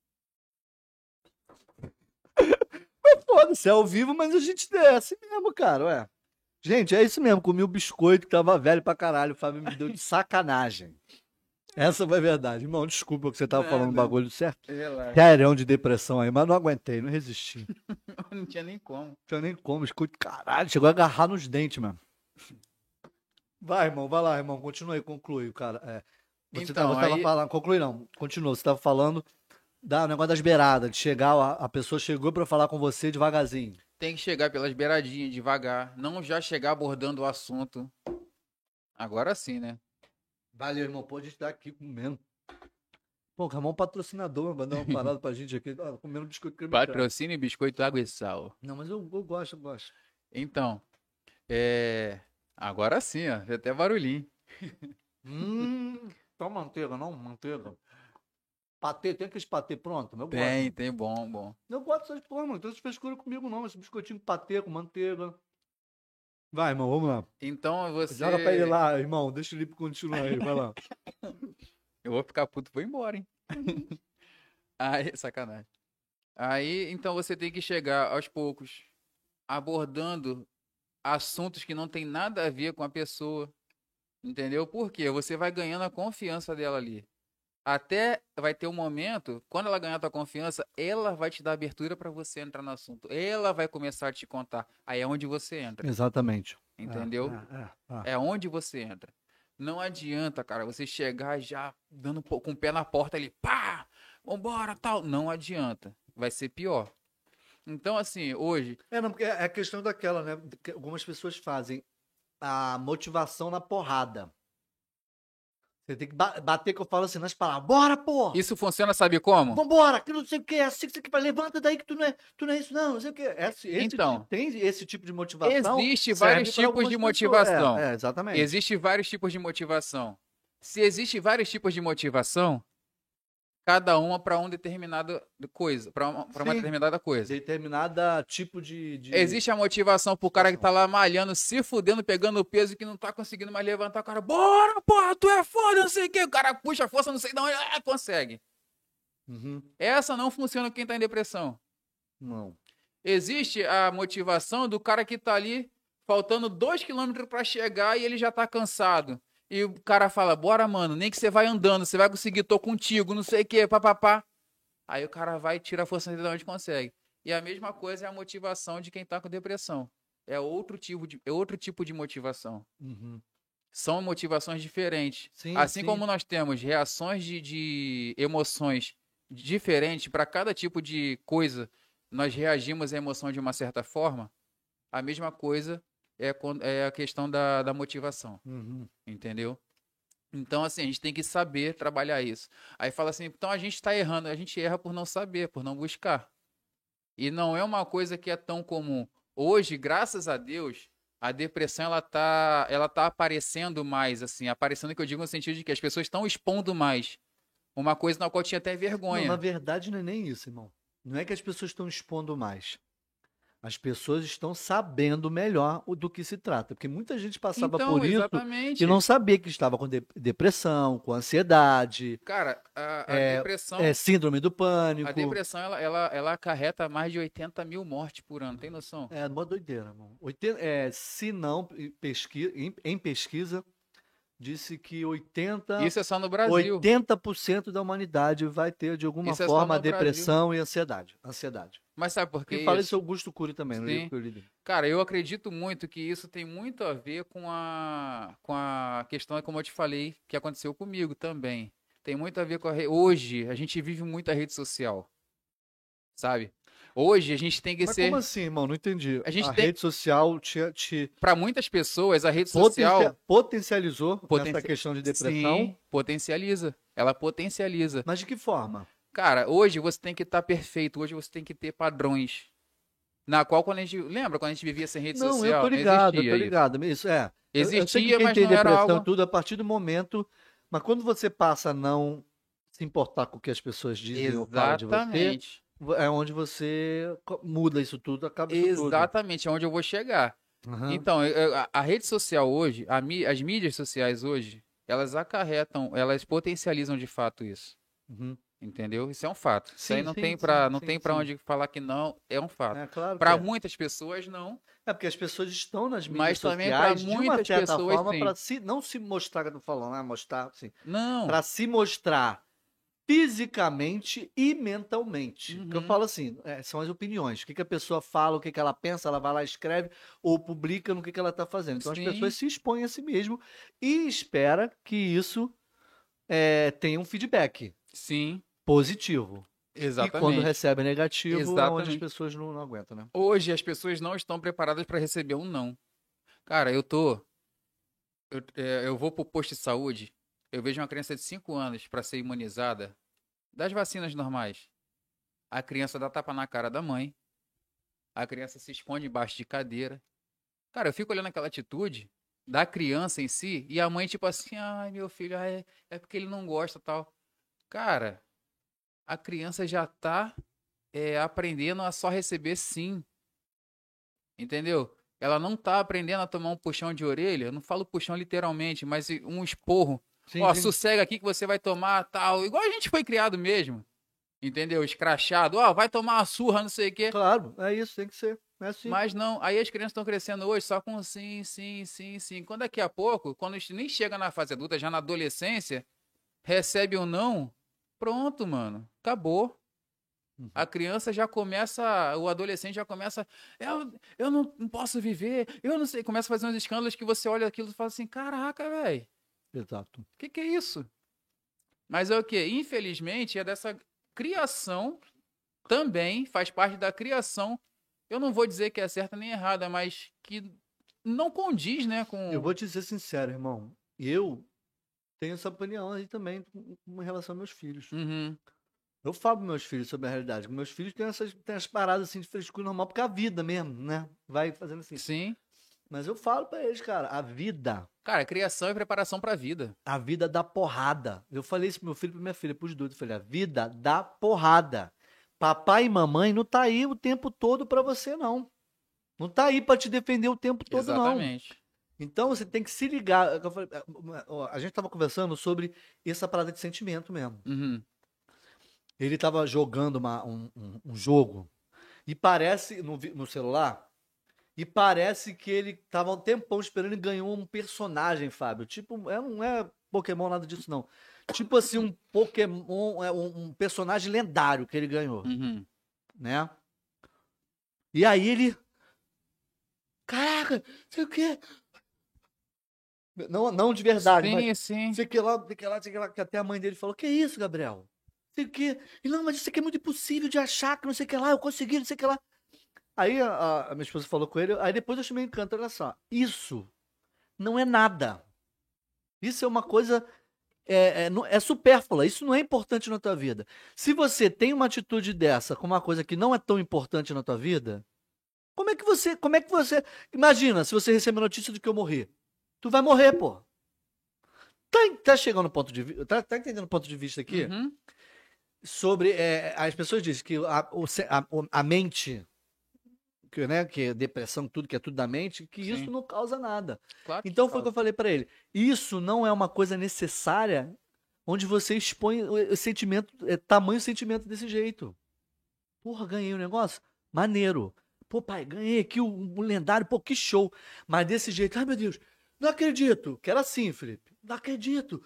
Foda-se, é ao vivo, mas a gente é assim mesmo, cara, ué. Gente, é isso mesmo. Comi o biscoito que tava velho pra caralho. O Fábio me deu de sacanagem. Essa foi a verdade. Irmão, desculpa que você tava falando um bagulho certo.
Relaxa.
Sério de depressão aí, mas não aguentei, não resisti.
Não tinha nem como.
Não tinha nem como, biscoito, caralho, chegou a agarrar nos dentes, mano. Vai, irmão, vai lá, irmão, continua aí, conclui, cara. É, você
Então,
tava
aí-
falando, conclui não, continua, você tava falando do negócio das beiradas, de chegar, a pessoa chegou pra falar com você devagarzinho.
Tem que chegar pelas beiradinhas, devagar. Não já chegar abordando o assunto. Agora sim, né?
Valeu, irmão, pô, a gente tá aqui comendo. Pô, o Ramon patrocinador, vai dar uma parada pra gente aqui, comendo biscoito creme de creme.
Patrocínio, biscoito, água e sal.
Não, mas eu gosto, eu gosto.
Então, agora sim, ó. Fez até barulhinho.
Só manteiga, não? Manteiga. Patê, tem aqueles patê pronto? Eu gosto.
Tem, bom.
Eu gosto dessas porra, mano. Não tem essa frescura comigo, não. Esse biscoitinho com patê, com manteiga. Vai, irmão, vamos lá.
Então você.
Joga pra ele lá, irmão. Deixa o Lipe continuar aí, vai lá.
Eu vou ficar puto, vou embora, hein? Aí, sacanagem. Aí, então você tem que chegar aos poucos, abordando assuntos que não tem nada a ver com a pessoa. Entendeu? Por quê? Você vai ganhando a confiança dela ali. Até vai ter um momento, quando ela ganhar a tua confiança, ela vai te dar abertura pra você entrar no assunto. Ela vai começar a te contar. Aí é onde você entra.
Exatamente.
Entendeu? É onde você entra. Não adianta, cara, você chegar já dando com o pé na porta ali, pá, vambora, tal. Não adianta. Vai ser pior. Então, assim, hoje,
Não, porque é a questão daquela, né? Que algumas pessoas fazem a motivação na porrada. Você tem que bater, que eu falo assim, nas palavras. Bora, porra!
isso funciona, sabe como?
Vambora, que não sei o que, é assim que você quer, levanta daí que tu não é isso, não sei o que.
Então,
tem esse tipo de motivação.
Existe
serve
vários
pra
tipos
algumas
de
pessoas.
motivação.
Exatamente.
Existe vários tipos de motivação. Se existe vários tipos de motivação, cada uma para um determinado coisa, para uma
Sim.
determinada coisa.
Determinada tipo de...
Existe a motivação pro cara que tá lá malhando, se fudendo, pegando o peso que não tá conseguindo mais levantar. O cara, bora, porra, tu é foda, não sei o que. O cara puxa a força, não sei de onde, consegue.
Uhum.
Essa não funciona quem tá em depressão.
Não.
Existe a motivação do cara que tá ali, faltando 2 km pra chegar e ele já tá cansado. E o cara fala, bora, mano, nem que você vai andando, você vai conseguir, tô contigo, não sei o que, papapá. Aí o cara vai e tira a força de onde consegue. E a mesma coisa é a motivação de quem tá com depressão. É outro tipo de motivação.
Uhum.
São motivações diferentes.
Sim,
assim
sim.
como nós temos reações de emoções diferentes para cada tipo de coisa, nós reagimos à emoção de uma certa forma, a mesma coisa é a questão da motivação.
Uhum.
Entendeu? Então, assim, a gente tem que saber trabalhar isso. Aí fala assim, então a gente está errando. A gente erra por não saber, por não buscar. E não é uma coisa que é tão comum. Hoje, graças a Deus, a depressão ela tá aparecendo mais, assim, aparecendo que eu digo no sentido de que as pessoas estão expondo mais. Uma coisa na qual eu tinha até
Não, na
vergonha.
verdade não é nem isso, irmão. Não é que as pessoas estão expondo mais. As pessoas estão sabendo melhor do que se trata. Porque muita gente passava
Então,
por isso
exatamente.
e não sabia que estava com depressão, com ansiedade,
Cara,
síndrome do
a
pânico.
depressão ela acarreta mais de 80 mil mortes por ano, tem noção?
É uma doideira, irmão. Se não, em pesquisa, disse que
Isso é só no Brasil.
80% da humanidade vai ter, de alguma
Isso é só
forma,
no Brasil.
depressão e ansiedade.
Mas sabe por
Quem
que
fala
isso?
isso é Augusto Cury também, no
Sim.
livro que eu li dele.
Cara, eu acredito muito que isso tem muito a ver com a questão, como eu te falei, que aconteceu comigo também. Tem muito a ver com Hoje, a gente vive muito a rede social, sabe? Hoje, a gente tem que
Mas
ser...
como assim, irmão? Não entendi.
A gente
A
tem-
rede social te
Para muitas pessoas, a rede social...
potencializou
Potencia-
essa questão de depressão.
Sim, potencializa. Ela potencializa.
Mas de que forma?
Cara, hoje você tem que estar perfeito, hoje você tem que ter padrões. Na qual, quando a gente. Lembra quando a gente vivia sem rede
Não,
social?
eu tô ligado,
Não existia isso.
Isso é. Eu sei que
Existia,
quem
mas
tem
não era
depressão
algo.
tudo, a partir do momento. Mas quando você passa a não se importar com o que as pessoas dizem ou falam de você,
Exatamente.
é onde você muda isso tudo, acaba isso tudo.
Exatamente, é onde eu vou chegar.
Aham.
Então, a rede social hoje, as mídias sociais hoje, elas acarretam, elas potencializam de fato isso.
Uhum.
Entendeu? Isso é um fato. Isso aí
Sim,
não
sim,
tem pra,
sim,
não
sim,
tem pra
sim.
onde falar que não, é um fato.
É claro que
Para
é.
muitas pessoas, não.
É porque as pessoas estão nas mídias
Mas também pra
sociais de uma
muitas
certa
pessoas,
forma
sim.
para não se mostrar, que eu tô falando, mostrar, assim,
Não.
para se mostrar fisicamente e mentalmente. Porque eu
Uhum.
falo assim, são as opiniões. O que a pessoa fala, o que ela pensa, ela vai lá, escreve ou publica no que ela está fazendo. Então
Sim.
as pessoas se expõem a si mesmo e espera que isso tenha um feedback
Sim,
positivo. E quando
exatamente.
recebe negativo, é onde as
Exatamente.
pessoas não aguentam, né?
Hoje as pessoas não estão preparadas para receber um não. Cara, eu vou pro posto de saúde, eu vejo uma criança de 5 anos para ser imunizada das vacinas normais. A criança dá tapa na cara da mãe. A criança se esconde embaixo de cadeira. Cara, eu fico olhando aquela atitude da criança em si e a mãe tipo assim, ai, meu filho, é porque ele não gosta, tal. Cara, a criança já tá aprendendo a só receber sim. Entendeu? Ela não tá aprendendo a tomar um puxão de orelha. Eu não falo puxão literalmente, mas um esporro.
Sim,
Ó,
sim.
sossega aqui que você vai tomar tal. Igual a gente foi criado mesmo. Entendeu? Escrachado. Ó, vai tomar uma surra, não sei o quê.
Claro, é isso, tem que ser. É assim.
Mas não, aí as crianças estão crescendo hoje só com sim, sim, sim, sim. Quando daqui a pouco, quando a gente nem chega na fase adulta, já na adolescência, recebe ou não, pronto, mano. Acabou.
Uhum.
A criança já começa, o adolescente já começa, eu não posso viver, eu não sei, começa a fazer uns escândalos que você olha aquilo e fala assim, caraca, velho,
Exato.
o que é isso? Mas é o quê? Infelizmente, é dessa criação, também faz parte da criação, eu não vou dizer que é certa nem errada, mas que não condiz, né, com...
Eu vou te ser sincero, irmão. Eu tenho essa opinião aí também com relação aos meus filhos.
Uhum.
Eu falo para meus filhos sobre a realidade. Meus filhos têm as paradas assim de frescura normal, porque é a vida mesmo, né? Vai fazendo assim.
Sim.
Mas eu falo para eles, cara, a vida
Criação e preparação pra vida.
dá porrada. Eu falei isso pro meu filho e pra minha filha, pros dois. Eu falei, a vida dá porrada. Papai e mamãe não tá aí o tempo todo para você, não. Não tá aí para te defender o tempo todo, não.
Exatamente.
Então você tem que se ligar. Eu falei, a gente tava conversando sobre essa parada de sentimento mesmo.
Uhum.
Ele tava jogando um jogo e parece, no celular, e parece que ele tava um tempão esperando e ganhou um personagem, Fábio. Tipo, não é Pokémon, nada disso, não. Tipo assim, um Pokémon, um personagem lendário que ele ganhou,
Uhum.
né? E aí ele... Caraca, sei o quê? Não de verdade, mas...
Sim.
Sei que lá, que até a mãe dele falou, que isso, Gabriel? Sei o quê? E não, mas isso aqui é muito impossível de achar, que não sei o que lá, eu consegui, não sei o que lá. Aí a minha esposa falou com ele, aí depois eu chamei encanto, olha só, isso não é nada. Isso é uma coisa, é supérflua, isso não é importante na tua vida. Se você tem uma atitude dessa com uma coisa que não é tão importante na tua vida, Como é que você... Imagina, se você receber notícia de que eu morri. Tu vai morrer, pô. Tá chegando no ponto de vista... Tá entendendo o ponto de vista aqui?
Uhum.
Sobre... as pessoas dizem que a mente... Que, né, que é depressão, tudo que é tudo da mente, que
Sim.
isso não causa nada.
Claro que
Então foi o que
causa.
eu falei pra ele. Isso não é uma coisa necessária onde você expõe o sentimento, tamanho sentimento desse jeito. Porra, ganhei um negócio? Maneiro. Pô, pai, ganhei aqui o lendário, pô, que show. Mas desse jeito, ai meu Deus, não acredito. Que era assim, Felipe. Não acredito.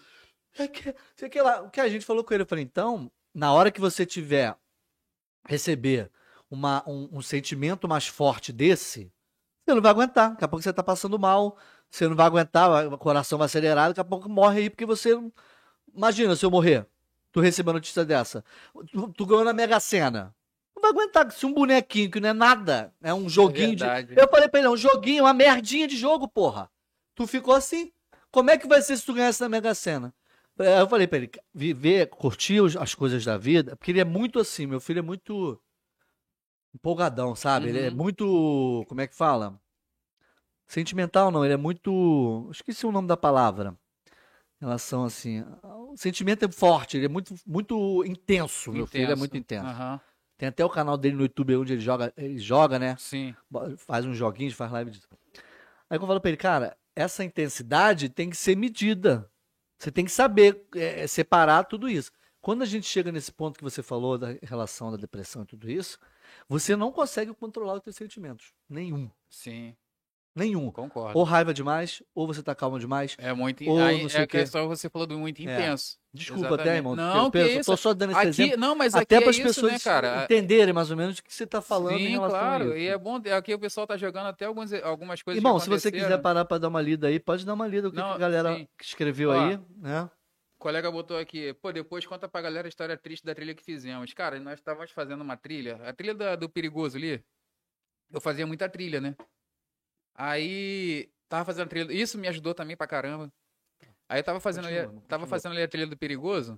Sei que lá. O que a gente falou com ele, eu falei, então, na hora que você tiver receber um sentimento mais forte desse, você não vai aguentar. Daqui a pouco você tá passando mal, você não vai aguentar, o coração vai acelerar, daqui a pouco morre aí, porque você. Imagina se eu morrer, tu receber uma notícia dessa. Tu ganhou na Mega Sena. Não vai aguentar, se um bonequinho que não é nada, é um joguinho de.
verdade.
Eu falei pra ele, é um joguinho, uma merdinha de jogo, porra. Tu ficou assim. Como é que vai ser se tu ganhasse na Mega Sena? Aí eu falei pra ele, viver, curtir as coisas da vida, porque ele é muito assim, meu filho é muito empolgadão, sabe? Ele é
Uhum.
muito, como é que fala? Sentimental não, ele é muito, esqueci o nome da palavra. Em relação assim, o sentimento é forte, ele é muito intenso, meu filho é muito intenso.
Aham.
Tem até o canal dele no YouTube onde ele joga, né?
Sim.
Faz uns joguinhos, faz live disso. Aí eu falo pra ele, cara, essa intensidade tem que ser medida. Você tem que saber separar tudo isso. Quando a gente chega nesse ponto que você falou da relação da depressão e tudo isso, você não consegue controlar os seus sentimentos. Nenhum.
Sim.
Nenhum.
Concordo.
Ou raiva demais, ou você tá calmo demais,
É muito.
ou
Aí
não
é
sei
a
o quê.
questão que você falou do muito intenso.
Desculpa até,
Exatamente.
irmão.
Não, que
Eu
isso.
tô só dando esse
Aqui,
exemplo.
não, mas
Até
aqui
para
é
as
isso,
pessoas
né, cara?
entenderem mais ou menos o que você tá falando em
Sim,
relação a
claro.
isso.
E é bom. Aqui o pessoal tá jogando até algumas coisas
Irmão,
que
se você quiser
aconteceram.
parar para dar uma lida aí, pode dar uma lida. O que a
Não,
galera
sim.
que escreveu
Ó,
aí, né?
o colega botou aqui, pô, depois conta pra galera a história triste da trilha que fizemos. Cara, nós estávamos fazendo uma trilha, a trilha do Perigoso ali, eu fazia muita trilha, né? Aí, tava fazendo trilha, isso me ajudou também pra caramba. Aí eu tava fazendo,
Continua, irmão,
tava
continua.
fazendo ali a trilha do Perigoso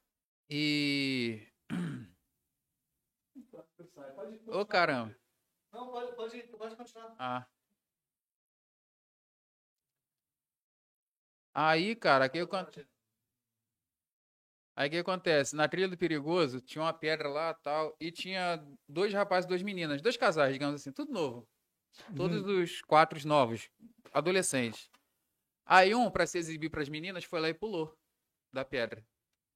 e... Ô, caramba.
Não, pode continuar.
Ah. Aí, cara, Aí o que acontece? Na trilha do Perigoso, tinha uma pedra lá tal, e tinha dois rapazes e duas meninas, dois casais, digamos assim, tudo novo. Todos os quatro novos, adolescentes. Aí um, pra se exibir pras meninas, foi lá e pulou da pedra.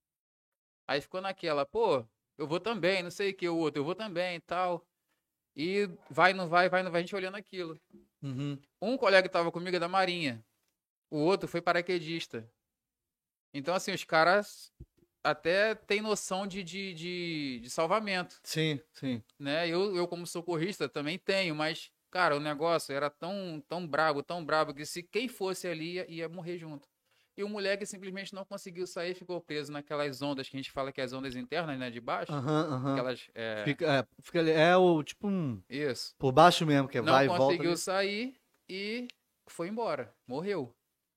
Aí ficou naquela, pô, eu vou também, não sei o que, o outro, eu vou também e tal. E vai, não vai, vai, não vai, a gente olhando aquilo.
Uhum.
Um colega que tava comigo é da Marinha, o outro foi paraquedista. Então, assim, os caras até têm noção de salvamento,
Sim, sim.
né? Eu, como socorrista, também tenho, mas, cara, o negócio era tão brabo, que se quem fosse ali ia morrer junto. E o moleque simplesmente não conseguiu sair, ficou preso naquelas ondas que a gente fala que é as ondas internas, né, de baixo.
Aham, aham.
Aquelas,
Fica ali, é o tipo
isso.
por baixo mesmo, que
Não
vai e volta.
conseguiu
Ali.
sair e foi embora, morreu.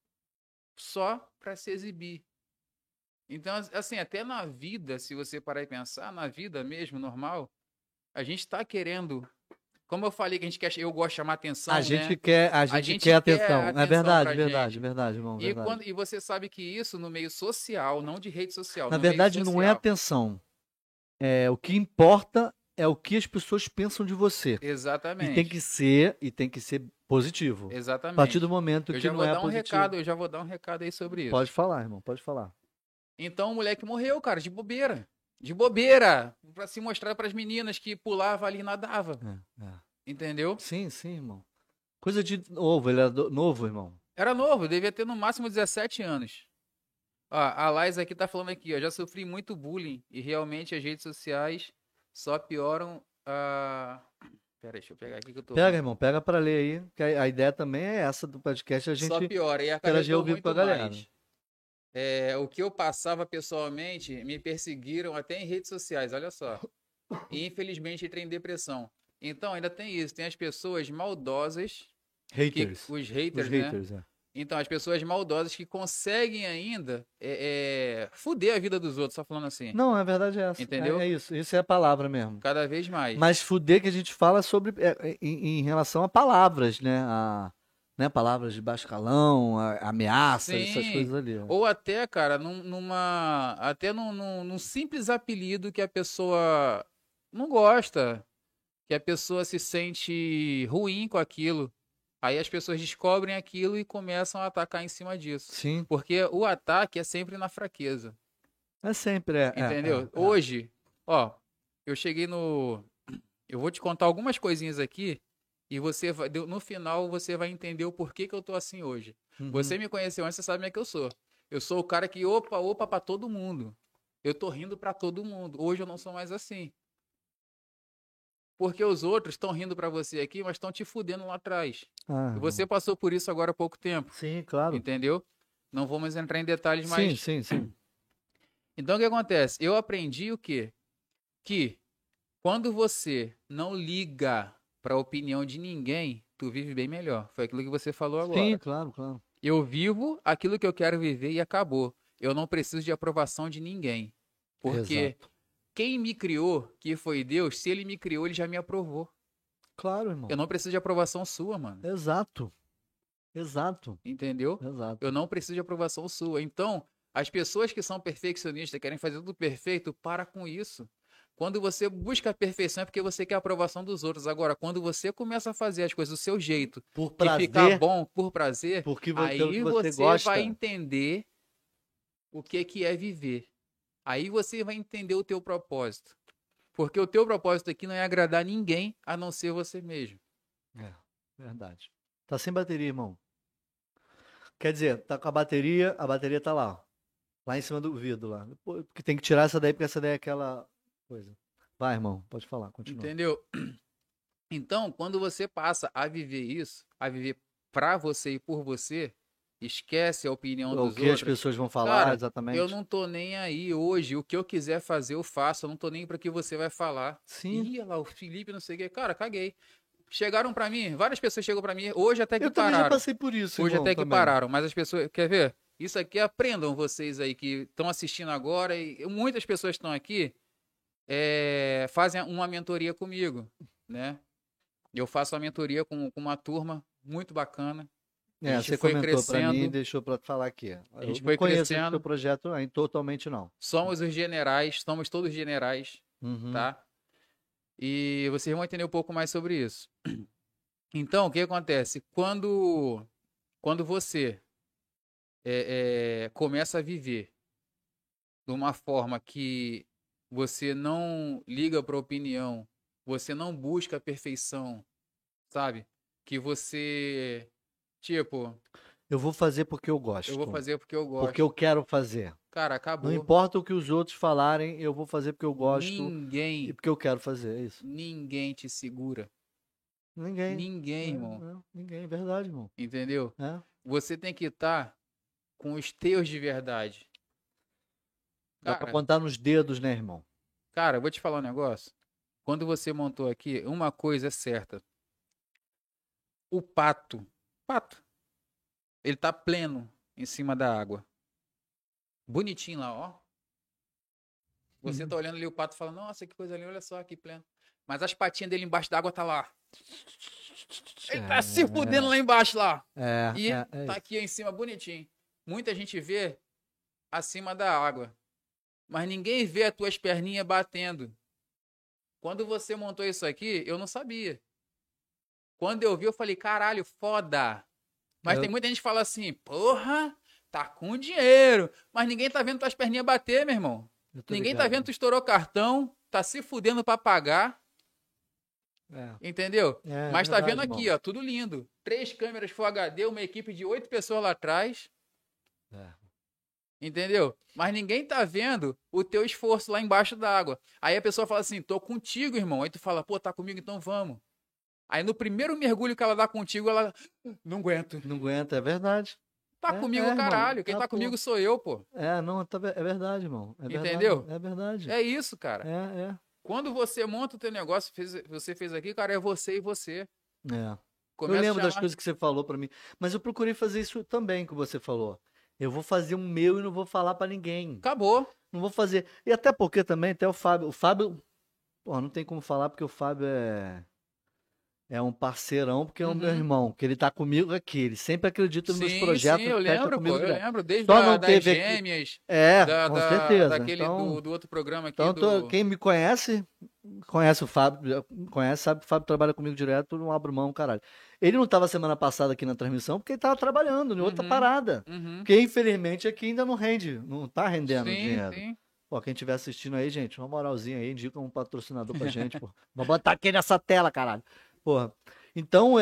Só pra se exibir. Então, assim, até na vida, se você parar e pensar, na vida mesmo, normal, a gente tá querendo, como eu falei que a gente quer, eu gosto de chamar atenção,
A gente
né?
quer, a gente quer atenção. É verdade,
pra
verdade,
gente.
verdade, irmão,
E,
verdade.
e você sabe que isso no meio social, não de rede social,
Na
no meio
verdade, não é
social.
atenção. O que importa é o que as pessoas pensam de você.
Exatamente.
E tem que ser positivo.
Exatamente.
A partir do momento
eu
que
já
não
vou
é
dar um
positivo.
recado, eu já vou dar um recado aí sobre isso.
Pode falar, irmão, pode falar.
Então o moleque morreu, cara, de bobeira. De bobeira. Pra se mostrar pras meninas que pulava ali e nadava. Entendeu?
Sim, sim, irmão. Coisa de novo, ele era novo, irmão.
Era novo, devia ter no máximo 17 anos. Ó, a Lais aqui tá falando aqui, ó, já sofri muito bullying e realmente as redes sociais só pioram a... Pera aí, deixa eu pegar aqui que eu tô...
Pega, irmão, pega pra ler aí, que a ideia também é essa do podcast, a
Só
gente
piora, e
interagir ao
acarretou
vivo com a
muito
galera.
mais. O que eu passava pessoalmente, me perseguiram até em redes sociais, olha só. E infelizmente entrei em depressão. Então ainda tem isso, tem as pessoas maldosas,
Haters.
os haters,
Os
né?
haters,
Então, as pessoas maldosas que conseguem ainda fuder a vida dos outros, só falando assim.
Não, a verdade é essa.
Entendeu?
É isso. Isso é a palavra mesmo.
Cada vez mais.
Mas fuder que a gente fala sobre em relação a palavras, né? Né? Palavras de baixo calão, ameaças, essas
Sim.
coisas ali.
Ou até, cara, até num simples apelido que a pessoa não gosta, que a pessoa se sente ruim com aquilo. Aí as pessoas descobrem aquilo e começam a atacar em cima disso.
Sim.
Porque o ataque é sempre na fraqueza.
É sempre,
Entendeu? Hoje, ó, eu cheguei no. Eu vou te contar algumas coisinhas aqui e você vai, no final você vai entender o porquê que eu tô assim hoje.
Uhum.
Você me conheceu antes, você sabe como é que eu sou. Eu sou o cara que opa pra todo mundo. Eu tô rindo pra todo mundo. Hoje eu não sou mais assim. Porque os outros estão rindo pra você aqui, mas estão te fudendo lá atrás.
Ah,
E você passou por isso agora há pouco tempo.
sim, claro.
Entendeu? Não vamos entrar em detalhes
Sim,
mais.
sim.
Então o que acontece? Eu aprendi o quê? Que quando você não liga para a opinião de ninguém, tu vive bem melhor. Foi aquilo que você falou agora.
Sim, claro.
Eu vivo aquilo que eu quero viver e acabou. Eu não preciso de aprovação de ninguém. Porque
Exato.
quem me criou, que foi Deus, se ele me criou, ele já me aprovou.
Claro, irmão.
Eu não preciso de aprovação sua, mano.
Exato.
Entendeu? Eu não preciso de aprovação sua. Então, as pessoas que são perfeccionistas, querem fazer tudo perfeito, para com isso. Quando você busca a perfeição é porque você quer a aprovação dos outros. Agora, quando você começa a fazer as coisas do seu jeito,
Por
que
prazer,
ficar bom, por prazer,
porque
aí
você
você
gosta.
vai entender o que é viver. Aí você vai entender o teu propósito. Porque o teu propósito aqui não é agradar ninguém, a não ser você mesmo.
É, verdade. Tá sem bateria, irmão. Quer dizer, tá com a bateria tá lá, ó. Lá em cima do vidro lá. Porque tem que tirar essa daí, porque essa daí é aquela coisa. Vai, irmão, pode falar, continua.
Entendeu? Então, quando você passa a viver isso, a viver pra você e por você, esquece a opinião dos
O que as
outros.
pessoas vão falar,
Cara,
exatamente.
eu não tô nem aí hoje. O que eu quiser fazer, eu faço. Eu não tô nem pra que você vai falar.
Sim.
Ih, olha lá, o Felipe, não sei o quê. Cara, caguei. Chegaram pra mim, várias pessoas chegam pra mim, hoje até que
Eu também já
pararam.
passei por isso,
Hoje
irmão,
até que
também.
pararam, mas as pessoas, quer ver? Isso aqui aprendam vocês aí que estão assistindo agora e muitas pessoas estão aqui fazem uma mentoria comigo, né? Eu faço a mentoria com uma turma muito bacana. A gente
Você
foi
comentou pra mim,
crescendo.
deixou pra falar aqui.
A gente
Eu
foi
não conheço esse
crescendo.
teu projeto ainda, totalmente não.
Somos os generais, somos todos generais,
Uhum.
tá? E vocês vão entender um pouco mais sobre isso. Então, o que acontece? Quando você começa a viver de uma forma que você não liga para a opinião, você não busca a perfeição, sabe? Que você, tipo,
Eu vou fazer porque eu gosto.
eu vou fazer porque eu gosto.
Porque eu quero fazer.
Cara, acabou.
Não importa o que os outros falarem, eu vou fazer porque eu gosto e
Ninguém
porque eu quero fazer, é isso.
te segura.
Ninguém.
Ninguém, irmão.
Ninguém, verdade, irmão.
Entendeu?
É.
Você tem que estar com os teus de verdade.
Dá pra contar nos dedos, né, irmão?
Cara, eu vou te falar um negócio. Quando você montou aqui, uma coisa é certa. O pato, ele tá pleno em cima da água. Bonitinho lá, ó. Você tá olhando ali o pato e fala, nossa, que coisa linda, olha só que pleno. Mas as patinhas dele embaixo da água tá lá. Ele tá se fudendo lá embaixo lá. E tá aqui em cima bonitinho. Muita gente vê acima da água. Mas ninguém vê as tuas perninhas batendo. Quando você montou isso aqui, eu não sabia. Quando eu vi, eu falei, caralho, foda. Mas tem muita gente que fala assim, porra, tá com dinheiro. Mas ninguém tá vendo tuas perninhas bater, meu irmão. Ninguém tá vendo tu estourou cartão, tá se fudendo pra pagar. Entendeu? Mas tá vendo aqui, ó, tudo lindo. 3 câmeras Full HD, uma equipe de 8 pessoas lá atrás. Entendeu? Mas ninguém tá vendo o teu esforço lá embaixo da água. Aí a pessoa fala assim, tô contigo, irmão. Aí tu fala, pô, tá comigo, então vamos. Aí no primeiro mergulho que ela dá contigo, ela, não aguento.
Não aguenta, é verdade.
Tá comigo, caralho. Irmão. Quem tá comigo sou eu, pô.
Não, é verdade, irmão.
Entendeu?
É verdade.
É isso, cara.
É.
Quando você monta o teu negócio, você fez aqui, cara, é você e você. Começa a
lembro das
chamar-
coisas que você falou pra mim. Mas eu procurei fazer isso também que você falou. Eu vou fazer o meu e não vou falar pra ninguém.
Acabou.
Não vou fazer. E até porque também, até o Fábio. O Fábio. Pô, não tem como falar porque o Fábio é um parceirão, porque é o meu
Uhum.
irmão, que ele tá comigo aqui. Ele sempre acredita nos meus
Sim,
projetos,
sim, eu
fecha
lembro,
comigo
pô, eu
direto.
lembro. Desde
Só não
das
teve aqui.
gêmeas,
Com certeza.
daquele,
Então,
do outro programa aqui,
então quem me conhece, conhece o Fábio, conhece, sabe que o Fábio trabalha comigo direto, não abro mão, caralho. Ele não estava semana passada aqui na transmissão porque ele estava trabalhando em outra
Uhum,
parada.
uhum.
Porque infelizmente aqui ainda não rende, não tá rendendo
Sim,
dinheiro.
sim.
Pô, quem estiver assistindo aí, gente, uma moralzinha aí, indica um patrocinador pra gente, pô. Vou botar aqui nessa tela, caralho. Porra. Então,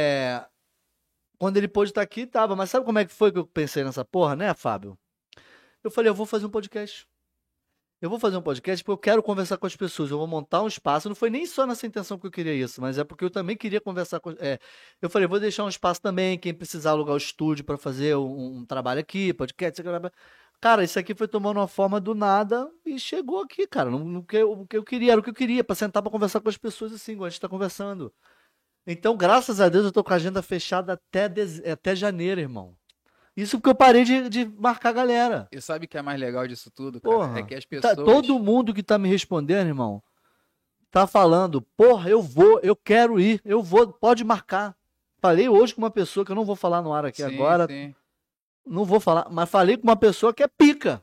quando ele pôde estar aqui, tava. Mas sabe como é que foi que eu pensei nessa porra, né, Fábio? Eu falei, eu vou fazer um podcast. Eu vou fazer um podcast porque eu quero conversar com as pessoas. Eu vou montar um espaço. Não foi nem só nessa intenção que eu queria isso, mas é porque eu também queria conversar com. Eu falei, vou deixar um espaço também. Quem precisar alugar o estúdio para fazer um trabalho aqui, podcast. Cara, isso aqui foi tomando uma forma do nada e chegou aqui, cara. O que eu queria, era o que eu queria, para sentar para conversar com as pessoas assim, igual a gente tá conversando. Então, graças a Deus, eu tô com a agenda fechada até janeiro, irmão. Isso porque eu parei de marcar a galera.
E sabe o que é mais legal disso tudo, cara?
Porra.
É que as pessoas.
Todo mundo que tá me respondendo, irmão, tá falando, porra, eu quero ir, eu vou, pode marcar. Falei hoje com uma pessoa que eu não vou falar no ar aqui
Sim,
agora,
sim.
não vou falar, mas falei com uma pessoa que é pica.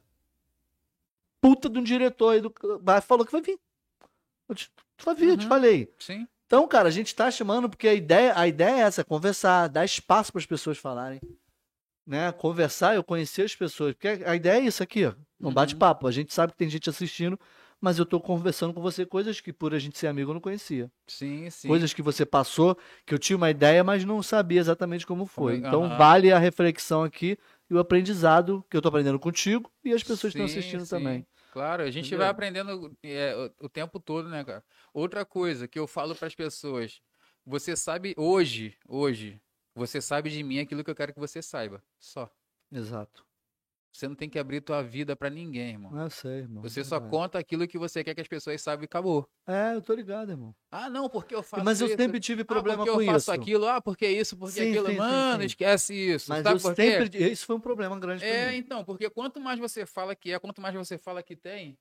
Puta de um diretor aí falou que vai vir. Vai vir, eu te
Uhum.
falei.
Sim.
Então, cara, a gente tá chamando porque a ideia é essa, é conversar, dar espaço para as pessoas falarem. Né? Conversar, eu conhecer as pessoas. Porque a ideia é isso aqui, ó. Não
Uhum.
bate-papo. A gente sabe que tem gente assistindo, mas eu tô conversando com você coisas que, por a gente ser amigo, eu não conhecia.
Sim, sim.
Coisas que você passou, que eu tinha uma ideia, mas não sabia exatamente como foi. Então,
Aham.
vale a reflexão aqui e o aprendizado que eu tô aprendendo contigo e as pessoas que estão
Sim,
assistindo
sim.
também.
Claro, a gente
Entendeu?
vai aprendendo o tempo todo, né, cara? Outra coisa que eu falo para as pessoas, você sabe hoje, você sabe de mim aquilo que eu quero que você saiba, só.
Exato.
Você não tem que abrir tua vida para ninguém, irmão.
Eu sei, irmão.
Você só
Verdade.
conta aquilo que você quer que as pessoas saibam e acabou.
Eu tô ligado, irmão.
Ah, não, porque eu faço
Mas eu
isso.
sempre tive problema
porque
com
eu faço
isso.
aquilo. Ah, porque isso, porque
Sim,
aquilo.
sim, sim,
Mano,
sim.
esquece isso.
Mas
Sabe
eu
por quê?
sempre. Isso foi um problema grande pra mim.
Então, porque quanto mais você fala que quanto mais você fala que tem,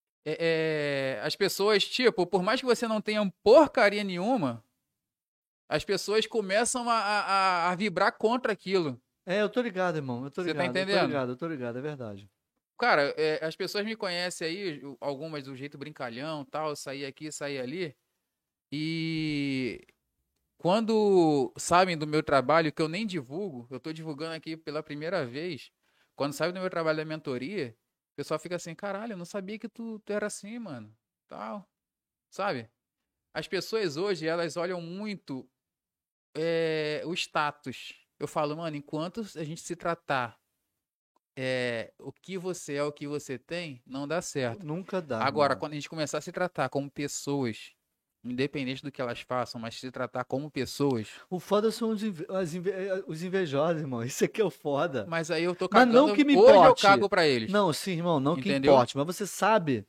as pessoas, tipo, por mais que você não tenha porcaria nenhuma, as pessoas começam a vibrar contra aquilo.
Eu tô ligado, irmão. Eu tô
Você tá
ligado.
entendendo?
Eu tô ligado, é verdade.
Cara, as pessoas me conhecem aí, algumas do jeito brincalhão, tal, sair aqui, sair ali. E quando sabem do meu trabalho, que eu nem divulgo, eu tô divulgando aqui pela primeira vez. Quando sabe do meu trabalho da mentoria, o pessoal fica assim, caralho, eu não sabia que tu era assim, mano. Tal. Sabe? As pessoas hoje, elas olham muito o status. Eu falo, mano, enquanto a gente se tratar o que você é, o que você tem, não dá certo.
Nunca dá.
Agora,
irmão.
quando a gente começar a se tratar como pessoas, independente do que elas façam, mas se tratar como pessoas,
O foda são os invejosos, irmão. Isso aqui é o foda.
mas aí eu tô
Mas
cagando,
não que me
hoje eu
importe.
cago pra eles.
Não, sim, irmão, não que
Entendeu?
importe. Mas você sabe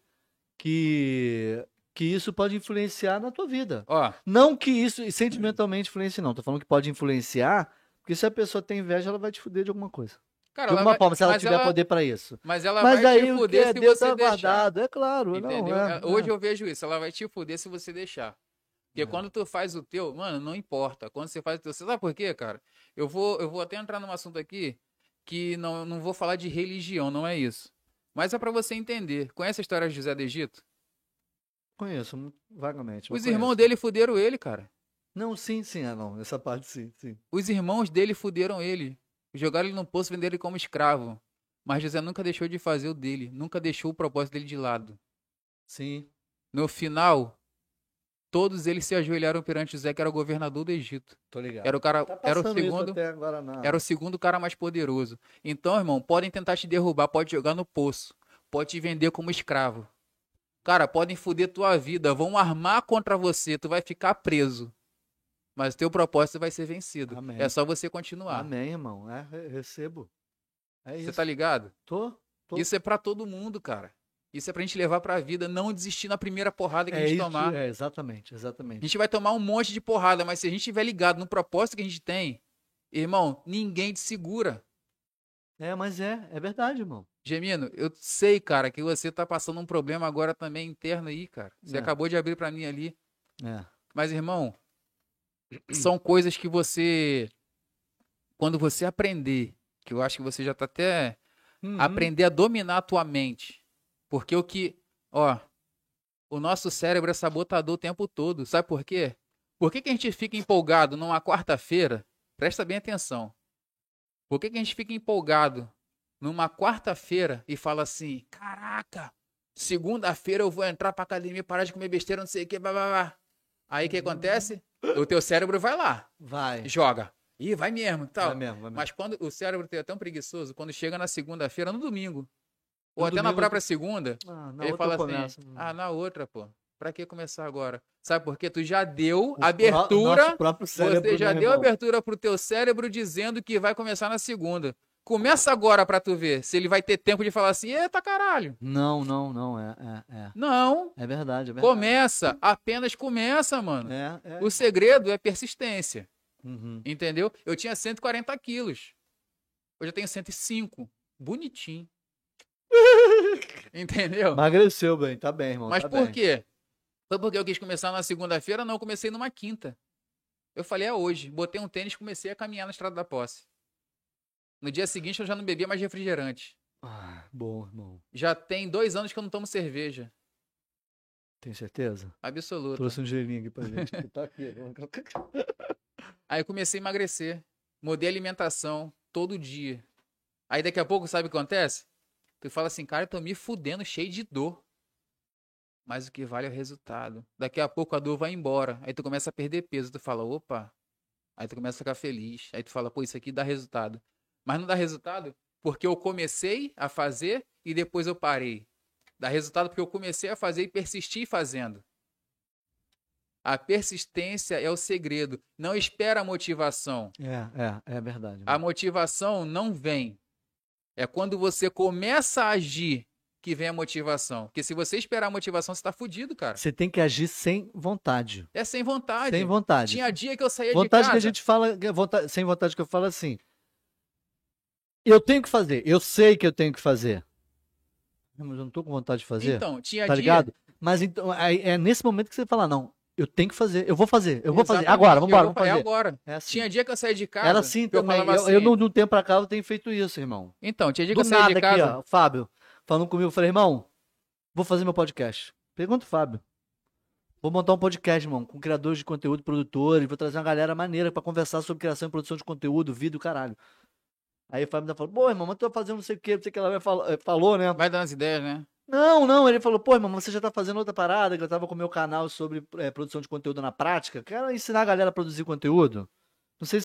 que isso pode influenciar na tua vida.
Ó,
Não que isso sentimentalmente influencie, não. Tô falando que pode influenciar, porque se a pessoa tem inveja, ela vai te fuder de alguma coisa.
cara,
De
ela
alguma
vai,
forma, se ela
mas
tiver
ela,
poder pra isso.
mas ela
Mas
vai
aí
te
o que
fuder
é
se
Deus
você
tá
deixar.
guardado, é claro.
Entendeu?
Não,
Hoje eu vejo isso, ela vai te fuder se você deixar. Porque
É.
quando tu faz o teu, mano, não importa. Quando você faz o teu, você sabe por quê, cara? Eu vou até entrar num assunto aqui que não vou falar de religião, não é isso. Mas é pra você entender. Conhece a história de José do Egito?
Conheço, vagamente. mas
Os irmãos
conheço.
dele fuderam ele, cara.
Não, sim, não. Essa parte sim, sim.
Os irmãos dele fuderam ele. Jogaram ele no poço, venderam ele como escravo. Mas José nunca deixou de fazer o dele. Nunca deixou o propósito dele de lado.
Sim,
No final, todos eles se ajoelharam perante José, que era o governador do Egito.
tô ligado.
Era o cara,
Tá
era o
passando isso
segundo,
até agora na...
era o segundo cara mais poderoso. Então, irmão, podem tentar te derrubar, pode jogar no poço, pode te vender como escravo. Cara, podem foder tua vida, vão armar contra você, tu vai ficar preso. Mas teu propósito vai ser vencido.
Amém.
É só você continuar.
Amém, irmão. Recebo. É
Você
isso.
tá ligado?
Tô.
Isso é pra todo mundo, cara. Isso é pra gente levar pra vida, não desistir na primeira porrada que a gente tomar.
Exatamente,
A
exatamente.
gente vai tomar um monte de porrada, mas se a gente estiver ligado no propósito que a gente tem, irmão, ninguém te segura.
Mas é verdade, irmão.
Gemino, eu sei, cara, que você tá passando um problema agora também interno aí, cara. Você acabou de abrir pra mim ali. Mas, irmão, são coisas que você, quando você aprender, que eu acho que você já tá até aprender a dominar a tua mente. Porque o nosso cérebro é sabotador o tempo todo. Sabe por quê? Por que a gente fica empolgado numa quarta-feira? Presta bem atenção. Por que a gente fica empolgado numa quarta-feira e fala assim, caraca, segunda-feira eu vou entrar pra academia, parar de comer besteira, não sei o que, blá, blá, blá. Aí o que acontece? O teu cérebro vai lá.
Vai.
Joga. Ih, vai mesmo, tal.
Vai mesmo.
Mas quando o cérebro é tão preguiçoso, quando chega na segunda-feira, no domingo, ou
No
até na
domingo,
própria segunda,
na
ele
outra
fala
começa.
assim, na outra, pô. Pra que começar agora? Sabe por quê? Tu já deu
Nosso
abertura,
próprio cérebro,
você já
né,
deu
irmão?
abertura pro teu cérebro dizendo que vai começar na segunda. Começa agora pra tu ver se ele vai ter tempo de falar assim, eita caralho.
Não.
Não,
É verdade,
começa, apenas começa, mano. O segredo é persistência, entendeu? Eu tinha 140 quilos, hoje eu tenho 105, bonitinho. Entendeu?
Emagreceu bem, tá bem, irmão.
Mas
tá
por
bem.
quê? Foi porque eu quis começar na segunda-feira? Não, eu comecei numa quinta. Eu falei, é hoje. Botei um tênis e comecei a caminhar na Estrada da Posse. No dia seguinte eu já não bebia mais refrigerante.
Bom, irmão.
Já tem 2 anos que eu não tomo cerveja.
Tem certeza?
Absoluta.
Trouxe um gelinho aqui pra gente. Tá aqui.
Aí eu comecei a emagrecer. Mudei a alimentação todo dia. Aí daqui a pouco, sabe o que acontece? Tu fala assim, cara, eu tô me fudendo, cheio de dor. Mas o que vale é o resultado. Daqui a pouco a dor vai embora. Aí tu começa a perder peso. Tu fala, opa. Aí tu começa a ficar feliz. Aí tu fala, pô, isso aqui dá resultado. Mas não dá resultado porque eu comecei a fazer e depois eu parei. Dá resultado porque eu comecei a fazer e persisti fazendo. A persistência é o segredo. Não espera a motivação.
É verdade.
A motivação não vem. É quando você começa a agir que vem a motivação. Porque se você esperar a motivação, você tá fudido, cara.
Você tem que agir sem vontade.
É sem vontade.
Sem vontade.
Tinha dia que eu saía
Vontade
de casa.
que a gente fala, sem vontade que eu falo assim. Eu tenho que fazer. Eu sei que eu tenho que fazer. Mas eu não tô com vontade de fazer.
Então, tinha
tá
dia...
ligado? Mas então, é nesse momento que você fala, não, eu tenho que fazer, eu vou fazer.
Exatamente,
Agora, vamos fazer.
É agora.
É assim.
Tinha dia que eu saía de casa.
Era assim
que eu
também.
falava assim,
Eu, de um tempo pra cá, eu tenho feito isso, irmão.
Então, tinha dia que
Do
eu saía
nada
de casa.
aqui, ó, o Fábio, falando comigo, eu falei, irmão, vou fazer meu podcast. Pergunta o Fábio. Vou montar um podcast, irmão, com criadores de conteúdo, produtores, vou trazer uma galera maneira pra conversar sobre criação e produção de conteúdo, vídeo, caralho. Aí o Fábio ainda falou, pô, irmão, mas tu vai fazer não sei o que ela falou, né?
Vai dando as ideias, né?
Não, ele falou, pô, irmão, você já tá fazendo outra parada, que eu tava com o meu canal sobre produção de conteúdo na prática. Quero ensinar a galera a produzir conteúdo. Não sei